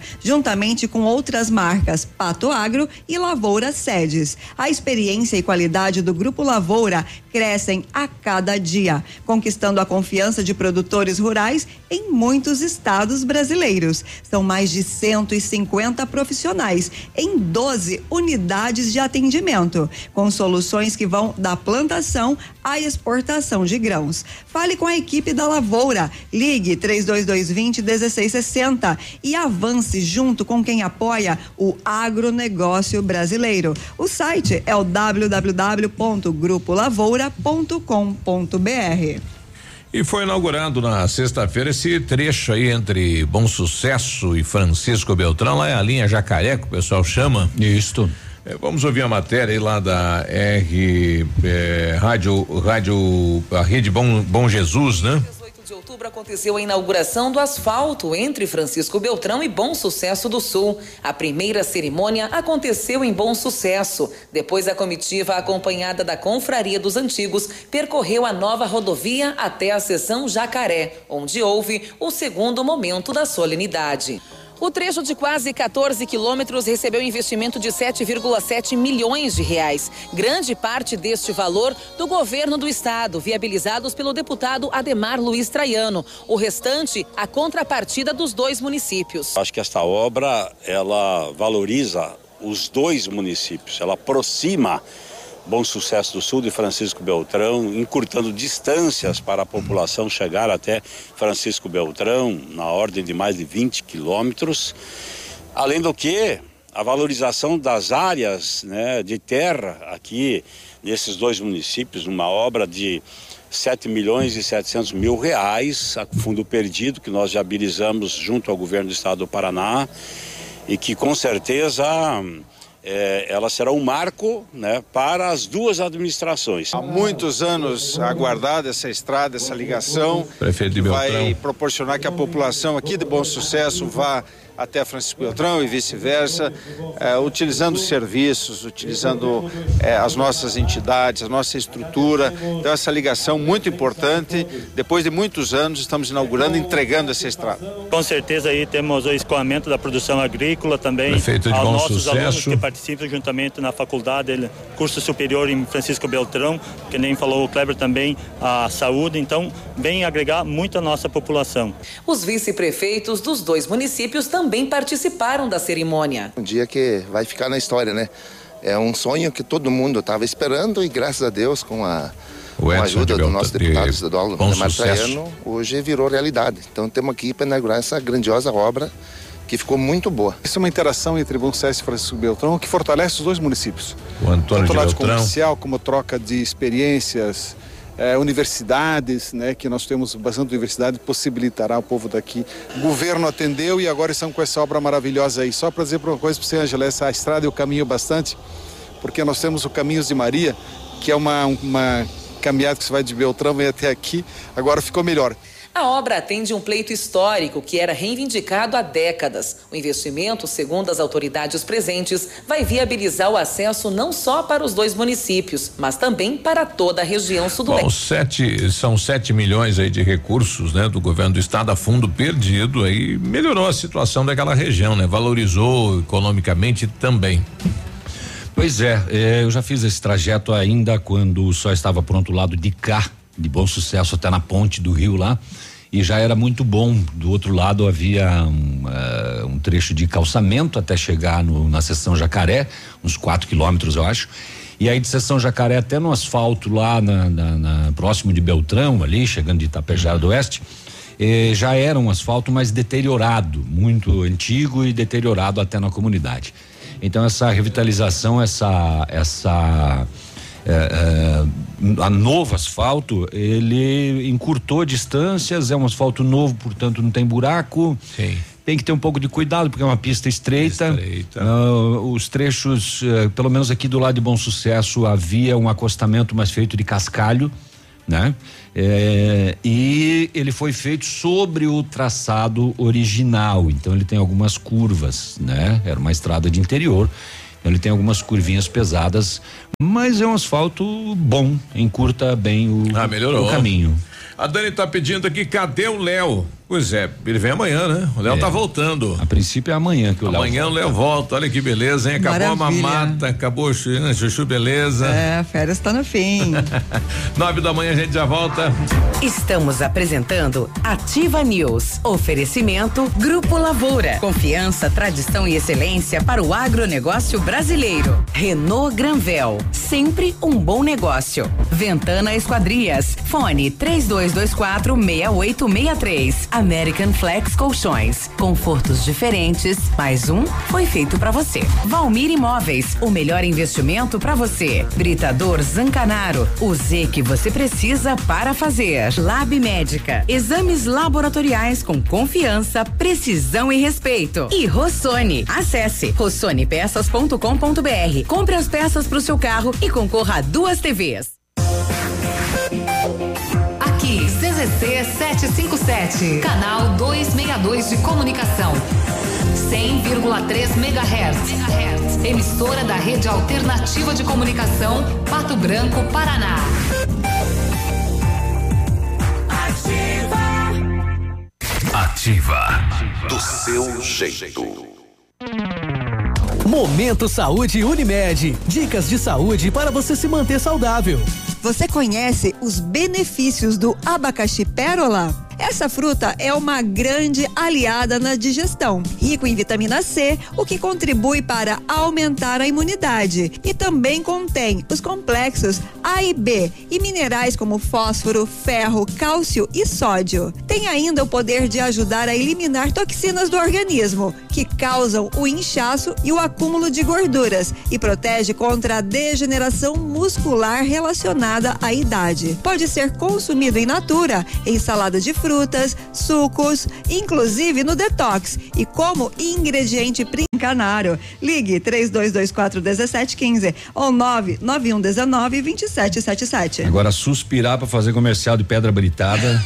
juntamente com outras marcas Pato Agro e Lavoura Sedes. A experiência e qualidade do Grupo Lavoura crescem a cada dia, conquistando a confiança de produtores rurais em muitos estados brasileiros. São mais de cento e cinquenta profissionais em doze unidades de atendimento, com soluções que vão da plantação à exportação de grãos. Fale com a equipe da Lavoura, ligue três dois dois zero zero, um seis seis zero e avance junto com quem apoia o agronegócio brasileiro. O site é o w w w ponto grupo lavoura ponto com ponto b r. E foi inaugurado na sexta-feira esse trecho aí entre Bom Sucesso e Francisco Beltrão, lá é a linha Jacaré, que o pessoal chama. Isto. É, vamos ouvir a matéria aí lá da R, é, Rádio, Rádio, a Rede Bom, Bom Jesus, né? De outubro aconteceu a inauguração do asfalto entre Francisco Beltrão e Bom Sucesso do Sul. A primeira cerimônia aconteceu em Bom Sucesso. Depois a comitiva, acompanhada da Confraria dos Antigos, percorreu a nova rodovia até a seção Jacaré, onde houve o segundo momento da solenidade. O trecho de quase quatorze quilômetros recebeu investimento de sete vírgula sete milhões de reais. Grande parte deste valor do governo do estado, viabilizados pelo deputado Ademar Luiz Traiano. O restante, a contrapartida dos dois municípios. Acho que esta obra, ela valoriza os dois municípios, ela aproxima Bom Sucesso do Sul de Francisco Beltrão, encurtando distâncias para a população chegar até Francisco Beltrão, na ordem de mais de vinte quilômetros. Além do que, a valorização das áreas, né, de terra aqui nesses dois municípios, uma obra de sete milhões e setecentos mil reais, a fundo perdido, que nós viabilizamos junto ao governo do estado do Paraná e que com certeza É, ela será um marco, né, para as duas administrações. Há muitos anos aguardada essa estrada, essa ligação, Prefeito de que Beltrão. vai proporcionar que a população aqui de Bom Sucesso vá até Francisco Beltrão e vice-versa, eh, utilizando serviços, utilizando eh, as nossas entidades, a nossa estrutura. Então essa ligação muito importante. Depois de muitos anos estamos inaugurando, entregando essa estrada. Com certeza aí temos o escoamento da produção agrícola também. Prefeito de aos Bom nossos Sucesso. alunos que participam juntamente na faculdade, curso superior em Francisco Beltrão, que nem falou o Kleber também, a saúde. Então vem agregar muito a nossa população. Os vice-prefeitos dos dois municípios também também participaram da cerimônia. Um dia que vai ficar na história, né? É um sonho que todo mundo estava esperando e graças a Deus com a, com a ajuda do nosso deputado estadual, Ademar Traiano, hoje virou realidade. Então temos aqui para inaugurar essa grandiosa obra que ficou muito boa. Isso é uma interação entre Bom Sucesso e Francisco Beltrão que fortalece os dois municípios. O Antônio Tanto de lado Beltrão. comercial como troca de experiências, É, universidades, né, que nós temos bastante universidade, possibilitará o povo daqui. O governo atendeu e agora estamos com essa obra maravilhosa aí. Só para dizer uma coisa para você, Ângela, essa estrada eu caminho bastante, porque nós temos o Caminhos de Maria, que é uma, uma caminhada que você vai de Beltrão, vem até aqui, agora ficou melhor. A obra atende um pleito histórico que era reivindicado há décadas. O investimento, segundo as autoridades presentes, vai viabilizar o acesso não só para os dois municípios, mas também para toda a região sudoeste. Bom, sete, são sete milhões aí de recursos, né, do governo do estado a fundo perdido, aí melhorou a situação daquela região, né? Valorizou economicamente também. Pois é, é, eu já fiz esse trajeto ainda quando só estava pronto o lado de cá, de Bom Sucesso até na ponte do rio lá, e já era muito bom. Do outro lado havia um, uh, um trecho de calçamento até chegar no, na seção Jacaré, uns quatro quilômetros eu acho, e aí de seção Jacaré até no asfalto lá na, na, na próximo de Beltrão ali, chegando de Itapejara do Oeste, eh, já era um asfalto mais deteriorado, muito antigo e deteriorado até na comunidade. Então essa revitalização, essa essa É, é, a novo asfalto, ele encurtou distâncias, é um asfalto novo, portanto não tem buraco. Sim. Tem que ter um pouco de cuidado porque é uma pista estreita. estreita. Uh, os trechos, uh, pelo menos aqui do lado de Bom Sucesso, havia um acostamento mais feito de cascalho, né? É, e ele foi feito sobre o traçado original, então ele tem algumas curvas, né? Era uma estrada de interior. Ele tem algumas curvinhas pesadas, mas é um asfalto bom, encurta bem o, ah, melhorou. o caminho. A Dani tá pedindo aqui, cadê o Léo? Pois é, ele vem amanhã, né? O Léo é. tá voltando. A princípio é amanhã que o Léo Amanhã o Léo volta, olha que beleza, hein? Acabou Maravilha. a mamata, acabou o chuchu, beleza. É, a férias tá no fim. Nove da manhã a gente já volta. Estamos apresentando Ativa News. Oferecimento Grupo Lavoura. Confiança, tradição e excelência para o agronegócio brasileiro. Renault Granvel. Sempre um bom negócio. Ventana Esquadrias. Fone três dois dois quatro, seis oito seis três. American Flex Colchões. Confortos diferentes. Mais um foi feito para você. Valmir Imóveis. O melhor investimento para você. Britador Zancanaro. O Z que você precisa para fazer. Lab Médica. Exames laboratoriais com confiança, precisão e respeito. E Rossoni. Acesse rossoni peças ponto com ponto br. Compre as peças para o seu carro e concorra a duas T Vs. Aqui, C Z C setecentos e cinquenta e sete, canal duzentos e sessenta e dois de comunicação. cem vírgula três megahertz. Emissora da Rede Alternativa de Comunicação, Pato Branco, Paraná. Ativa. Do seu jeito. Momento Saúde Unimed. Dicas de saúde para você se manter saudável. Você conhece os benefícios do abacaxi pérola? Essa fruta é uma grande aliada na digestão, rico em vitamina C, o que contribui para aumentar a imunidade, e também contém os complexos A e B e minerais como fósforo, ferro, cálcio e sódio. Tem ainda o poder de ajudar a eliminar toxinas do organismo, que causam o inchaço e o acúmulo de gorduras, e protege contra a degeneração muscular relacionada à idade. Pode ser consumido in natura, em salada de frutas, frutas, sucos, inclusive no detox, e como ingrediente canário. Ligue três dois dois quatro um sete um cinco ou nove nove um um nove dois sete sete sete. Agora suspirar para fazer comercial de pedra britada.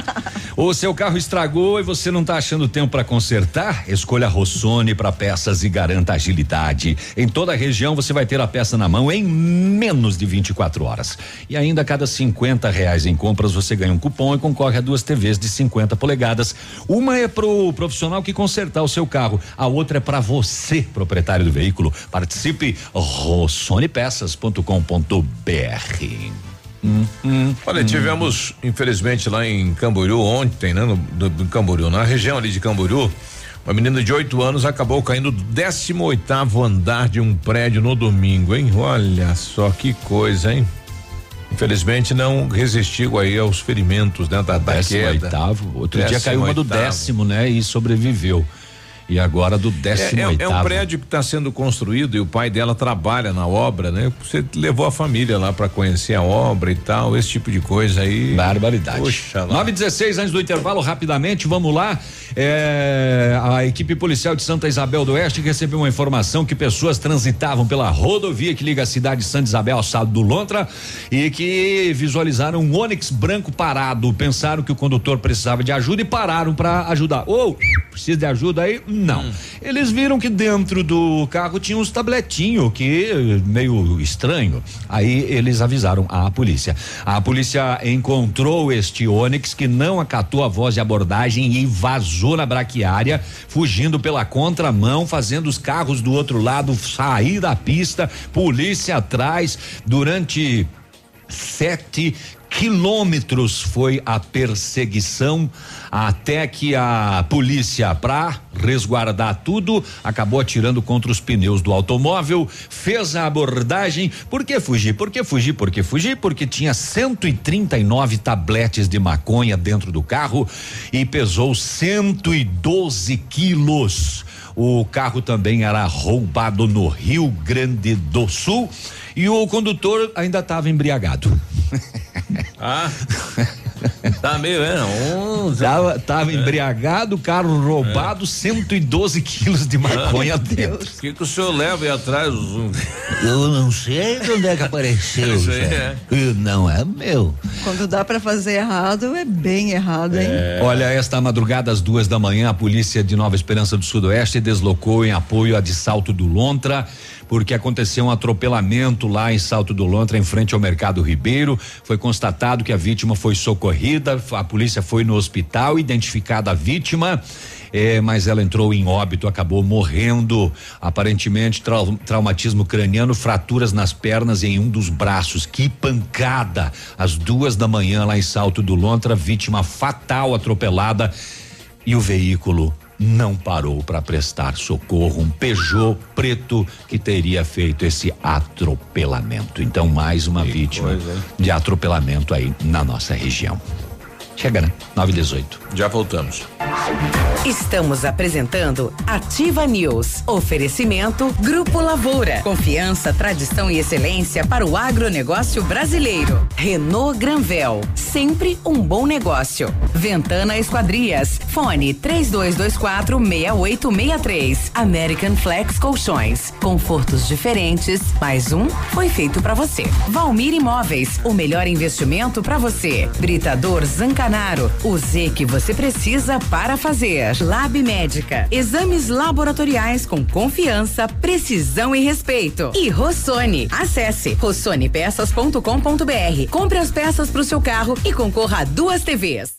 O seu carro estragou e você não tá achando tempo para consertar? Escolha a Rossoni para peças e garanta agilidade. Em toda a região você vai ter a peça na mão em menos de vinte e quatro horas. E ainda a cada cinquenta reais em compras você ganha um cupom e concorre a duas T Vs de cinquenta polegadas. Uma é pro profissional que consertar o seu carro, a outra é para você, proprietário do veículo. Participe, rossoni peças ponto com ponto br. Hum, hum, Olha, hum. tivemos, infelizmente, lá em Camboriú ontem, né? No, do, do Camboriú, na região ali de Camboriú, uma menina de oito anos acabou caindo do décimo oitavo andar de um prédio no domingo, hein? Olha só que coisa, hein? Infelizmente não resistiu aí aos ferimentos, né? Da, da décimo queda. Oitavo, outro décimo dia caiu uma do oitavo. décimo, né? E sobreviveu. E agora do décimo é, é, oitavo. É um prédio que está sendo construído e o pai dela trabalha na obra, né? Você levou a família lá para conhecer a obra e tal, esse tipo de coisa aí. Barbaridade. Puxa lá. nove e dezesseis, antes do intervalo, rapidamente, vamos lá. É, a equipe policial de Santa Isabel do Oeste recebeu uma informação que pessoas transitavam pela rodovia que liga a cidade de Santa Isabel ao Salto do Lontra e que visualizaram um Onix branco parado. Pensaram que o condutor precisava de ajuda e pararam para ajudar. Ou, oh, precisa de ajuda aí? Não. Hum. Eles viram que dentro do carro tinha uns tabletinhos, que meio estranho. Aí eles avisaram a polícia. A polícia encontrou este Onix que não acatou a voz de abordagem e vazou na braquiária, fugindo pela contramão, fazendo os carros do outro lado sair da pista. Polícia atrás durante sete quilômetros foi a perseguição, até que a polícia, pra resguardar tudo, acabou atirando contra os pneus do automóvel, fez a abordagem. Por que fugir? Por que fugir? Por que fugir? Porque tinha cento e trinta e nove tabletes de maconha dentro do carro e pesou cento e doze quilos. O carro também era roubado no Rio Grande do Sul e o condutor ainda estava embriagado. Ah, tá meio, é, onze. Tava, tava é. embriagado, carro roubado, é. cento e doze quilos de maconha ah, dentro. O que que o senhor leva aí atrás? Eu não sei de onde é que apareceu. Isso é. Não é meu. Quando dá pra fazer errado, é bem errado, hein? É. Olha, esta madrugada às duas da manhã, a polícia de Nova Esperança do Sudoeste deslocou em apoio a de Salto do Lontra, porque aconteceu um atropelamento lá em Salto do Lontra, em frente ao Mercado Ribeiro. Foi constatado que a vítima foi socorrida, hora, a polícia foi no hospital, identificada a vítima. É, mas ela entrou em óbito, acabou morrendo, aparentemente trau, traumatismo craniano, fraturas nas pernas e em um dos braços. Que pancada! Às duas da manhã lá em Salto do Lontra, vítima fatal atropelada e o veículo não parou para prestar socorro. Um Peugeot preto que teria feito esse atropelamento. Então, mais uma que vítima coisa, de atropelamento aí na nossa região. Chega, né? nove e dezoito. Já voltamos. Estamos apresentando Ativa News. Oferecimento Grupo Lavoura. Confiança, tradição e excelência para o agronegócio brasileiro. Renault Granvel. Sempre um bom negócio. Ventana Esquadrias. Fone três dois dois quatro, seis oito seis três. American Flex Colchões. Confortos diferentes. Mais um foi feito para você. Valmir Imóveis. O melhor investimento para você. Britador Zancanaro. O Z que você precisa para fazer. Lab Médica. Exames laboratoriais com confiança, precisão e respeito. E Rossoni. Acesse rossoni peças ponto com ponto br. Compre as peças para o seu carro e concorra a duas T Vs.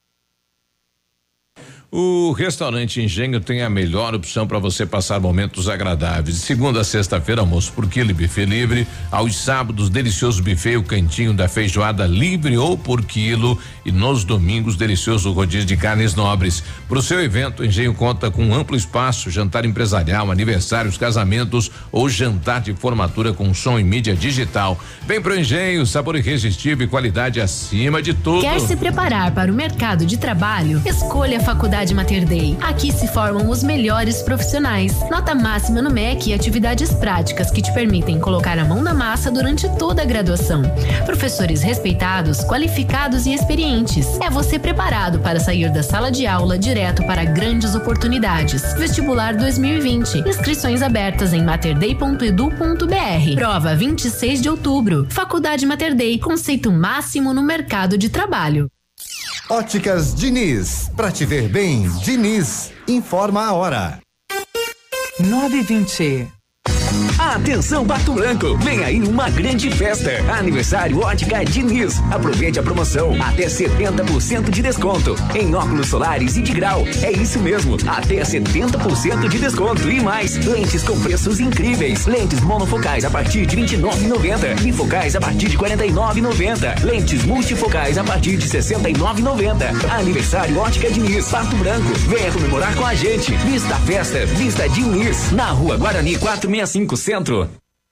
O restaurante Engenho tem a melhor opção para você passar momentos agradáveis. De segunda a sexta-feira, almoço por quilo e buffet livre. Aos sábados, delicioso buffet, o cantinho da feijoada livre ou por quilo. E nos domingos, delicioso rodízio de carnes nobres. Para o seu evento, o Engenho conta com um amplo espaço, jantar empresarial, aniversários, casamentos ou jantar de formatura com som e mídia digital. Vem pro Engenho, sabor irresistível e qualidade acima de tudo. Quer se preparar para o mercado de trabalho? Escolha a Faculdade Mater Dei. Aqui se formam os melhores profissionais. Nota máxima no M E C e atividades práticas que te permitem colocar a mão na massa durante toda a graduação. Professores respeitados, qualificados e experientes. É você preparado para sair da sala de aula direto para grandes oportunidades. Vestibular dois mil e vinte. Inscrições abertas em mater dei ponto edu ponto br. Prova vinte e seis de outubro. Faculdade Mater Dei. Conceito máximo no mercado de trabalho. Óticas Diniz, pra te ver bem, Diniz, informa a hora. nove e vinte. Atenção, Pato Branco, vem aí uma grande festa. Aniversário Ótica Diniz. Aproveite a promoção, até setenta por cento de desconto em óculos solares e de grau. É isso mesmo, até setenta por cento de desconto e mais. Lentes com preços incríveis. Lentes monofocais a partir de vinte e nove reais e noventa centavos. Bifocais a partir de quarenta e nove reais e noventa centavos. Lentes multifocais a partir de sessenta e nove reais e noventa centavos. Aniversário Ótica Diniz, Pato Branco. Venha comemorar com a gente. Vista a festa, Vista Diniz. Na Rua Guarani quatrocentos e sessenta e cinco, Centro.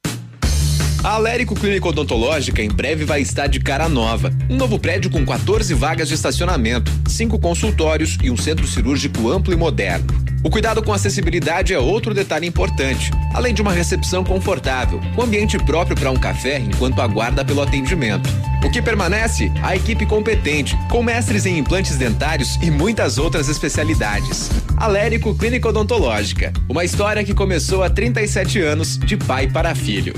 A Alérico Clínica Odontológica em breve vai estar de cara nova. Um novo prédio com quatorze vagas de estacionamento, cinco consultórios e um centro cirúrgico amplo e moderno. O cuidado com acessibilidade é outro detalhe importante, além de uma recepção confortável, um ambiente próprio para um café enquanto aguarda pelo atendimento. O que permanece? A equipe competente, com mestres em implantes dentários e muitas outras especialidades. Alérico Clínica Odontológica, uma história que começou há trinta e sete anos, de pai para filho.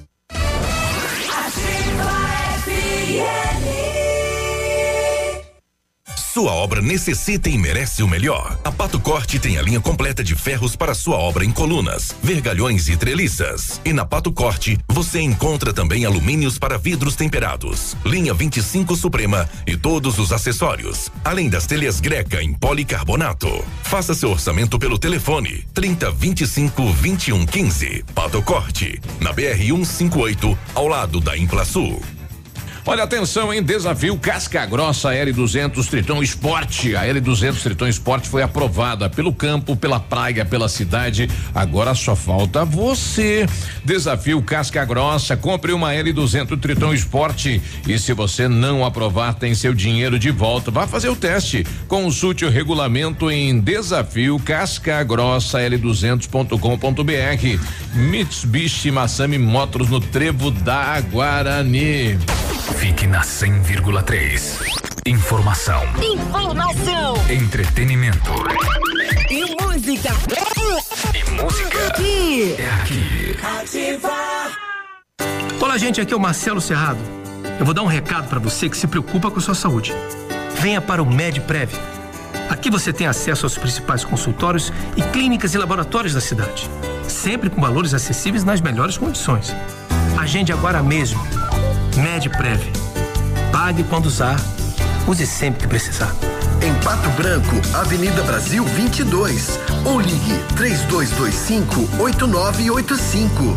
Sua obra necessita e merece o melhor. A Pato Corte tem a linha completa de ferros para sua obra em colunas, vergalhões e treliças. E na Pato Corte você encontra também alumínios para vidros temperados, linha vinte e cinco Suprema e todos os acessórios, além das telhas Greca em policarbonato. Faça seu orçamento pelo telefone trinta, vinte e cinco, vinte e um, quinze. Pato Corte, na B R cento e cinquenta e oito, ao lado da Implasul. Olha, atenção, hein? Desafio Casca Grossa L duzentos Triton Sport. A L duzentos Triton Sport foi aprovada pelo campo, pela praia, pela cidade. Agora só falta você. Desafio Casca Grossa. Compre uma L duzentos Triton Sport. E se você não aprovar, tem seu dinheiro de volta. Vá fazer o teste. Consulte o regulamento em desafio casca grossa L duzentos ponto com ponto br. Mitsubishi Massami Motors no Trevo da Guarani. Fique na cem vírgula três. Informação. Informação. Entretenimento. E música. E música. Aqui. É aqui. Ativa. Olá, gente, aqui é o Marcelo Serrado. Eu vou dar um recado para você que se preocupa com a sua saúde. Venha para o MedPrev. Aqui você tem acesso aos principais consultórios e clínicas e laboratórios da cidade, sempre com valores acessíveis nas melhores condições. Agende agora mesmo. MedPrev. Pague quando usar, Use sempre que precisar. Em Pato Branco, Avenida Brasil vinte e dois. Ou ligue três dois dois cinco, oito nove oito cinco.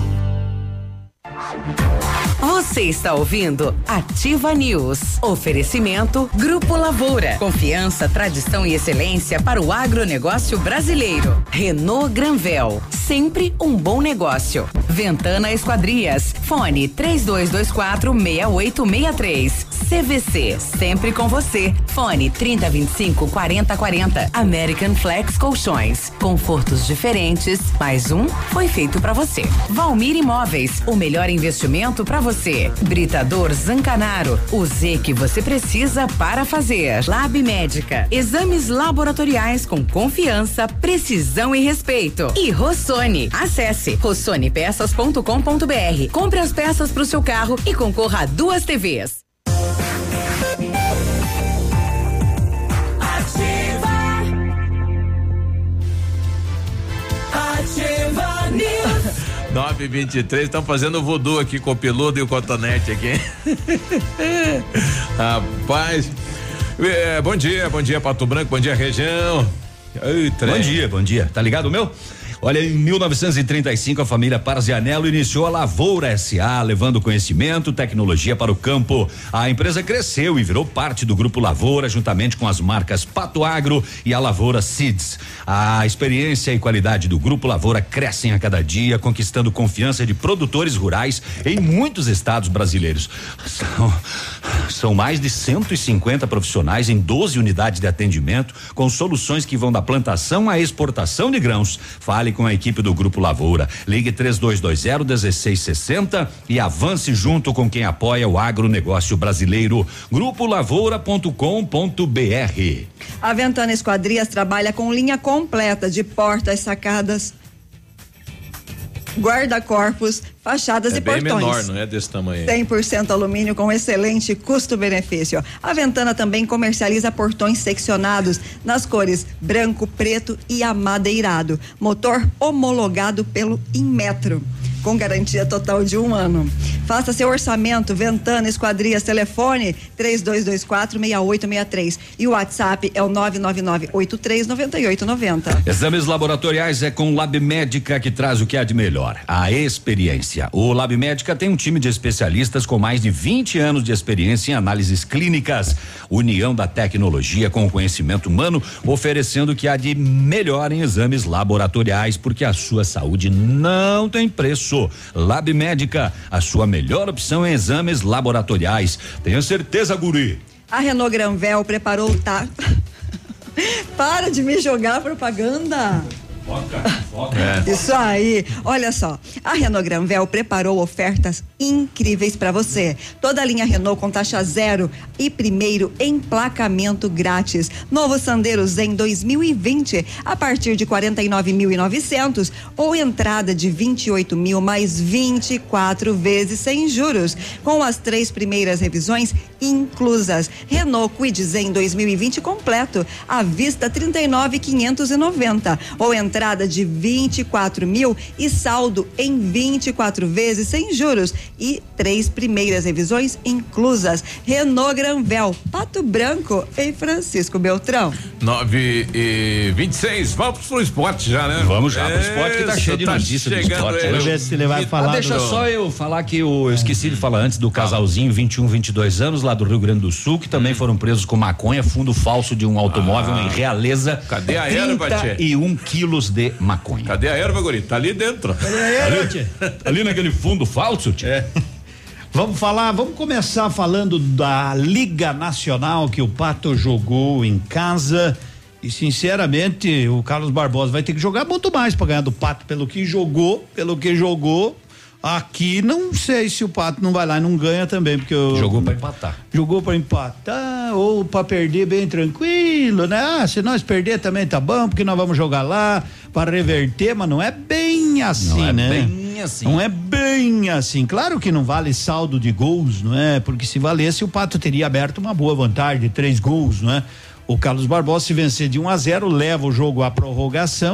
Você está ouvindo Ativa News. Oferecimento Grupo Lavoura. Confiança, tradição e excelência para o agronegócio brasileiro. Renault Granvel. Sempre um bom negócio. Ventana Esquadrias. Fone três dois dois quatro, seis oito seis três. C V C. Sempre com você. Fone trinta, vinte e cinco, quarenta, quarenta. American Flex Colchões. Confortos diferentes. Mais um foi feito para você. Valmir Imóveis. O melhor investimento para você. Britador Zancanaro, o Z que você precisa para fazer. Lab Médica, exames laboratoriais com confiança, precisão e respeito. E Rossoni, acesse rossoni peças ponto com ponto br. Compre as peças para o seu carro e concorra a duas T Vs. Ativa. Ativa News. nove e vinte e três, estão fazendo voodoo aqui com o Peludo e o Cotonete aqui. Rapaz, é, bom dia, bom dia Pato Branco, bom dia região. Eita, bom dia, bom dia, tá ligado o meu? Olha, em mil novecentos e trinta e cinco, a família Parzianello iniciou a Lavoura S A, levando conhecimento, tecnologia para o campo. A empresa cresceu e virou parte do Grupo Lavoura, juntamente com as marcas Pato Agro e a Lavoura Seeds. A experiência e qualidade do Grupo Lavoura crescem a cada dia, conquistando confiança de produtores rurais em muitos estados brasileiros. São, são mais de cento e cinquenta profissionais em doze unidades de atendimento, com soluções que vão da plantação à exportação de grãos. Fale com a equipe do Grupo Lavoura. Ligue três dois dois zero, um seis seis zero e avance junto com quem apoia o agronegócio brasileiro. Grupo Lavoura ponto com ponto br. A Ventana Esquadrias trabalha com linha completa de portas, sacadas, guarda-corpos, fachadas é e bem portões. Menor, não é desse tamanho. cem por cento alumínio com excelente custo-benefício. A Ventana também comercializa portões seccionados nas cores branco, preto e amadeirado. Motor homologado pelo Inmetro, com garantia total de um ano. Faça seu orçamento. Ventana Esquadrias, telefone três dois dois quatro, seis oito seis três e o WhatsApp é o nove nove nove oito três nove oito nove zero. Exames laboratoriais é com Lab Médica, que traz o que há de melhor, a experiência. O Lab Médica tem um time de especialistas com mais de vinte anos de experiência em análises clínicas, união da tecnologia com o conhecimento humano, oferecendo o que há de melhor em exames laboratoriais, porque a sua saúde não tem preço. Lab Médica, a sua melhor opção em exames laboratoriais. Tenha certeza, guri. A Renault Granvel preparou tá. Para de me jogar propaganda. Foca, foca. É. Isso aí. Olha só, a Renault Granvel preparou ofertas incríveis para você. Toda a linha Renault com taxa zero e primeiro emplacamento grátis. Novo Sandero Zen dois mil e vinte a partir de quarenta e nove mil e novecentos ou entrada de vinte e oito mil mais vinte e quatro vezes sem juros, com as três primeiras revisões inclusas. Renault Kwid Zen dois mil e vinte completo à vista trinta e nove mil quinhentos e noventa ou entrada entrada de vinte e quatro mil e saldo em vinte e quatro vezes sem juros e três primeiras revisões inclusas. Renault Granvel, Pato Branco e Francisco Beltrão. nove e vinte e seis, vamos pro esporte já, né? Vamos já pro esporte, que tá cheio de tá notícia do esporte. Ele. Vamos ver se ele vai falar. Ah, deixa do... só eu falar que eu, eu esqueci de falar antes do casalzinho, vinte e um, vinte e dois anos, lá do Rio Grande do Sul, que também hum. foram presos com maconha, fundo falso de um automóvel ah. em Realeza. Cadê a erva, tchê? trinta e um quilos de maconha. Cadê a erva, guri? Tá ali dentro. Cadê a erva, tchê? Ali naquele fundo falso, tchê. É. Vamos falar, vamos começar falando da Liga Nacional que o Pato jogou em casa e sinceramente o Carlos Barbosa vai ter que jogar muito mais para ganhar do Pato pelo que jogou, pelo que jogou. Aqui não sei se o Pato não vai lá e não ganha também, porque eu, jogou para empatar. Jogou para empatar ou para perder bem tranquilo, né? Ah, se nós perder também tá bom, porque nós vamos jogar lá para reverter, mas não é bem assim, não é né? Bem assim. Não é bem assim. Claro que não vale saldo de gols, não é? Porque se valesse o Pato teria aberto uma boa vantagem de três gols, não é? O Carlos Barbosa, se vencer de um a zero, leva o jogo à prorrogação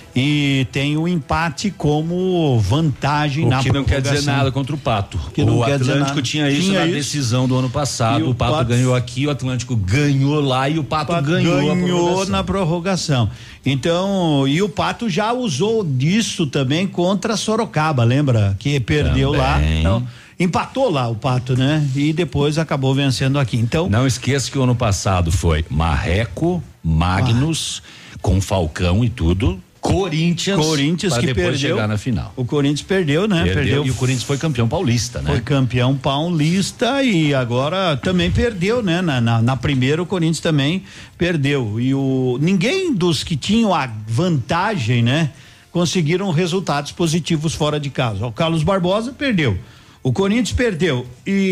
e tem o empate como vantagem o na que não quer dizer prorrogação. nada contra o Pato. Que não o quer dizer Atlântico nada. tinha isso Tinha na isso. decisão do ano passado. E o O Pato, Pato- ganhou aqui, o Atlântico ganhou lá e o Pato, O Pato ganhou, ganhou a prorrogação. na prorrogação. Então, e o Pato já usou disso também contra Sorocaba, lembra? Que perdeu Também. lá. Então, empatou lá o Pato, né? E depois acabou vencendo aqui. Então, Não esqueça que o ano passado foi Marreco, Magnus, com Falcão e tudo. Corinthians, Corinthians pra que depois perdeu. chegar na final. O Corinthians perdeu, né? Perdeu, Perdeu. e o Corinthians foi campeão paulista, né? Foi campeão paulista e agora também perdeu, né? Na, na, na primeira o Corinthians também perdeu. E o ninguém dos que tinham a vantagem, né? Conseguiram resultados positivos fora de casa. O Carlos Barbosa perdeu. O Corinthians perdeu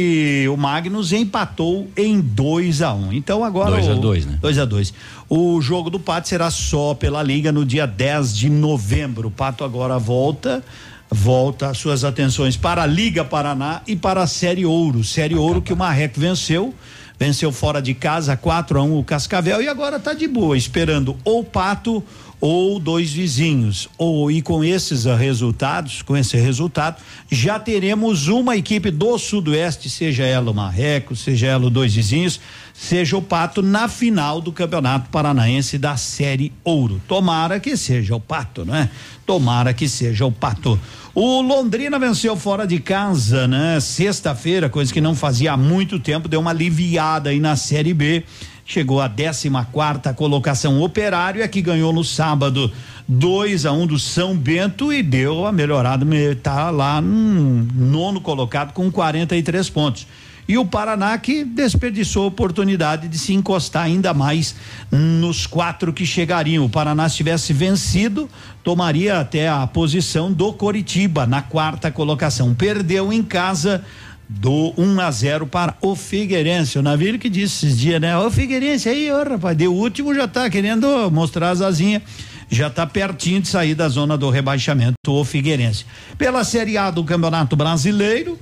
e o Magnus empatou em dois a um. Então agora dois a o- dois, né? dois a dois. O jogo do Pato será só pela Liga no dia dez de novembro. O Pato agora volta, volta as suas atenções para a Liga Paraná e para a Série Ouro. Série Ouro que o Marreco venceu, venceu fora de casa quatro a um o Cascavel e agora tá de boa, esperando ou Pato ou dois vizinhos. Ou e com esses ah, resultados, com esse resultado, já teremos uma equipe do Sudoeste, seja ela o Marreco, seja ela o dois vizinhos, seja o Pato na final do Campeonato Paranaense da Série Ouro. Tomara que seja o Pato, não é? Tomara que seja o Pato. O Londrina venceu fora de casa, né? Sexta-feira, coisa que não fazia há muito tempo, deu uma aliviada aí na Série B. Chegou à décima quarta colocação. Operário é que ganhou no sábado dois a um do São Bento e deu a melhorada, tá lá no nono colocado com quarenta e três pontos. E o Paraná que desperdiçou a oportunidade de se encostar ainda mais nos quatro que chegariam. O Paraná, se tivesse vencido, tomaria até a posição do Coritiba na quarta colocação. Perdeu em casa do um a zero para o Figueirense. O Navírio que disse esses dias, né? O Figueirense aí, ô rapaz, deu o último, já tá querendo mostrar as asinhas, já tá pertinho de sair da zona do rebaixamento, o Figueirense. Pela Série A do Campeonato Brasileiro,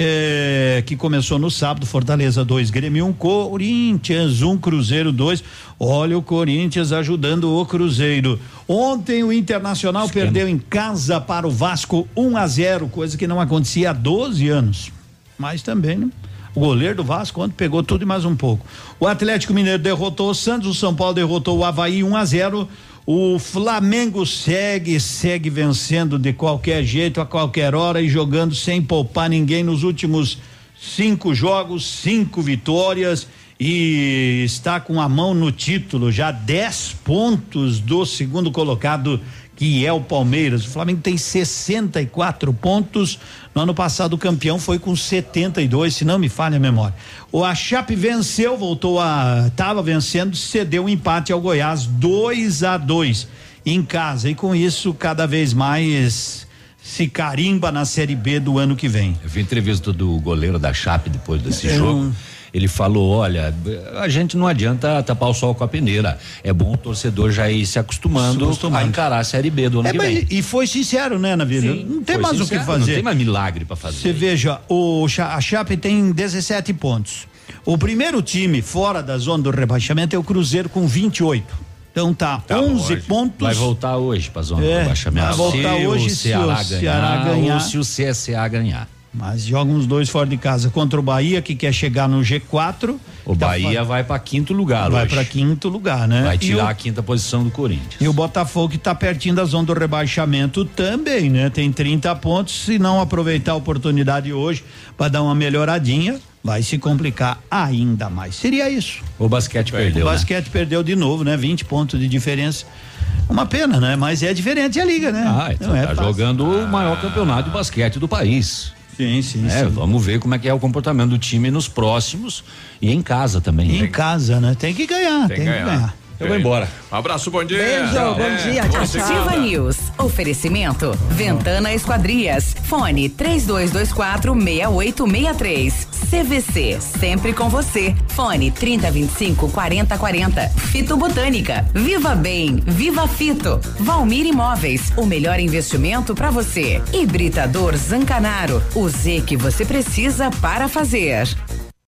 eh, que começou no sábado, Fortaleza dois, Grêmio um, Corinthians um, Cruzeiro dois. Olha o Corinthians ajudando o Cruzeiro. Ontem o Internacional Esquema. perdeu em casa para o Vasco um a zero, coisa que não acontecia há doze anos. Mas também, né? O goleiro do Vasco ontem pegou tudo e mais um pouco. O Atlético Mineiro derrotou o Santos, o São Paulo derrotou o Avaí um a zero. O Flamengo segue, segue vencendo de qualquer jeito, a qualquer hora e jogando sem poupar ninguém nos últimos cinco jogos, cinco vitórias e está com a mão no título, já dez pontos do segundo colocado, que é o Palmeiras. O Flamengo tem sessenta e quatro pontos. No ano passado o campeão foi com setenta e dois, se não me falha a memória. O a Chape venceu, voltou a, tava vencendo, cedeu um empate ao Goiás dois a dois em casa e com isso cada vez mais se carimba na Série B do ano que vem. Eu vi entrevista do goleiro da Chape depois desse É, jogo. um- Ele falou, olha, a gente não adianta tapar o sol com a peneira. É bom o torcedor já ir se acostumando, Se acostumando. a encarar a Série B do ano É, que mas vem. e foi sincero, né, Navírio? Sim, Não tem foi mais o sincero, que fazer. Não tem mais milagre pra fazer. Você veja, o Cha- a Chape tem dezessete pontos. O primeiro time fora da zona do rebaixamento é o Cruzeiro com vinte e oito. Então tá, Tá onze longe. pontos. Vai voltar hoje pra zona É, do rebaixamento. vai voltar se hoje o se Ceará, o ganhar, Ceará ganhar. ou se o C S A ganhar. Mas jogam os dois fora de casa contra o Bahia, que quer chegar no G quatro. O Tá Bahia fa- vai pra quinto lugar vai hoje. para quinto lugar, né? Vai E tirar o- a quinta posição do Corinthians. E o Botafogo que tá pertinho da zona do rebaixamento também, né? Tem trinta pontos, se não aproveitar a oportunidade hoje para dar uma melhoradinha, vai se complicar ainda mais. Seria isso. O basquete perdeu, O né? basquete perdeu de novo, né? vinte pontos de diferença. Uma pena, né? Mas é diferente a liga, né? Ah, então Não é tá fácil. jogando o maior campeonato de basquete do país. Sim, sim, É, sim. vamos ver como é que é o comportamento do time nos próximos e em casa também. Em né? casa, né? Tem que ganhar, tem, Tem que que ganhar. ganhar. Eu vou embora. Um abraço, bom dia. Beijo, bom É, dia, tchau, você- tchau. Ativa News. Oferecimento. Ventana Esquadrias. Fone três dois dois quatro seis oito seis três. C V C. Sempre com você. Fone trinta vinte e cinco quarenta quarenta. Fito Botânica. Viva Bem. Viva Fito. Valmir Imóveis. O melhor investimento para você. Hibridador Zancanaro. O Z que você precisa para fazer.